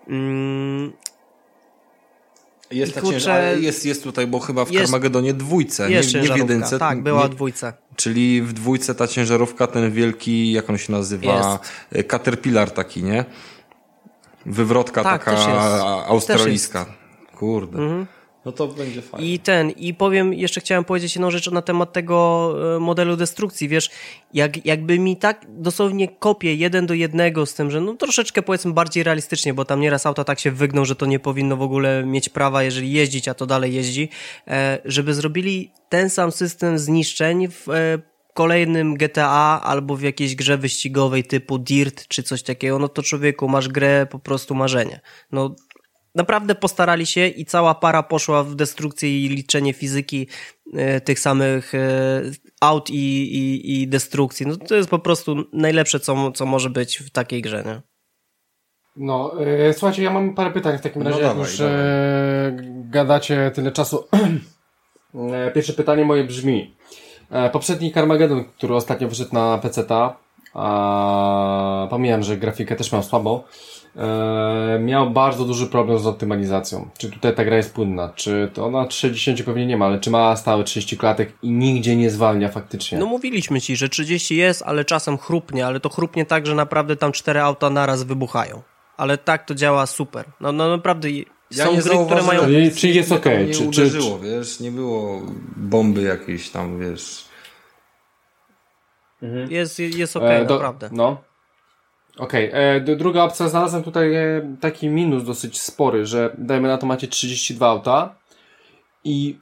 Jest tutaj, bo chyba w Carmagedonie dwójce, nie w jedynce. Tak, była dwójce. Czyli w dwójce ta ciężarówka, ten wielki, jak on się nazywa, Caterpillar taki, nie? Wywrotka taka australijska. Kurde. Mhm. No to będzie fajnie. I jeszcze chciałem powiedzieć jedną rzecz na temat tego modelu destrukcji, wiesz, jakby mi tak dosłownie kopię 1:1 z tym, że troszeczkę powiedzmy bardziej realistycznie, bo tam nieraz auta tak się wygną, że to nie powinno w ogóle mieć prawa, jeżeli jeździć, a to dalej jeździ, żeby zrobili ten sam system zniszczeń w kolejnym GTA albo w jakiejś grze wyścigowej typu Dirt czy coś takiego, to człowieku, masz grę po prostu marzenie. Naprawdę postarali się i cała para poszła w destrukcję i liczenie fizyki tych samych aut i destrukcji. To jest po prostu najlepsze, co może być w takiej grze, nie? Słuchajcie, ja mam parę pytań w takim razie, jak już gadacie tyle czasu. Pierwsze pytanie moje brzmi. Poprzedni Carmageddon, który ostatnio wyszedł na PC-ta, pomijam, że grafikę też miał słabą, miał bardzo duży problem z optymalizacją. Czy tutaj ta gra jest płynna? Czy to ona 60 pewnie nie ma, ale czy ma stałe 30 klatek i nigdzie nie zwalnia faktycznie? Mówiliśmy ci, że 30 jest, ale czasem chrupnie, ale to chrupnie tak, że naprawdę tam 4 auta naraz wybuchają. Ale tak to działa super. Naprawdę są gry, które mają... Czy jest okej? Nie uderzyło, wiesz, nie było bomby jakiejś tam, wiesz... Jest okej, naprawdę. Okej. Druga opcja, znalazłem tutaj taki minus dosyć spory, że dajmy na to macie 32 auta i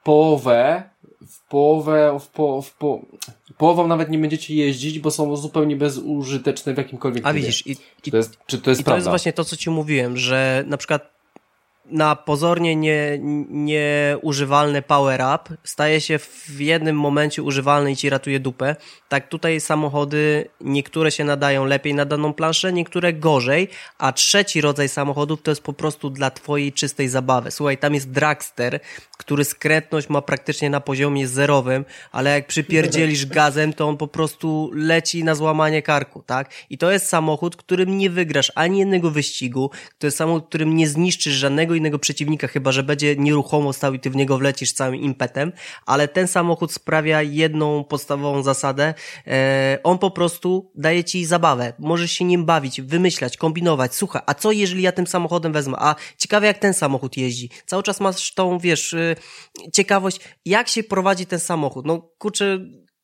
połową nawet nie będziecie jeździć, bo są zupełnie bezużyteczne w jakimkolwiek trybie. A widzisz, czy to jest prawda? To jest właśnie to, co ci mówiłem, że na przykład na pozornie nieużywalny power-up staje się w jednym momencie używalny i ci ratuje dupę. Tak tutaj samochody, niektóre się nadają lepiej na daną planszę, niektóre gorzej, a trzeci rodzaj samochodów to jest po prostu dla twojej czystej zabawy. Słuchaj, tam jest dragster, który skrętność ma praktycznie na poziomie zerowym, ale jak przypierdzielisz gazem, to on po prostu leci na złamanie karku, tak? I to jest samochód, którym nie wygrasz ani jednego wyścigu, to jest samochód, którym nie zniszczysz żadnego żadnego innego przeciwnika, chyba że będzie nieruchomo stał i ty w niego wlecisz całym impetem, ale ten samochód sprawia jedną podstawową zasadę, on po prostu daje ci zabawę, możesz się nim bawić, wymyślać, kombinować, słuchaj, a co jeżeli ja tym samochodem wezmę, a ciekawe jak ten samochód jeździ, cały czas masz tą, wiesz, ciekawość, jak się prowadzi ten samochód, no kurczę,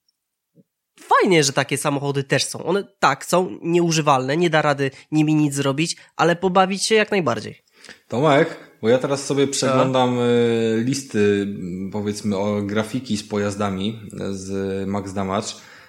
fajnie, że takie samochody też są. One tak, są nieużywalne, nie da rady nimi nic zrobić, ale pobawić się jak najbardziej. Tomek, bo ja teraz sobie przeglądam listy, powiedzmy, o grafiki z pojazdami z Max Damage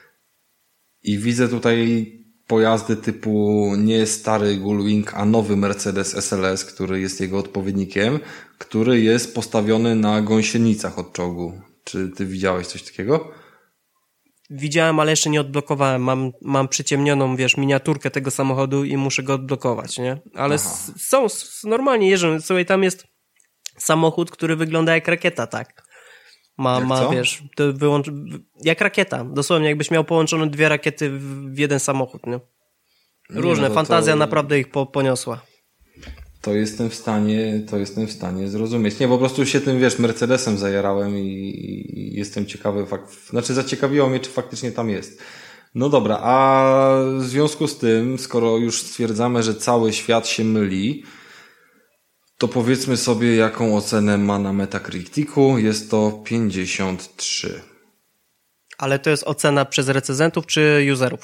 i widzę tutaj pojazdy typu nie stary Gullwing, a nowy Mercedes SLS, który jest jego odpowiednikiem, który jest postawiony na gąsienicach od czołgu. Czy ty widziałeś coś takiego? Widziałem, ale jeszcze nie odblokowałem. Mam przyciemnioną, wiesz, miniaturkę tego samochodu i muszę go odblokować, nie? Ale normalnie jeżdżą. Słuchaj, tam jest samochód, który wygląda jak rakieta, tak? Wiesz, to jak rakieta. Dosłownie, jakbyś miał połączone dwie rakiety w jeden samochód, nie? Różne, fantazja naprawdę ich poniosła. To jestem w stanie zrozumieć. Nie, po prostu się tym, wiesz, Mercedesem zajarałem i jestem ciekawy, zaciekawiło mnie, czy faktycznie tam jest. No dobra, a w związku z tym, skoro już stwierdzamy, że cały świat się myli, to powiedzmy sobie, jaką ocenę ma na Metacriticu. Jest to 53. Ale to jest ocena przez recenzentów czy userów?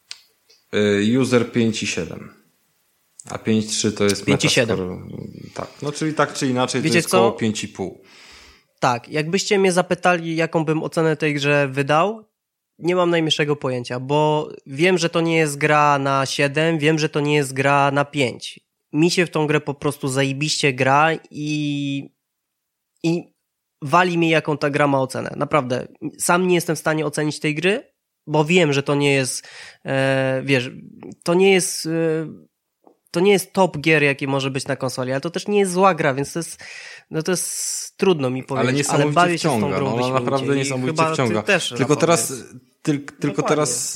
User 5,7. A 5,3 to jest 5,7. Tak, no czyli tak czy inaczej. Wiecie to jest co? koło 5,5. Tak, jakbyście mnie zapytali, jaką bym ocenę tej grze wydał, nie mam najmniejszego pojęcia, bo wiem, że to nie jest gra na 7, wiem, że to nie jest gra na 5. Mi się w tą grę po prostu zajebiście gra i wali mi, jaką ta gra ma ocenę. Naprawdę. Sam nie jestem w stanie ocenić tej gry, bo wiem, że to nie jest, wiesz, to nie jest top gier, jaki może być na konsoli, ale to też nie jest zła gra, więc to jest trudno mi powiedzieć. Ale niesamowicie bawię się wciąga. z tą grą no, naprawdę niesamowicie wciąga. Tylko teraz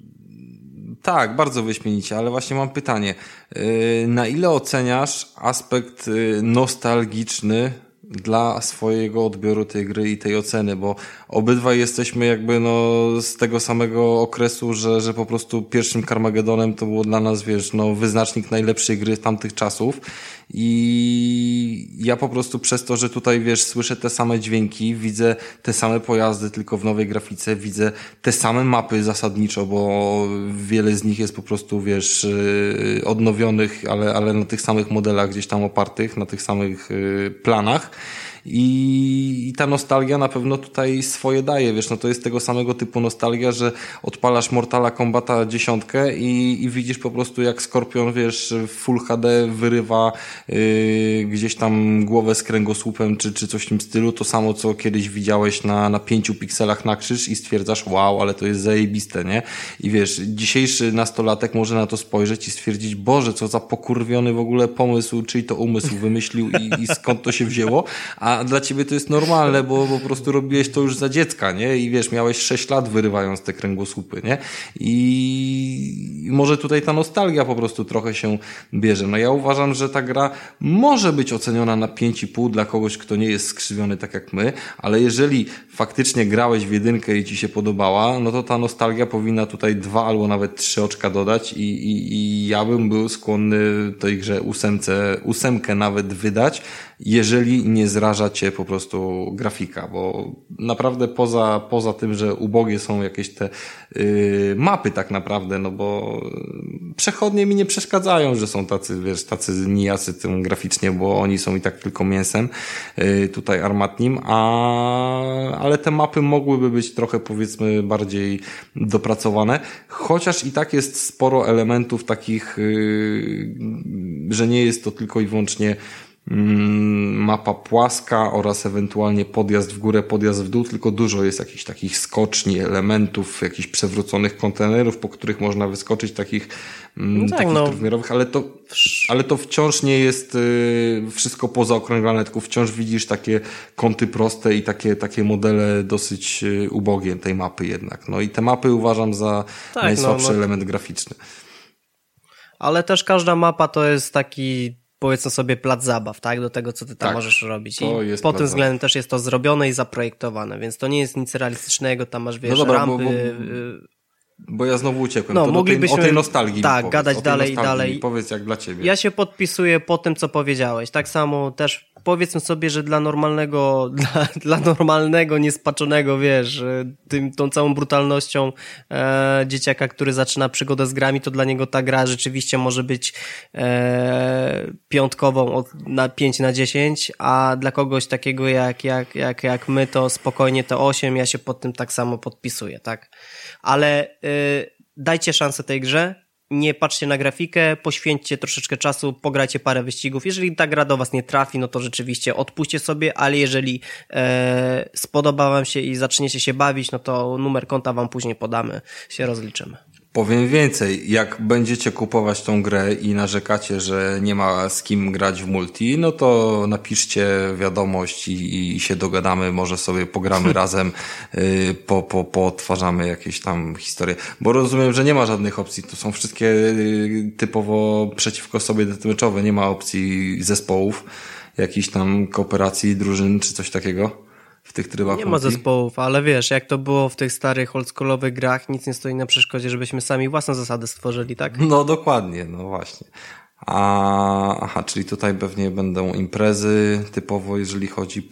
tak, bardzo wyśmienicie, ale właśnie mam pytanie. Na ile oceniasz aspekt nostalgiczny dla swojego odbioru tej gry i tej oceny, bo obydwaj jesteśmy jakby z tego samego okresu, że po prostu pierwszym Carmagedonem to było dla nas, wiesz, wyznacznik najlepszej gry tamtych czasów i ja po prostu przez to, że tutaj, wiesz, słyszę te same dźwięki, widzę te same pojazdy, tylko w nowej grafice, widzę te same mapy zasadniczo, bo wiele z nich jest po prostu, wiesz, odnowionych, ale na tych samych modelach gdzieś tam opartych, na tych samych planach. I ta nostalgia na pewno tutaj swoje daje, wiesz, to jest tego samego typu nostalgia, że odpalasz Mortala Kombata 10 i widzisz po prostu jak Skorpion, wiesz, w Full HD wyrywa gdzieś tam głowę z kręgosłupem czy coś w tym stylu, to samo co kiedyś widziałeś na 5 pikselach na krzyż i stwierdzasz, wow, ale to jest zajebiste, nie? I wiesz, dzisiejszy nastolatek może na to spojrzeć i stwierdzić, Boże, co za pokurwiony w ogóle pomysł, czyj to umysł wymyślił i skąd to się wzięło, a dla ciebie to jest normalne, bo po prostu robiłeś to już za dziecka, nie? I wiesz, miałeś 6 lat wyrywając te kręgosłupy, nie? I może tutaj ta nostalgia po prostu trochę się bierze. Ja uważam, że ta gra może być oceniona na 5,5 dla kogoś, kto nie jest skrzywiony tak jak my, ale jeżeli faktycznie grałeś w jedynkę i ci się podobała, no to ta nostalgia powinna tutaj 2 albo nawet 3 oczka dodać i ja bym był skłonny tej grze 8 nawet wydać, jeżeli nie zraża cię po prostu grafika, bo naprawdę poza tym, że ubogie są jakieś te mapy tak naprawdę, bo przechodnie mi nie przeszkadzają, że są tacy nijacy tym graficznie, bo oni są i tak tylko mięsem tutaj armatnim, ale te mapy mogłyby być trochę, powiedzmy, bardziej dopracowane, chociaż i tak jest sporo elementów takich, że nie jest to tylko i wyłącznie mapa płaska oraz ewentualnie podjazd w górę, podjazd w dół, tylko dużo jest jakichś takich skoczni, elementów, jakichś przewróconych kontenerów, po których można wyskoczyć, takich trójwymiarowych, ale to wciąż nie jest wszystko pozaokrąglane, tylko wciąż widzisz takie kąty proste i takie modele dosyć ubogie tej mapy jednak. I te mapy uważam za najsłabszy element graficzny. Ale też każda mapa to jest taki powiedzmy sobie plac zabaw, tak? Do tego, co ty tam Tak, możesz robić. to I jest pod tym plac względem też jest to zrobione i zaprojektowane, więc to nie jest nic realistycznego, tam masz, wiesz, No dobra, rampy... Bo ja znowu uciekłem. No, to moglibyśmy... o tej nostalgii tak, powiedz, gadać o tej dalej i nostalgii dalej. Powiedz jak dla ciebie. Ja się podpisuję po tym, co powiedziałeś. Tak samo też powiedzmy sobie, że dla normalnego, dla normalnego, niespaczonego, wiesz, tą całą brutalnością dzieciaka, który zaczyna przygodę z grami, to dla niego ta gra rzeczywiście może być piątkową na 5 na 10, a dla kogoś takiego jak my, to spokojnie to 8, ja się pod tym tak samo podpisuję, tak? Ale dajcie szansę tej grze, nie patrzcie na grafikę, poświęćcie troszeczkę czasu, pograjcie parę wyścigów. Jeżeli ta gra do was nie trafi, no to rzeczywiście odpuśćcie sobie, ale jeżeli spodoba wam się i zaczniecie się bawić, no to numer konta wam później podamy, się rozliczymy. Powiem więcej, jak będziecie kupować tą grę i narzekacie, że nie ma z kim grać w multi, no to napiszcie wiadomość i się dogadamy, może sobie pogramy razem, poodtwarzamy jakieś tam historie. Bo rozumiem, że nie ma żadnych opcji, to są wszystkie typowo przeciwko sobie deathmatchowe, nie ma opcji zespołów, jakichś tam kooperacji, drużyn czy coś takiego. W tych trybach nie ma zespołów, ale wiesz, jak to było w tych starych oldschoolowych grach, nic nie stoi na przeszkodzie, żebyśmy sami własne zasady stworzyli, tak? No dokładnie, no właśnie. Aha, czyli tutaj pewnie będą imprezy typowo, jeżeli chodzi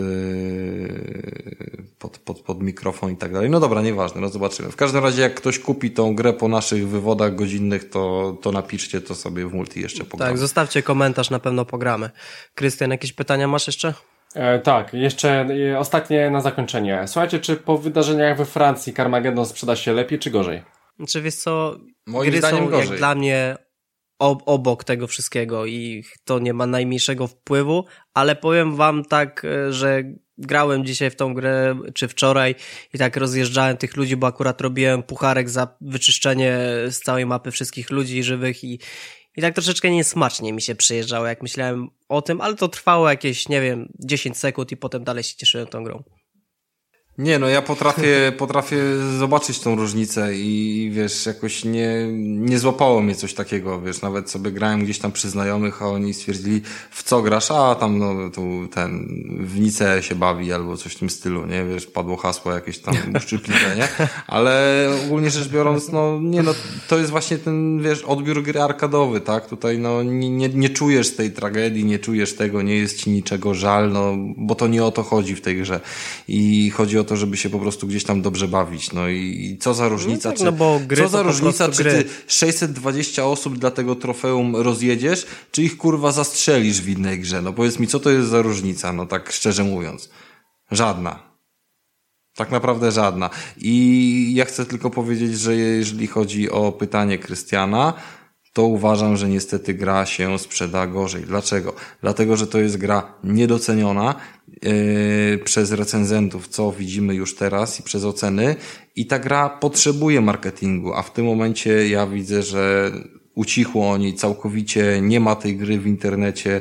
pod mikrofon i tak dalej. No dobra, nieważne, no zobaczymy. W każdym razie jak ktoś kupi tą grę po naszych wywodach godzinnych, to napiszcie to sobie w multi jeszcze pogramy. Tak, zostawcie komentarz, na pewno pogramy. Krystian, jakieś pytania masz jeszcze? Tak, jeszcze ostatnie na zakończenie. Słuchajcie, czy po wydarzeniach we Francji Carmageddon sprzeda się lepiej czy gorzej? Znaczy, wiesz co, moim gry zdaniem są gorzej. jak dla mnie obok tego wszystkiego i to nie ma najmniejszego wpływu, ale powiem wam tak, że grałem dzisiaj w tą grę, czy wczoraj i tak rozjeżdżałem tych ludzi, bo akurat robiłem pucharek za wyczyszczenie z całej mapy wszystkich ludzi żywych i tak troszeczkę niesmacznie mi się przyjeżdżało, jak myślałem o tym, ale to trwało jakieś, nie wiem, 10 sekund i potem dalej się cieszyłem tą grą. Nie, no ja potrafię zobaczyć tą różnicę i wiesz, jakoś nie złapało mnie coś takiego, wiesz, nawet sobie grałem gdzieś tam przy znajomych, a oni stwierdzili, w co grasz, a tam no tu w Nice się bawi albo coś w tym stylu, nie, wiesz, padło hasło jakieś tam uszczypliwe, nie, ale ogólnie rzecz biorąc, no nie, no to jest właśnie ten, wiesz, odbiór gry arkadowy, tak, tutaj no nie czujesz tej tragedii, nie czujesz tego, nie jest ci niczego żal, no bo to nie o to chodzi w tej grze i chodzi o to, żeby się po prostu gdzieś tam dobrze bawić. No i co za różnica, no tak, no bo gry co za różnica, czy gry. ty 620 osób dla tego trofeum rozjedziesz, czy ich kurwa zastrzelisz w innej grze? No powiedz mi, co to jest za różnica? No tak szczerze mówiąc. Żadna. Tak naprawdę żadna. I ja chcę tylko powiedzieć, że jeżeli chodzi o pytanie Krystiana, to uważam, że niestety gra się sprzeda gorzej. Dlaczego? Dlatego, że to jest gra niedoceniona przez recenzentów, co widzimy już teraz i przez oceny i ta gra potrzebuje marketingu, a w tym momencie ja widzę, że ucichło o niej całkowicie, nie ma tej gry w internecie,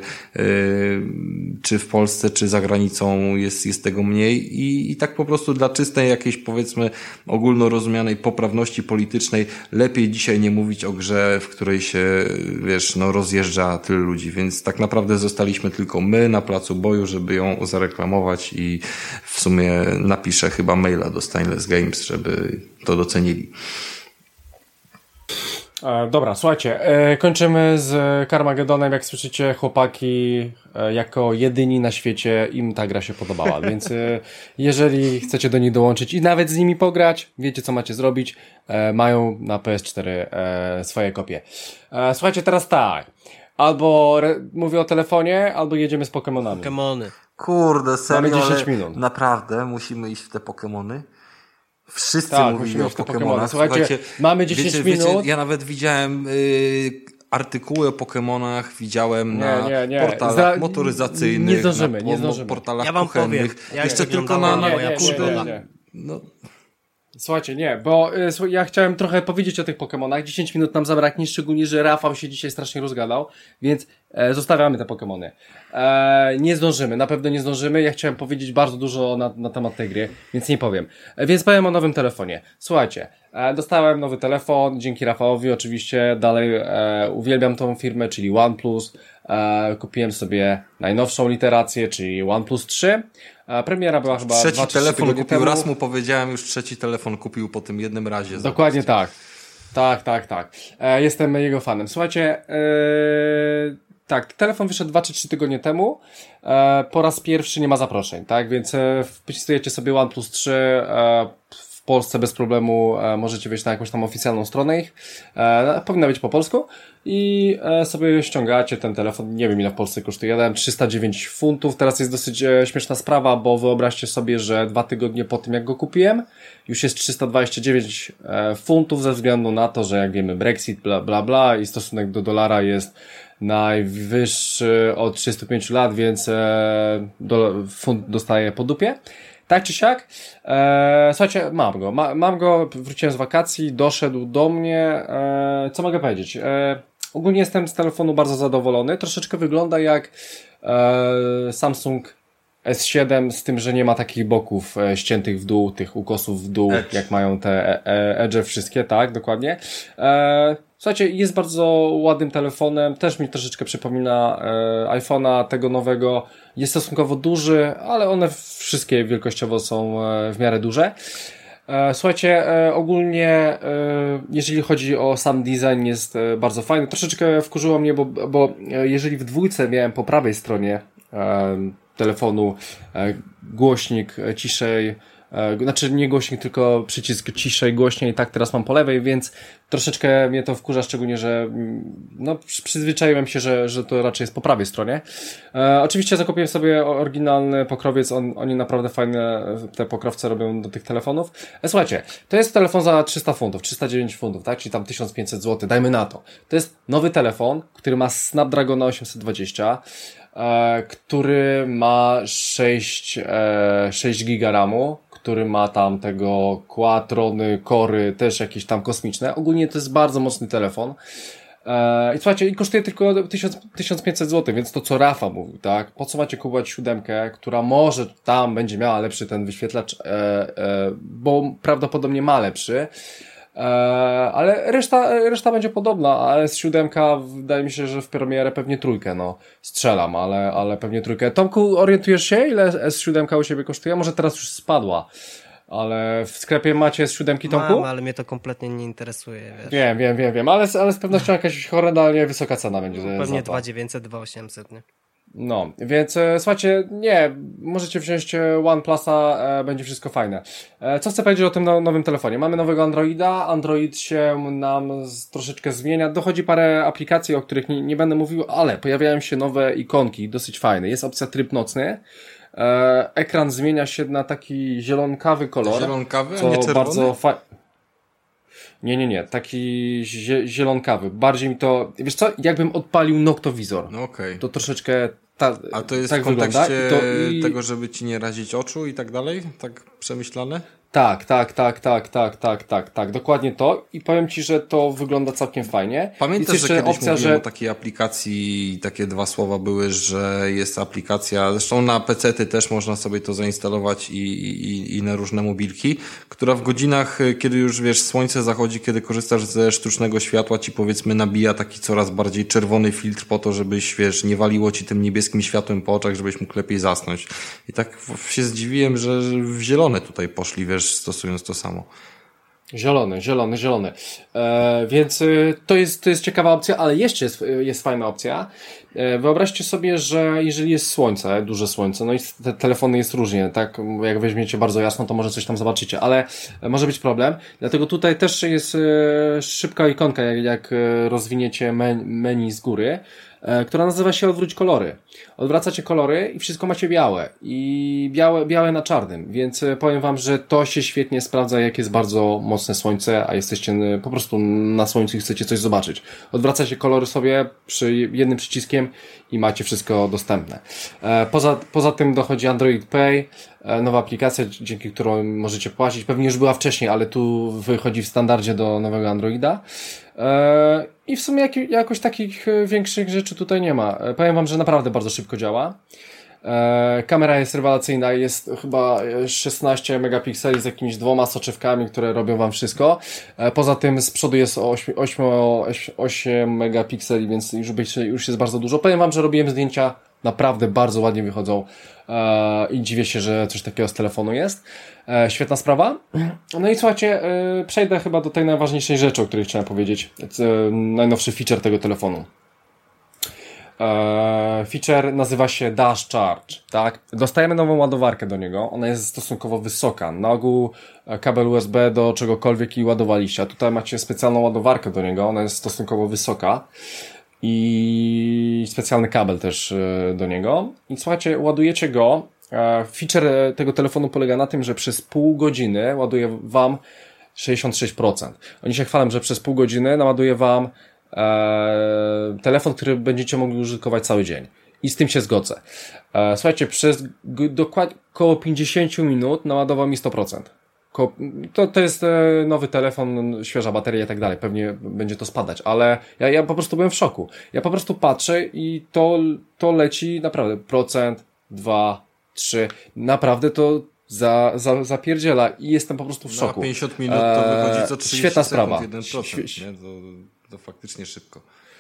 czy w Polsce, czy za granicą jest tego mniej i tak po prostu dla czystej jakiejś powiedzmy ogólnorozumianej poprawności politycznej lepiej dzisiaj nie mówić o grze, w której się, wiesz, no rozjeżdża tylu ludzi, więc tak naprawdę zostaliśmy tylko my na placu boju, żeby ją zareklamować i w sumie napiszę chyba maila do Stainless Games, żeby to docenili. Dobra, słuchajcie, kończymy z Carmageddonem. Jak słyszycie, chłopaki jako jedyni na świecie im ta gra się podobała, więc jeżeli chcecie do nich dołączyć i nawet z nimi pograć, wiecie co macie zrobić, mają na PS4 swoje kopie. Słuchajcie, teraz tak, albo mówię o telefonie, albo jedziemy z Pokemonami. Pokemony. Kurde, serio, mamy 10 minut. Naprawdę musimy iść w te Pokemony? Wszyscy tak, mówili o Pokemonach. Słuchajcie, mamy 10 minut. Ja nawet widziałem artykuły o Pokemonach, widziałem na portalach motoryzacyjnych, nie zdążymy. portalach ja wam kuchennych. powiem, jak jeszcze tylko wyglądała moja przygoda. No. Słuchajcie, nie, bo ja chciałem trochę powiedzieć o tych Pokemonach. 10 minut nam zabraknie, szczególnie, że Rafał się dzisiaj strasznie rozgadał, więc zostawiamy te Pokemony. Nie zdążymy, na pewno nie zdążymy. Ja chciałem powiedzieć bardzo dużo na temat tej gry, więc nie powiem. Więc powiem o nowym telefonie. Słuchajcie, dostałem nowy telefon, dzięki Rafałowi oczywiście, dalej uwielbiam tą firmę, czyli OnePlus. Kupiłem sobie najnowszą literację, czyli OnePlus 3. Premiera była chyba trzeci telefon kupił, temu. raz mu powiedziałem, już trzeci telefon kupił po tym jednym razie. Dokładnie tak. Tak. Jestem jego fanem. Słuchajcie, tak, telefon wyszedł 2 czy 3 tygodnie temu. Po raz pierwszy nie ma zaproszeń, tak? Więc wpisujecie sobie OnePlus 3 w Polsce bez problemu, możecie wejść na jakąś tam oficjalną stronę ich. Powinna być po polsku. I sobie ściągacie ten telefon, nie wiem ile w Polsce kosztuje, ja dałem 309 funtów, teraz jest dosyć śmieszna sprawa, bo wyobraźcie sobie, że 2 tygodnie po tym jak go kupiłem, już jest 329 funtów ze względu na to, że jak wiemy Brexit, bla bla i stosunek do dolara jest najwyższy od 35 lat, więc funt dostaje po dupie. Tak czy siak, słuchajcie, mam go, wróciłem z wakacji, doszedł do mnie, co mogę powiedzieć? Ogólnie jestem z telefonu bardzo zadowolony, troszeczkę wygląda jak Samsung S7 z tym, że nie ma takich boków ściętych w dół, tych ukosów w dół, jak mają te edge wszystkie, tak, dokładnie. Słuchajcie, jest bardzo ładnym telefonem, też mi troszeczkę przypomina iPhone'a tego nowego, jest stosunkowo duży, ale one wszystkie wielkościowo są w miarę duże. Słuchajcie, ogólnie jeżeli chodzi o sam design jest bardzo fajny, troszeczkę wkurzyło mnie, bo jeżeli w dwójce miałem po prawej stronie telefonu głośnik ciszej, znaczy nie głośnik, tylko przycisk ciszej, głośniej, tak teraz mam po lewej, więc troszeczkę mnie to wkurza, szczególnie, że no przyzwyczaiłem się, że to raczej jest po prawej stronie. Oczywiście zakupiłem sobie oryginalny pokrowiec, oni naprawdę fajne te pokrowce robią do tych telefonów. Słuchajcie, to jest telefon za 300 funtów, 309 funtów, tak, czyli tam 1500 zł, dajmy na to. To jest nowy telefon, który ma Snapdragona 820, który ma 6 giga RAMu, który ma tam tego Quatrony, Cory, też jakieś tam kosmiczne. Ogólnie to jest bardzo mocny telefon. I słuchajcie, i kosztuje tylko 1500 zł, więc to co Rafa mówił, tak? Po co macie kupować 7, która może tam będzie miała lepszy ten wyświetlacz, bo prawdopodobnie ma lepszy. Ale reszta będzie podobna, a S7 wydaje mi się, że w premierę pewnie 3, no strzelam, ale pewnie 3. Tomku, orientujesz się, ile S7 u siebie kosztuje? Może teraz już spadła, ale w sklepie macie S7, Tomku? Mam, ale mnie to kompletnie nie interesuje, wiesz. Wiem, ale z pewnością jakaś horrendalnie wysoka cena będzie. Pewnie 2900, 2800, nie? No, więc słuchajcie, nie, możecie wziąć OnePlusa, będzie wszystko fajne. Co chcę powiedzieć o tym nowym telefonie? Mamy nowego Androida, Android się nam troszeczkę zmienia, dochodzi parę aplikacji, o których nie będę mówił, ale pojawiają się nowe ikonki, dosyć fajne. Jest opcja tryb nocny, ekran zmienia się na taki zielonkawy kolor. Zielonkawy, a nie czerwony? Nie, taki zielonkawy. Bardziej mi to, wiesz co, jakbym odpalił noktowizor. No okej. To troszeczkę a to jest tak w kontekście wygląda. tego, żeby ci nie razić oczu i tak dalej? Tak przemyślane? Tak, dokładnie to i powiem Ci, że to wygląda całkiem fajnie. Pamiętasz, że kiedyś mówiłem o takiej aplikacji, takie 2 słowa były, że jest aplikacja, zresztą na PC-ty też można sobie to zainstalować i na różne mobilki, która w godzinach, kiedy już wiesz, słońce zachodzi, kiedy korzystasz ze sztucznego światła, ci powiedzmy nabija taki coraz bardziej czerwony filtr po to, żebyś, wiesz, nie waliło ci tym niebieskim światłem po oczach, żebyś mógł lepiej zasnąć. I tak się zdziwiłem, że w zielone tutaj poszli, wiesz, stosując to samo. Zielony. Więc to jest ciekawa opcja, ale jeszcze jest fajna opcja. Wyobraźcie sobie, że jeżeli jest słońce, duże słońce, no i te telefony jest różnie, tak? Jak weźmiecie bardzo jasno, to może coś tam zobaczycie, ale może być problem. Dlatego tutaj też jest szybka ikonka, jak rozwiniecie menu z góry. która nazywa się Odwróć kolory. Odwracacie kolory i wszystko macie białe. I białe na czarnym. Więc powiem wam, że to się świetnie sprawdza, jak jest bardzo mocne słońce, a jesteście po prostu na słońcu i chcecie coś zobaczyć. Odwracacie kolory sobie przy jednym przyciskiem i macie wszystko dostępne. Poza tym dochodzi Android Pay, nowa aplikacja, dzięki której możecie płacić. Pewnie już była wcześniej, ale tu wychodzi w standardzie do nowego Androida. I w sumie jakoś takich większych rzeczy tutaj nie ma. Powiem wam, że naprawdę bardzo szybko działa. Kamera jest rewelacyjna, jest chyba 16 megapikseli z jakimiś 2 soczewkami, które robią wam wszystko. Poza tym z przodu jest 8 megapikseli, więc już jest bardzo dużo. Powiem wam, że robiłem zdjęcia, naprawdę bardzo ładnie wychodzą i dziwię się, że coś takiego z telefonu jest. Świetna sprawa. No i słuchajcie, przejdę chyba do tej najważniejszej rzeczy, o której chciałem powiedzieć. Najnowszy feature tego telefonu. Feature nazywa się Dash Charge, tak? Dostajemy nową ładowarkę do niego, ona jest stosunkowo wysoka. Na ogół kabel USB do czegokolwiek i ładowaliście, a tutaj macie specjalną ładowarkę do niego, ona jest stosunkowo wysoka i specjalny kabel też do niego. I słuchajcie, ładujecie go. Feature tego telefonu polega na tym, że przez pół godziny ładuje wam 66%. Oni się chwalą, że przez pół godziny naładuje wam telefon, który będziecie mogli użytkować cały dzień. I z tym się zgodzę. Słuchajcie, przez dokładnie około 50 minut naładował mi 100%. To jest nowy telefon, świeża bateria i tak dalej. Pewnie będzie to spadać, ale ja po prostu byłem w szoku. Ja po prostu patrzę i to leci naprawdę 1%, 2%, 3%. Naprawdę to zapierdziela i jestem po prostu w szoku. Na 50 minut to wychodzi co 30 świetna sekund sprawa. 1%, nie? To faktycznie szybko.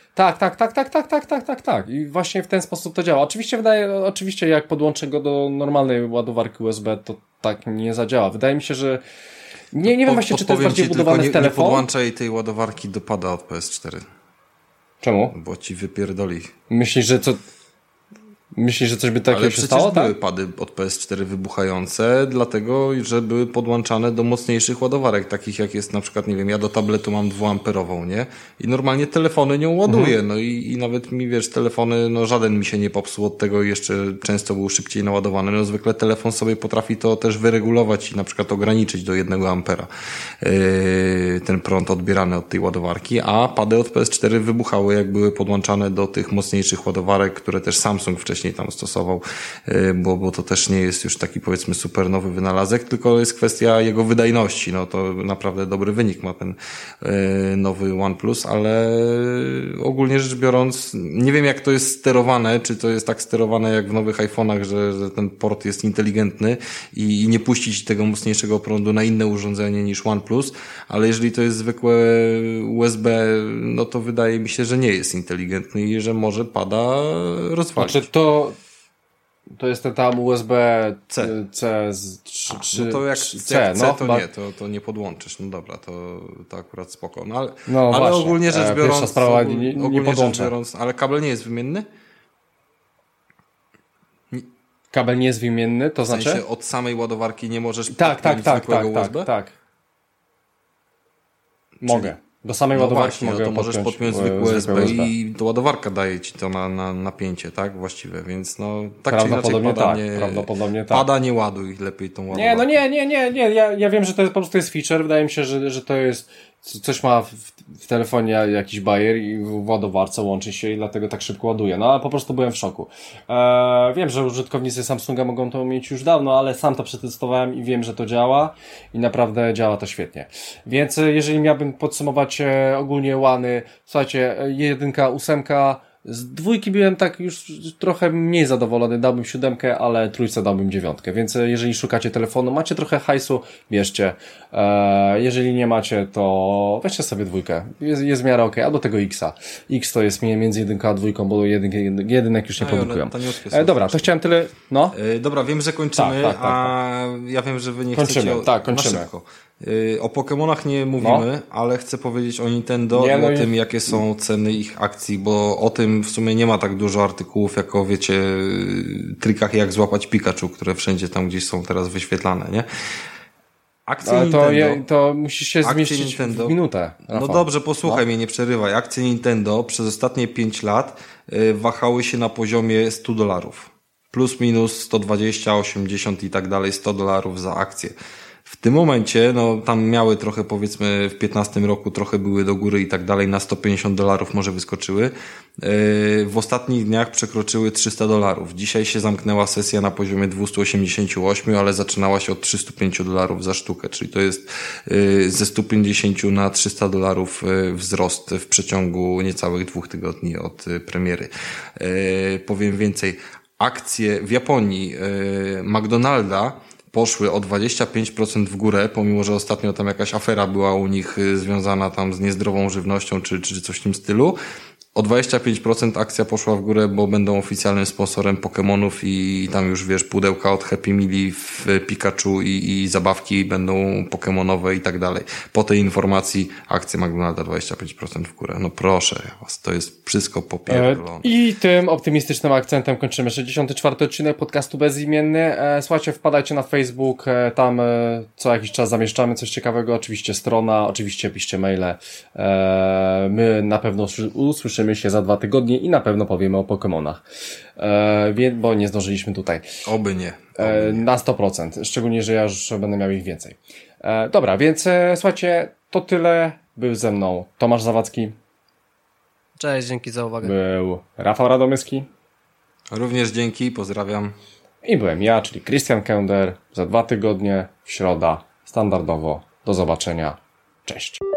Tak. I właśnie w ten sposób to działa. Oczywiście jak podłączę go do normalnej ładowarki USB, to tak nie zadziała. Wydaje mi się, że nie wiem właśnie, czy to jest bardziej budowane w telefon. Nie podłączaj tej ładowarki do pada od PS4. Czemu? Bo ci wypierdoli. Myślisz, że coś by takiego się stało? Ale przecież były pady od PS4 wybuchające, dlatego, że były podłączane do mocniejszych ładowarek, takich jak jest na przykład, nie wiem, ja do tabletu mam 2-amperową, nie? I normalnie telefony nią ładuję, no i nawet mi, wiesz, telefony, no żaden mi się nie popsuł od tego i jeszcze często był szybciej naładowany. No zwykle telefon sobie potrafi to też wyregulować i na przykład ograniczyć do 1 ampera ten prąd odbierany od tej ładowarki, a pady od PS4 wybuchały, jak były podłączane do tych mocniejszych ładowarek, które też Samsung wcześniej tam stosował, bo to też nie jest już taki, powiedzmy, super nowy wynalazek, tylko jest kwestia jego wydajności. No to naprawdę dobry wynik ma ten nowy OnePlus, ale ogólnie rzecz biorąc, nie wiem jak to jest sterowane, czy to jest tak sterowane jak w nowych iPhone'ach, że ten port jest inteligentny i nie puścić tego mocniejszego prądu na inne urządzenie niż OnePlus, ale jeżeli to jest zwykłe USB, no to wydaje mi się, że nie jest inteligentny i że może pada rozwalić. Znaczy to jest ten tam USB-C z 3, no to jak C, no, to nie, to nie podłączysz. No dobra, to akurat spoko. No, ale właśnie, ogólnie rzecz biorąc, pierwsza sprawa, nie podłączę. Ale kabel nie jest wymienny? Kabel nie jest wymienny, to w sensie znaczy? od samej ładowarki nie możesz zwykłego USB? Tak. Mogę. Do samej ładowarki mogę to możesz podpiąć zwykłe USB i to ładowarka daje ci to na napięcie, tak? Właściwe, więc no tak czy inaczej prawdopodobnie pada nie ładuj, lepiej tą ładowarkę. Nie, no nie. Ja wiem, że to jest, po prostu jest feature. Wydaje mi się, że to jest coś ma w telefonie jakiś bajer i w ładowarce łączy się i dlatego tak szybko ładuje. No ale po prostu byłem w szoku. Wiem, że użytkownicy Samsunga mogą to mieć już dawno, ale sam to przetestowałem i wiem, że to działa i naprawdę działa to świetnie. Więc jeżeli miałbym podsumować ogólnie łany, słuchajcie, 1, 8, z 2 byłem tak już trochę mniej zadowolony, dałbym 7, ale 3 dałbym 9. Więc jeżeli szukacie telefonu, macie trochę hajsu, bierzcie. Jeżeli nie macie, to weźcie sobie 2. Jest w miarę okej. Albo tego X-a. X to jest między 1 a 2, bo jedynek już nie produkują. Dobra, to chciałem tyle. No. Dobra, wiem, że kończymy, tak. A ja wiem, że wy nie kończymy. chcecie... Kończymy. O Pokemonach nie mówimy, ale chcę powiedzieć o Nintendo i o tym, jakie są ceny ich akcji, bo o tym w sumie nie ma tak dużo artykułów, jak o, wiecie, trikach jak złapać Pikachu, które wszędzie tam gdzieś są teraz wyświetlane, nie? Akcje Ale Nintendo. to musisz się Akcje zmieścić Nintendo. w minutę. No Rafał. dobrze, posłuchaj mnie, nie przerywaj. Akcje Nintendo przez ostatnie 5 lat wahały się na poziomie $100. Plus minus 120, 80 i tak dalej, $100 za akcję. W tym momencie, no tam miały trochę, powiedzmy w 15 roku trochę były do góry i tak dalej, na $150 może wyskoczyły. W ostatnich dniach przekroczyły $300. Dzisiaj się zamknęła sesja na poziomie 288, ale zaczynała się od $305 za sztukę, czyli to jest ze 150 na $300 wzrost w przeciągu niecałych 2 tygodni od premiery. Powiem więcej, akcje w Japonii McDonalda poszły o 25% w górę, pomimo że ostatnio tam jakaś afera była u nich związana tam z niezdrową żywnością czy coś w tym stylu. O 25% akcja poszła w górę, bo będą oficjalnym sponsorem Pokemonów i tam już wiesz, pudełka od Happy Meali w Pikachu i zabawki będą pokemonowe i tak dalej. Po tej informacji akcja McDonalda 25% w górę. No proszę was, to jest wszystko popierdolone. I tym optymistycznym akcentem kończymy 64. odcinek podcastu Bezimienny. Słuchajcie, wpadajcie na Facebook, tam co jakiś czas zamieszczamy coś ciekawego, oczywiście strona, oczywiście piszcie maile. My na pewno usłyszymy się za 2 tygodnie i na pewno powiemy o Pokemonach. Bo nie zdążyliśmy tutaj. Oby nie. Na 100%. Szczególnie, że ja już będę miał ich więcej. Dobra, więc słuchajcie, to tyle. Był ze mną Tomasz Zawadzki. Cześć, dzięki za uwagę. Był Rafał Radomyski. Również dzięki, pozdrawiam. I byłem ja, czyli Christian Kender. Za 2 tygodnie, w środę, standardowo. Do zobaczenia. Cześć.